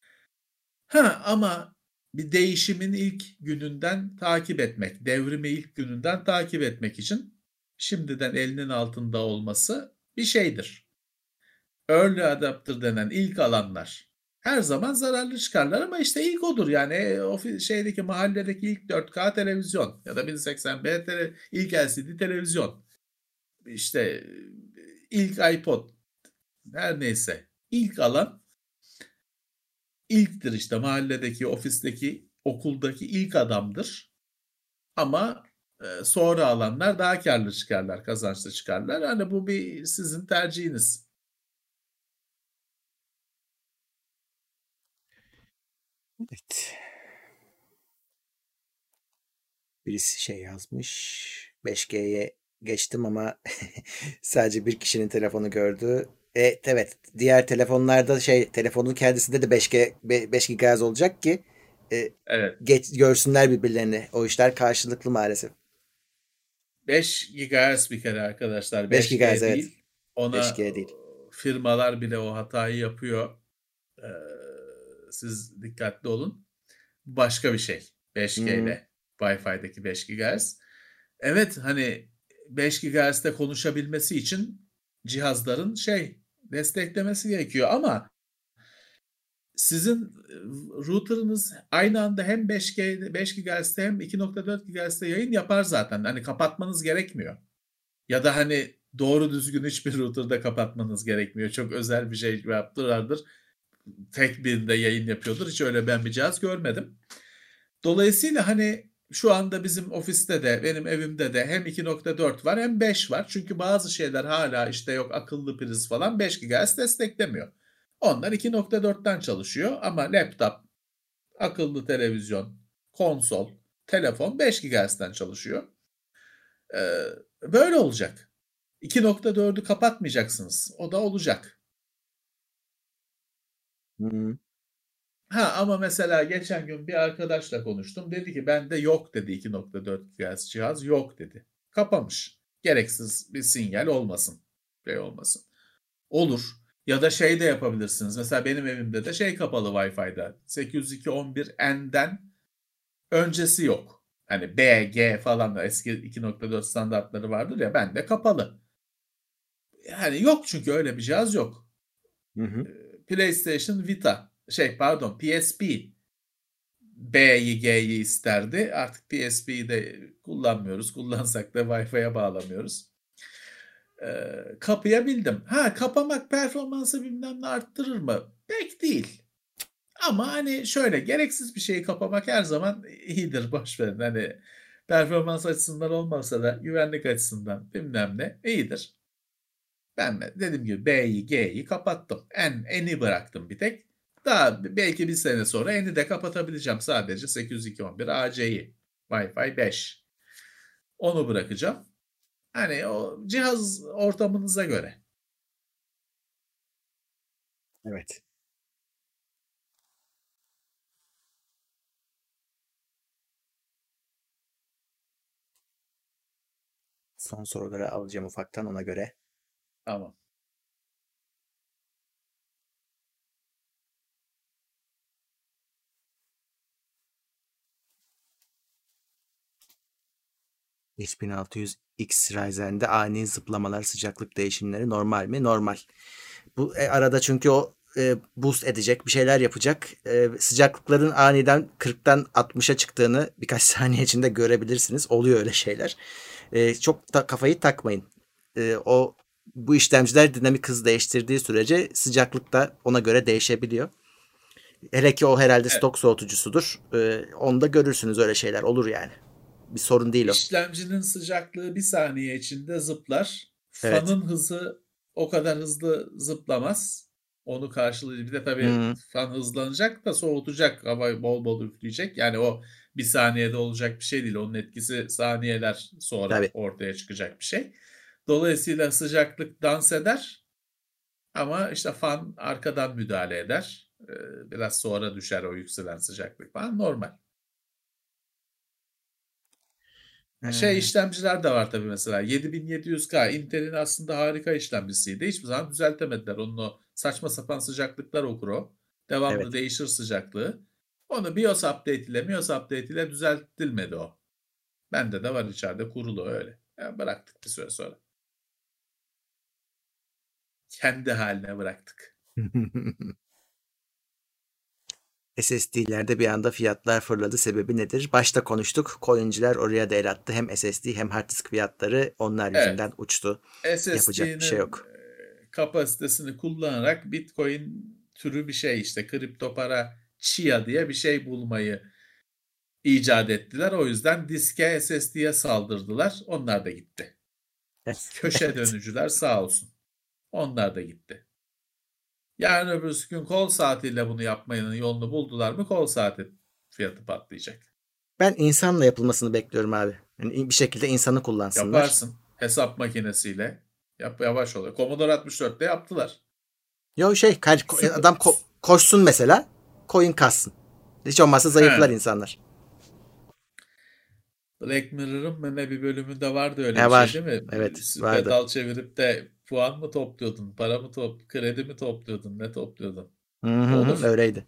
Ha, ama bir değişimin ilk gününden takip etmek, devrimi ilk gününden takip etmek için şimdiden elinin altında olması bir şeydir. Early adopter denen ilk alanlar her zaman zararlı çıkarlar ama işte ilk odur yani e, o fi- şeydeki mahalledeki ilk dört K televizyon ya da bin seksen p tele, ilk L C D televizyon işte e, ilk iPod her neyse ilk alan ilktir işte mahalledeki ofisteki okuldaki ilk adamdır ama e, sonra alanlar daha karlı çıkarlar kazançlı çıkarlar hani bu bir sizin tercihiniz. Evet. Birisi şey yazmış. beş G'ye geçtim ama sadece bir kişinin telefonu gördü. E, evet. Diğer telefonlarda şey telefonun kendisinde de beş G be- beş gigahertz olacak ki e, Evet. geç, görsünler birbirlerini. O işler karşılıklı maalesef. beş gigahertz bir kere arkadaşlar. beş gigahertz beş G evet. değil. Ona beş G değil. e, firmalar bile o hatayı yapıyor. Ee, siz dikkatli olun. Başka bir şey. beş G Hmm. ile Wi-Fi'deki beş gigahertz. Evet hani beş gigahertz'te konuşabilmesi için cihazların şey desteklemesi gerekiyor ama sizin e, router'ınız aynı anda hem beş G beş gigahertz'te hem iki nokta dört gigahertz'te yayın yapar zaten. Hani kapatmanız gerekmiyor. Ya da hani doğru düzgün hiçbir router'da kapatmanız gerekmiyor. Çok özel bir şey yaptırardır. Tek birinde yayın yapıyordur. Hiç öyle ben bir cihaz görmedim. Dolayısıyla hani şu anda bizim ofiste de benim evimde de hem iki nokta dört var hem beş var. Çünkü bazı şeyler hala işte yok akıllı priz falan beş gigahertz desteklemiyor. Onlar iki nokta dörtten çalışıyor ama laptop, akıllı televizyon, konsol, telefon beş gigahertzten çalışıyor. Ee, böyle olacak. iki nokta dördü kapatmayacaksınız. O da olacak. Hmm. Ha ama mesela geçen gün bir arkadaşla konuştum. Dedi ki bende yok dedi iki nokta dört GHz cihaz yok dedi. Kapamış. Gereksiz bir sinyal olmasın. Şey olmasın. Olur. Ya da şey de yapabilirsiniz. Mesela benim evimde de şey kapalı Wi-Fi'da. sekiz yüz iki nokta on bir n'den öncesi yok. Hani B, G falan da eski iki nokta dört standartları vardır ya bende kapalı. Yani yok çünkü öyle bir cihaz yok. Hı hı. PlayStation Vita şey pardon P S P B'yi G'yi isterdi. Artık P S P'yi de kullanmıyoruz. Kullansak da Wi-Fi'ye bağlamıyoruz. Ee, kapayabildim. Ha kapamak performansı bilmem ne arttırır mı? Pek değil. Ama hani şöyle gereksiz bir şeyi kapamak her zaman iyidir. Boş verin. Hani performans açısından olmasa da güvenlik açısından bilmem ne iyidir. Ben de dediğim gibi B'yi G'yi kapattım. En, N'i bıraktım bir tek. Daha belki bir sene sonra N'i de kapatabileceğim. Sadece sekiz yüz iki nokta on bir A C'yi. Wi-Fi beş. Onu bırakacağım. Hani o cihaz ortamınıza göre. Evet. Son soruları alacağım ufaktan ona göre. Tamam. beş bin altı yüz X Ryzen'de ani zıplamalar, sıcaklık değişimleri normal mi? Normal. Bu e, arada çünkü o e, boost edecek, bir şeyler yapacak. E, sıcaklıkların aniden kırktan altmışa çıktığını birkaç saniye içinde görebilirsiniz. Oluyor öyle şeyler. E, çok da kafayı takmayın. E, o bu işlemciler dinamik hız değiştirdiği sürece sıcaklık da ona göre değişebiliyor. Hele ki o herhalde Evet. stok soğutucusudur. E, onu da görürsünüz, öyle şeyler olur yani. Bir sorun değil o. İşlemcinin sıcaklığı bir saniye içinde zıplar. Evet. Fanın hızı o kadar hızlı zıplamaz. Onu karşılayıcı. Bir de tabii Hmm, fan hızlanacak da soğutacak. Hava bol bol üfleyecek. Yani o bir saniyede olacak bir şey değil. Onun etkisi saniyeler sonra tabii. ortaya çıkacak bir şey. Dolayısıyla sıcaklık dans eder. Ama işte fan arkadan müdahale eder. Ee, Biraz sonra düşer o yükselen sıcaklık falan. Normal. Şey Ee, işlemciler de var tabii mesela. yedi bin yedi yüz K Intel'in aslında harika işlemcisiydi. Hiçbir zaman düzeltemediler. Onun o saçma sapan sıcaklıklar okur o. Devamlı evet. değişir sıcaklığı. Onu BIOS update ile BIOS update ile düzeltilmedi o. Bende de var içeride kurulu öyle. Ya bıraktık bir süre sonra. Kendi haline bıraktık. S S D'lerde bir anda fiyatlar fırladı. Sebebi nedir? Başta konuştuk. Coin'ciler oraya da el attı. Hem S S D hem hard disk fiyatları onlar Evet. yüzünden uçtu. Yapacak bir şey S S D'nin yok. kapasitesini kullanarak Bitcoin türü bir şey işte kripto para Chia diye bir şey bulmayı icat ettiler. O yüzden diske S S D'ye saldırdılar. Onlar da gitti. Köşe Evet. dönücüler sağ olsun. Onlar da gitti. Yarın öbürsü gün kol saatiyle bunu yapmanın yolunu buldular mı kol saati fiyatı patlayacak. Ben insanla yapılmasını bekliyorum abi. Yani bir şekilde insanı kullansınlar. Yaparsın hesap makinesiyle. Yap, yavaş oluyor. Commodore altmış dörtte yaptılar. Yo şey Süper. adam ko- koşsun mesela. Coin kassın. Hiç olmazsa zayıflar He. insanlar. Black Mirror'ın mı ne bir bölümünde vardı öyle He bir şey değil var. mi? Evet vardı. Pedal çevirip de puan mı topluyordun, para mı top, kredi mi topluyordun, ne topluyordun? Hı hı hı, Olur. öyleydi.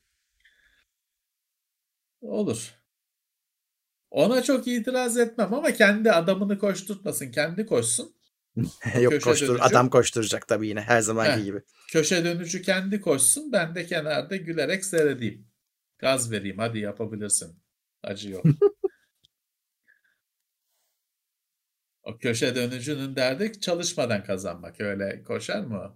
Olur. Ona çok itiraz etmem ama kendi adamını koşturtmasın. Kendi koşsun. O Yok, köşe koştur. Adam dönücü. koşturacak tabii yine her zamanki Heh, gibi. köşe dönücü kendi koşsun. Ben de kenarda gülerek seyredeyim. Gaz vereyim. Hadi yapabilirsin. Acı yok. O köşe dönücünün derdi çalışmadan kazanmak. Öyle koşar mı o?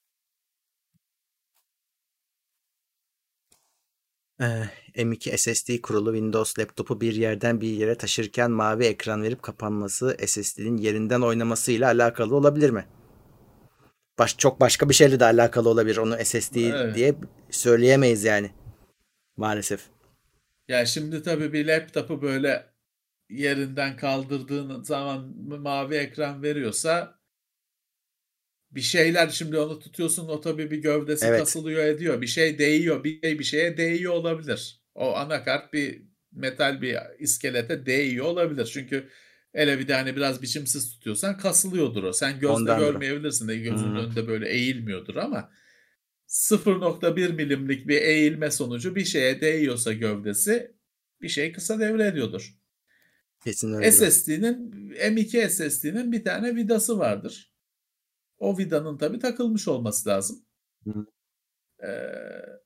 Ee, M iki S S D kurulu Windows laptopu bir yerden bir yere taşırken mavi ekran verip kapanması S S D'nin yerinden oynamasıyla alakalı olabilir mi? Baş, çok başka bir şeyle de alakalı olabilir. Onu S S D Evet. diye söyleyemeyiz yani. Maalesef. Ya şimdi tabii bir laptopu böyle yerinden kaldırdığın zaman mavi ekran veriyorsa bir şeyler şimdi onu tutuyorsun o tabii bir gövdesi Evet. kasılıyor ediyor. Bir şey değiyor. Bir şey bir şeye değiyor olabilir. O anakart bir metal bir iskelete değiyor olabilir. Çünkü hele bir de hani biraz biçimsiz tutuyorsan kasılıyordur o. Sen gözle Ondandır o. görmeyebilirsin de gözünün Hmm, önünde böyle eğilmiyordur ama sıfır nokta bir milimlik bir eğilme sonucu bir şeye değiyorsa gövdesi bir şey kısa devre ediyordur. kesin öyledir o. S S D'nin M iki S S D'nin bir tane vidası vardır. O vidanın tabii takılmış olması lazım. Hmm. Ee,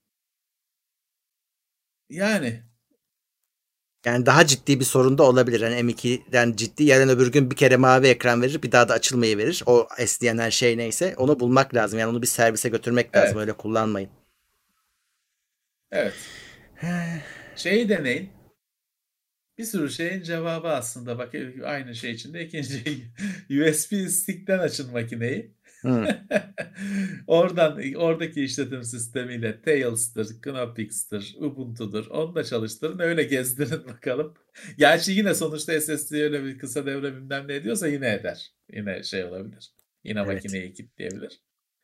yani Yani daha ciddi bir sorun da olabilir. Yani M iki'den ciddi, yarın öbür gün bir kere mavi ekran verir, bir daha da açılmayı verir. O isteyen her şey neyse onu bulmak lazım. Yani onu bir servise götürmek lazım. evet, Öyle kullanmayın. evet. Şeyi deneyin. Bir sürü şeyin cevabı aslında bak aynı şey içinde ikinci U S B stick'ten açın makineyi. Hmm. Oradan oradaki işletim sistemiyle Tails'tır, Knoppix'tir, Ubuntu'dur. Onu da çalıştırın öyle gezdirin bakalım. Gerçi yine sonuçta S S D öyle bir kısa devre bilmem ne ediyorsa yine eder. Yine şey olabilir. Yine Evet. makineyi kilitleyebilir.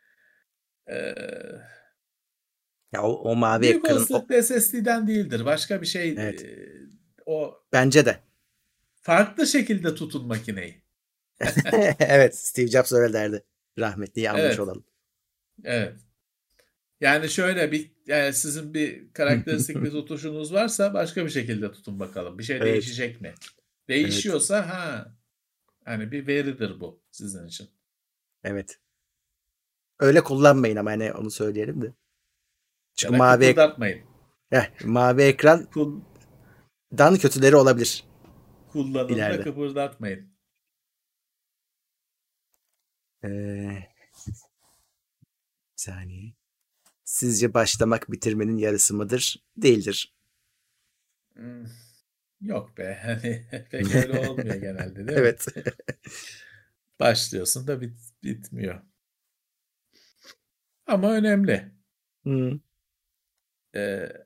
Ee, Ya o, o mavi Büyük ekran o, olasılıkla S S D'den değildir. Başka bir şey evet. e, o Bence de. farklı şekilde tutun makineyi. Evet, Steve Jobs öyle derdi. Rahmetliyi anmış Evet, olalım. evet. Yani şöyle bir yani sizin bir karakteristik bir tutuşunuz varsa başka bir şekilde tutun bakalım. Bir şey Evet. değişecek mi? Evet. Değişiyorsa ha Hani bir veridir bu sizin için. Evet. Öyle kullanmayın ama hani onu söyleyelim de. Ya Çünkü da mavi ek- kıpırdatmayın. heh, mavi ekrandan Kul- kötüleri olabilir kullanın da ileride. kıpırdatmayın. Ee, bir saniye. Sizce başlamak bitirmenin yarısı mıdır? Değildir. Hmm, Yok be. Hani pek öyle olmuyor genelde, değil mi? Evet. Başlıyorsun da bit bitmiyor. Ama önemli. Hmm. Ee,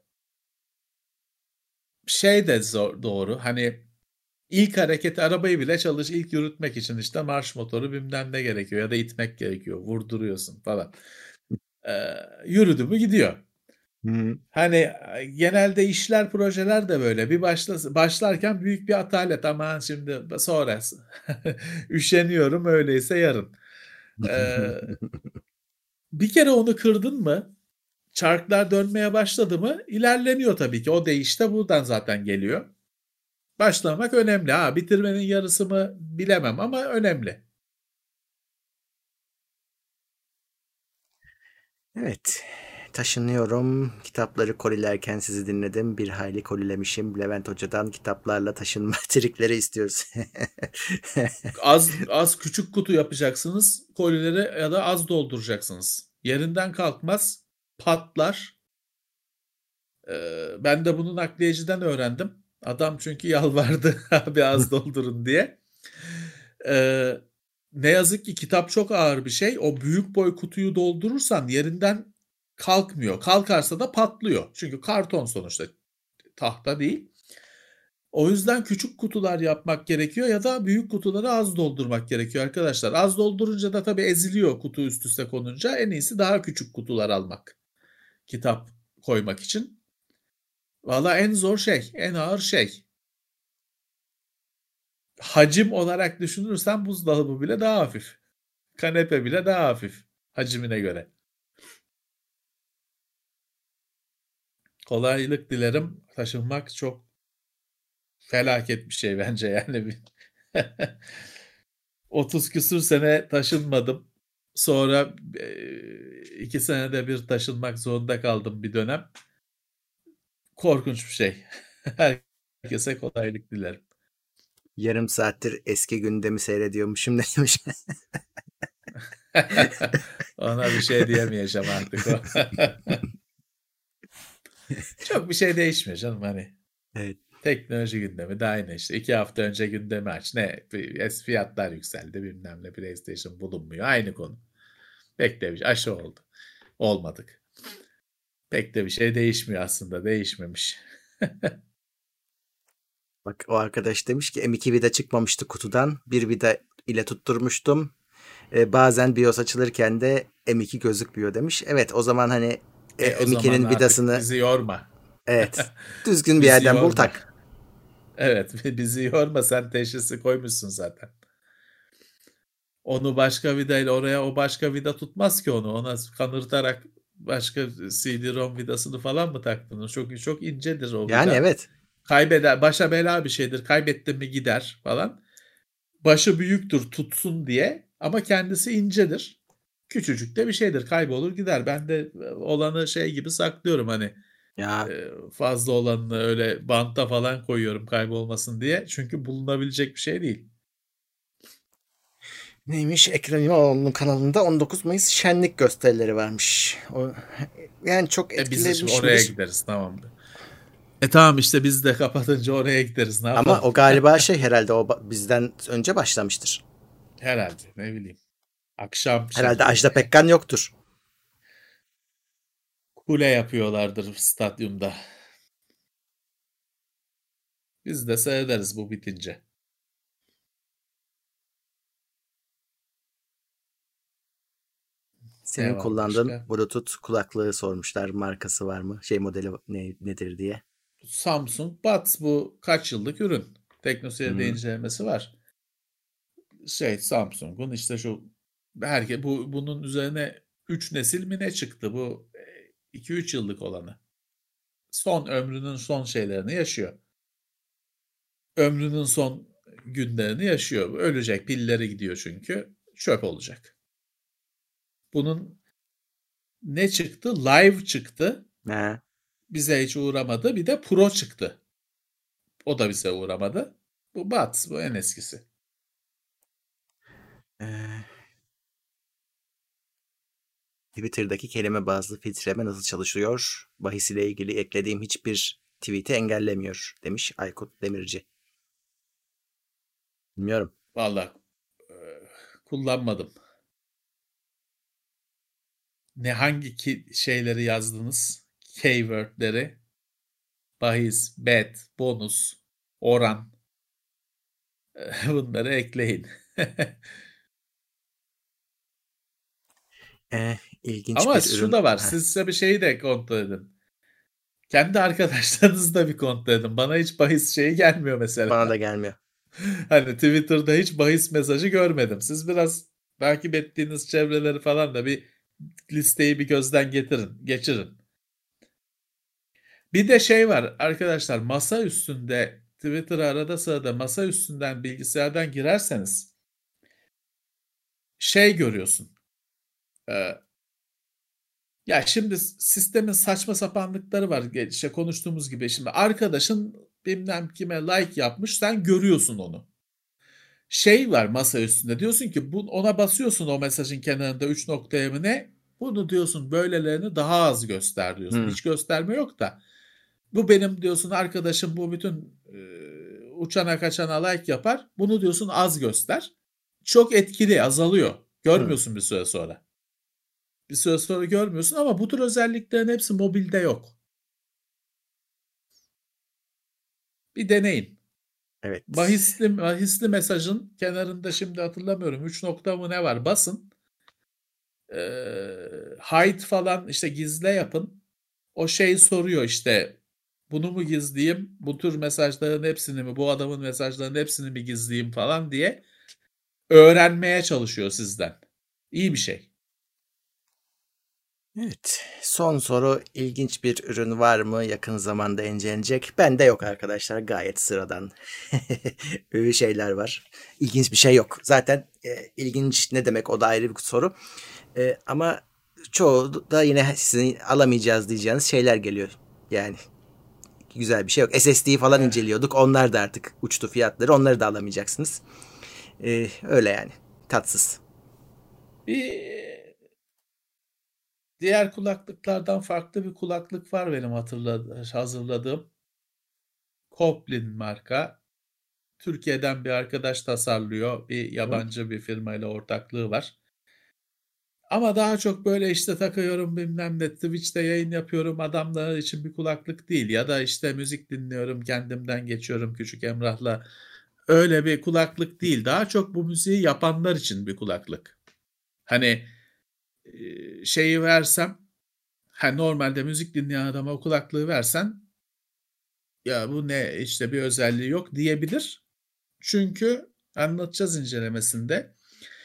şey de zor, doğru. Hani ilk hareket arabayı bile çalış ilk yürütmek için işte marş motoru bilmem ne gerekiyor ya da itmek gerekiyor. Vurduruyorsun falan. Ee, yürüdü mü gidiyor. Hmm. Hani genelde işler, projeler de böyle. Bir başla, başlarken büyük bir atalet. Aman şimdi sonrası. Üşeniyorum öyleyse yarın. Ee, bir kere onu kırdın mı, çarklar dönmeye başladı mı ilerleniyor tabii ki. O değiş de buradan zaten geliyor. Başlamak önemli. Ha, bitirmenin yarısı mı bilemem ama önemli. Evet. Taşınıyorum. Kitapları kolilerken sizi dinledim. Bir hayli kolilemişim. Levent Hoca'dan kitaplarla taşınma trikleri istiyoruz. Az az küçük kutu yapacaksınız. Kolileri ya da az dolduracaksınız. Yerinden kalkmaz, patlar. Ee, ben de bunu nakliyeciden öğrendim. Adam çünkü yalvardı abi az doldurun diye. Ee, ne yazık ki kitap çok ağır bir şey. O büyük boy kutuyu doldurursan yerinden kalkmıyor. Kalkarsa da patlıyor. Çünkü karton sonuçta, tahta değil. O yüzden küçük kutular yapmak gerekiyor ya da büyük kutuları az doldurmak gerekiyor arkadaşlar. Az doldurunca da tabii eziliyor kutu üst üste konunca. En iyisi daha küçük kutular almak. Kitap koymak için. Valla en zor şey, en ağır şey. Hacim olarak düşünürsen buzdolabı bile daha hafif. Kanepe bile daha hafif hacimine göre. Kolaylık dilerim. Taşınmak çok felaket bir şey bence yani. otuz küsür sene taşınmadım. Sonra e, iki senede bir taşınmak zorunda kaldım bir dönem. Korkunç bir şey. Herkese kolaylık dilerim. Yarım saattir eski gündemi seyrediyormuşum demiş. Ona bir şey diyemeyeceğim artık o. Çok bir şey değişmiyor canım hani. Evet. Teknoloji gündemi de aynı işte. İki hafta önce gündemi aç. Ne? Fiyatlar yükseldi bilmem ne. PlayStation bulunmuyor. Aynı konu. Pek de bir şey. Aşı oldu. Olmadık. Pek de bir şey değişmiyor aslında. Değişmemiş. Bak o arkadaş demiş ki M iki vida çıkmamıştı kutudan. Bir vida ile tutturmuştum. Ee, bazen BIOS açılırken de M iki gözükmüyor demiş. Evet o zaman hani E e, o zaman M ikinin artık vidasını bizi yorma. evet düzgün bir Bizi yerden bul yorma. tak. Evet, bizi yorma. Sen teşhisi koymuşsun zaten. Onu başka vidayla oraya o başka vida tutmaz ki onu. Ona kanırtarak başka C D-ROM vidasını falan mı taktın? Çok çok incedir o Yani vida. evet. Kaybeder, başa bela bir şeydir. Kaybettin mi gider falan. Başı büyüktür tutsun diye ama kendisi incedir. Küçücük de bir şeydir. Kaybolur gider. Ben de olanı şey gibi saklıyorum hani Ya e, fazla olanını öyle banta falan koyuyorum kaybolmasın diye. Çünkü bulunabilecek bir şey değil. neymiş? Ekrem İmamoğlu'nun kanalında on dokuz Mayıs şenlik gösterileri varmış. O, yani çok E biz de şimdi etkilemiş oraya midir? gideriz, tamam. E tamam işte biz de kapatınca oraya gideriz, ne Ama yapalım? o galiba şey herhalde o ba- bizden önce başlamıştır. Herhalde, ne bileyim. Akşam Herhalde şey Ajda Pekkan yoktur. kule yapıyorlardır stadyumda. Biz de seyrederiz bu bitince. Ne Senin var kullandığın başka? Bluetooth kulaklığı sormuşlar. Markası var mı? Şey modeli ne, nedir diye. Samsung Buds, bu kaç yıllık ürün. Teknoseyir'de Hı. incelemesi var. Şey Samsung'un işte şu herke bu bunun üzerine üç nesil mi ne çıktı, bu iki üç yıllık olanı. Son ömrünün son şeylerini yaşıyor. Ömrünün son günlerini yaşıyor. Ölecek, pilleri gidiyor çünkü. Çöp olacak. Bunun ne çıktı? Live çıktı. Ha. Bize hiç uğramadı. Bir de Pro çıktı. O da bize uğramadı. Bu Buds, bu en eskisi. Ee, Twitter'daki kelime bazlı filtreleme nasıl çalışıyor? Bahis ile ilgili eklediğim hiçbir tweet'i engellemiyor demiş Aykut Demirci. Bilmiyorum. Vallahi e, kullanmadım. Ne hangi ki şeyleri yazdınız? Keyword'leri. Bahis, bet, bonus, oran. Bunları ekleyin. Ee, ilginç Ama bir şu ürün. da var. Heh, Siz size bir şeyi de kontrol edin. Kendi arkadaşlarınızı da bir kontrol edin. Bana hiç bahis şeyi gelmiyor bana da mesela. gelmiyor. Hani Twitter'da hiç bahis mesajı görmedim. Siz biraz takip ettiğiniz çevreleri falan da bir listeyi bir gözden getirin, geçirin. Bir de şey var arkadaşlar, masa üstünde Twitter'a arada sırada masa üstünden bilgisayardan girerseniz şey görüyorsun. Ee, ya şimdi sistemin saçma sapanlıkları var. İşte konuştuğumuz gibi şimdi arkadaşın bilmem kime like yapmış, sen görüyorsun onu. Şey var masa üstünde, diyorsun ki bu, ona basıyorsun o mesajın kenarında üç noktaya mı ne? Bunu diyorsun böylelerini daha az göster diyorsun. Hmm, Hiç gösterme yok da. Bu benim diyorsun arkadaşım, bu bütün e, uçana kaçana like yapar. Bunu diyorsun az göster. Çok etkili, azalıyor. hmm. Görmüyorsun bir süre sonra. Bir süre sonra görmüyorsun ama bu tür özelliklerin hepsi mobilde yok. Bir deneyin. Evet. Bahisli, bahisli mesajın kenarında şimdi hatırlamıyorum üç nokta mı ne var, basın. Ee, hide falan işte gizle yapın. O şey soruyor işte, bunu mu gizleyeyim? Bu tür mesajların hepsini mi? Bu adamın mesajlarının hepsini mi gizleyeyim falan diye öğrenmeye çalışıyor sizden. İyi bir şey. Evet. Son soru, ilginç bir ürün var mı yakın zamanda incelenecek? Bende yok arkadaşlar. Gayet sıradan öyle şeyler var. İlginç bir şey yok. Zaten e, ilginç ne demek, o da ayrı bir soru. E, ama çoğu da yine sizin alamayacağız diyeceğiniz şeyler geliyor. Yani güzel bir şey yok. S S D'yi falan Eh, inceliyorduk. Onlar da artık uçtu fiyatları. Onları da alamayacaksınız. E, öyle yani. Tatsız. Bir diğer kulaklıklardan farklı bir kulaklık var benim hatırladığım, hazırladığım. Koplin marka. Türkiye'den bir arkadaş tasarlıyor. Bir Hı? yabancı bir firmayla ortaklığı var. Ama daha çok böyle işte takıyorum bilmem ne, Twitch'te yayın yapıyorum adamlar için bir kulaklık değil. Ya da işte müzik dinliyorum, kendimden geçiyorum Küçük Emrah'la. Öyle bir kulaklık değil. Daha çok bu müziği yapanlar için bir kulaklık. Hani e, şeyi versem, ha normalde müzik dinleyen adama o kulaklığı versen, ya bu ne işte bir özelliği yok diyebilir. Çünkü anlatacağız incelemesinde.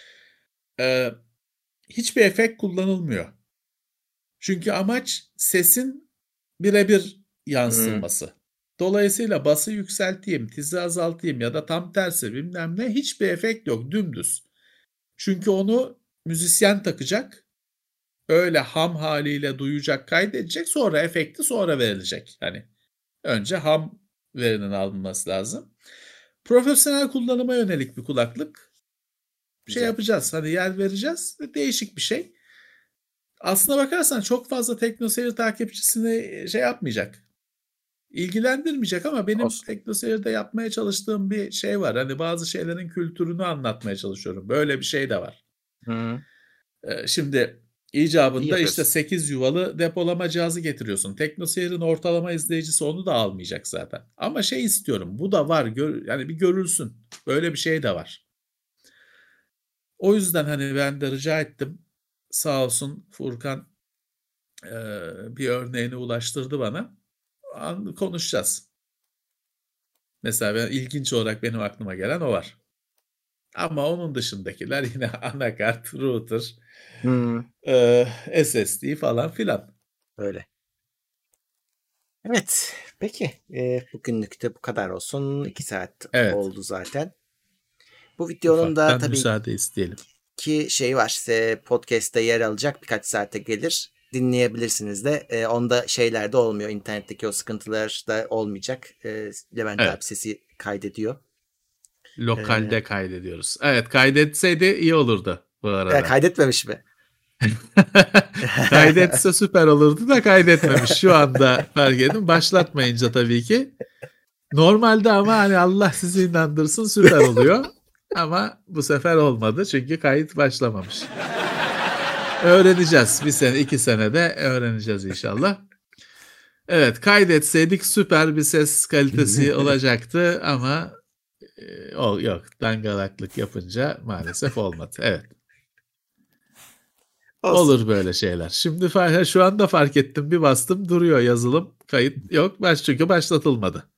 e, hiçbir efekt kullanılmıyor. Çünkü amaç sesin birebir Hı. yansıması. Dolayısıyla bası yükselteyim, tizi azaltayım ya da tam tersi bilmem ne, hiçbir efekt yok, dümdüz. Çünkü onu müzisyen takacak, öyle ham haliyle duyacak, kaydedecek, sonra efekti sonra verilecek. Hani önce ham verinin alınması lazım. Profesyonel kullanıma yönelik bir kulaklık. Şey Güzel. yapacağız, hani yer vereceğiz, değişik bir şey. Aslına bakarsan çok fazla teknoseyir takipçisini şey yapmayacak, ilgilendirmeyecek ama benim Olsun. teknoseyirde yapmaya çalıştığım bir şey var. Hani bazı şeylerin kültürünü anlatmaya çalışıyorum. Böyle bir şey de var. Hı. Ee, şimdi İyi icabında işte yapıyorsun. sekiz yuvalı depolama cihazı getiriyorsun. Teknoseyir'in ortalama izleyicisi onu da almayacak zaten. Ama şey istiyorum. Bu da var. Gör, yani bir görülsün. Böyle bir şey de var. O yüzden hani ben de rica ettim. Sağ olsun Furkan e, bir örneğini ulaştırdı bana. An- konuşacağız. Mesela ben, ilginç olarak benim aklıma gelen o var. Ama onun dışındakiler yine anakart, router, Hı. e, S S D falan filan. Öyle. Evet. Peki. E, bugünlük de bu kadar olsun. İki saat Evet. oldu zaten. Bu videonun da Ufaktan tabii müsaade isteyelim. ki şey var, size podcast'te yer alacak, birkaç saate gelir. Dinleyebilirsiniz de. E, onda şeyler de olmuyor. İnternetteki o sıkıntılar da olmayacak. E, Levent Evet. abi sesi kaydediyor. Lokalde Ee, kaydediyoruz. Evet, kaydetseydi iyi olurdu bu arada. Ya kaydetmemiş mi? Kaydetse süper olurdu da kaydetmemiş. Şu anda fark ettim. Başlatmayınca tabii ki. Normalde ama hani Allah sizi inandırsın süper oluyor. Ama bu sefer olmadı çünkü kayıt başlamamış. Öğreneceğiz. Bir sene, iki senede öğreneceğiz inşallah. Evet, kaydetseydik süper bir ses kalitesi olacaktı ama e, o yok. Dangalaklık yapınca maalesef olmadı. Evet. Olsun. Olur böyle şeyler. Şimdi fa- şu anda fark ettim, bir bastım duruyor yazılım. Kayıt yok. Baş çünkü başlatılmadı.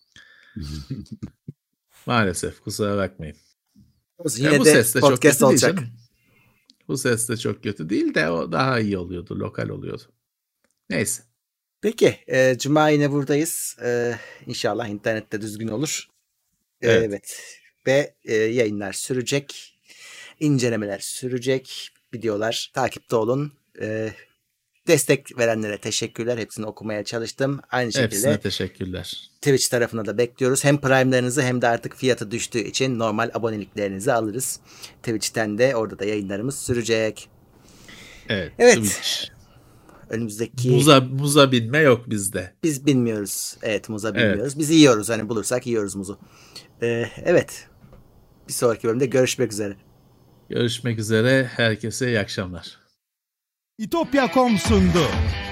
Maalesef, kusura bakmayın. Olsun, E, yine bu de ses de çok podcast kötü değil olacak. canım. Bu ses de çok kötü değil de o daha iyi oluyordu. Lokal oluyordu. Neyse. Peki. E, Cuma yine buradayız. E, İnşallah internette düzgün olur. E, Evet. evet. Ve e, yayınlar sürecek. İncelemeler sürecek. Videolar takipte olun. E, destek verenlere teşekkürler. Hepsini okumaya çalıştım. Aynı şekilde Hepsine teşekkürler. Twitch tarafına da bekliyoruz. Hem Prime'larınızı hem de artık fiyatı düştüğü için normal aboneliklerinizi alırız. Twitch'ten de orada da yayınlarımız sürecek. Evet. Evet. Twitch. Önümüzdeki... Muza, muza binme yok bizde. Biz bilmiyoruz. Evet, muza bilmiyoruz. Evet. Biz yiyoruz. Hani bulursak yiyoruz muzu. Ee, evet. Bir sonraki bölümde görüşmek üzere. Görüşmek üzere. Herkese iyi akşamlar. İtopya nokta com sundu.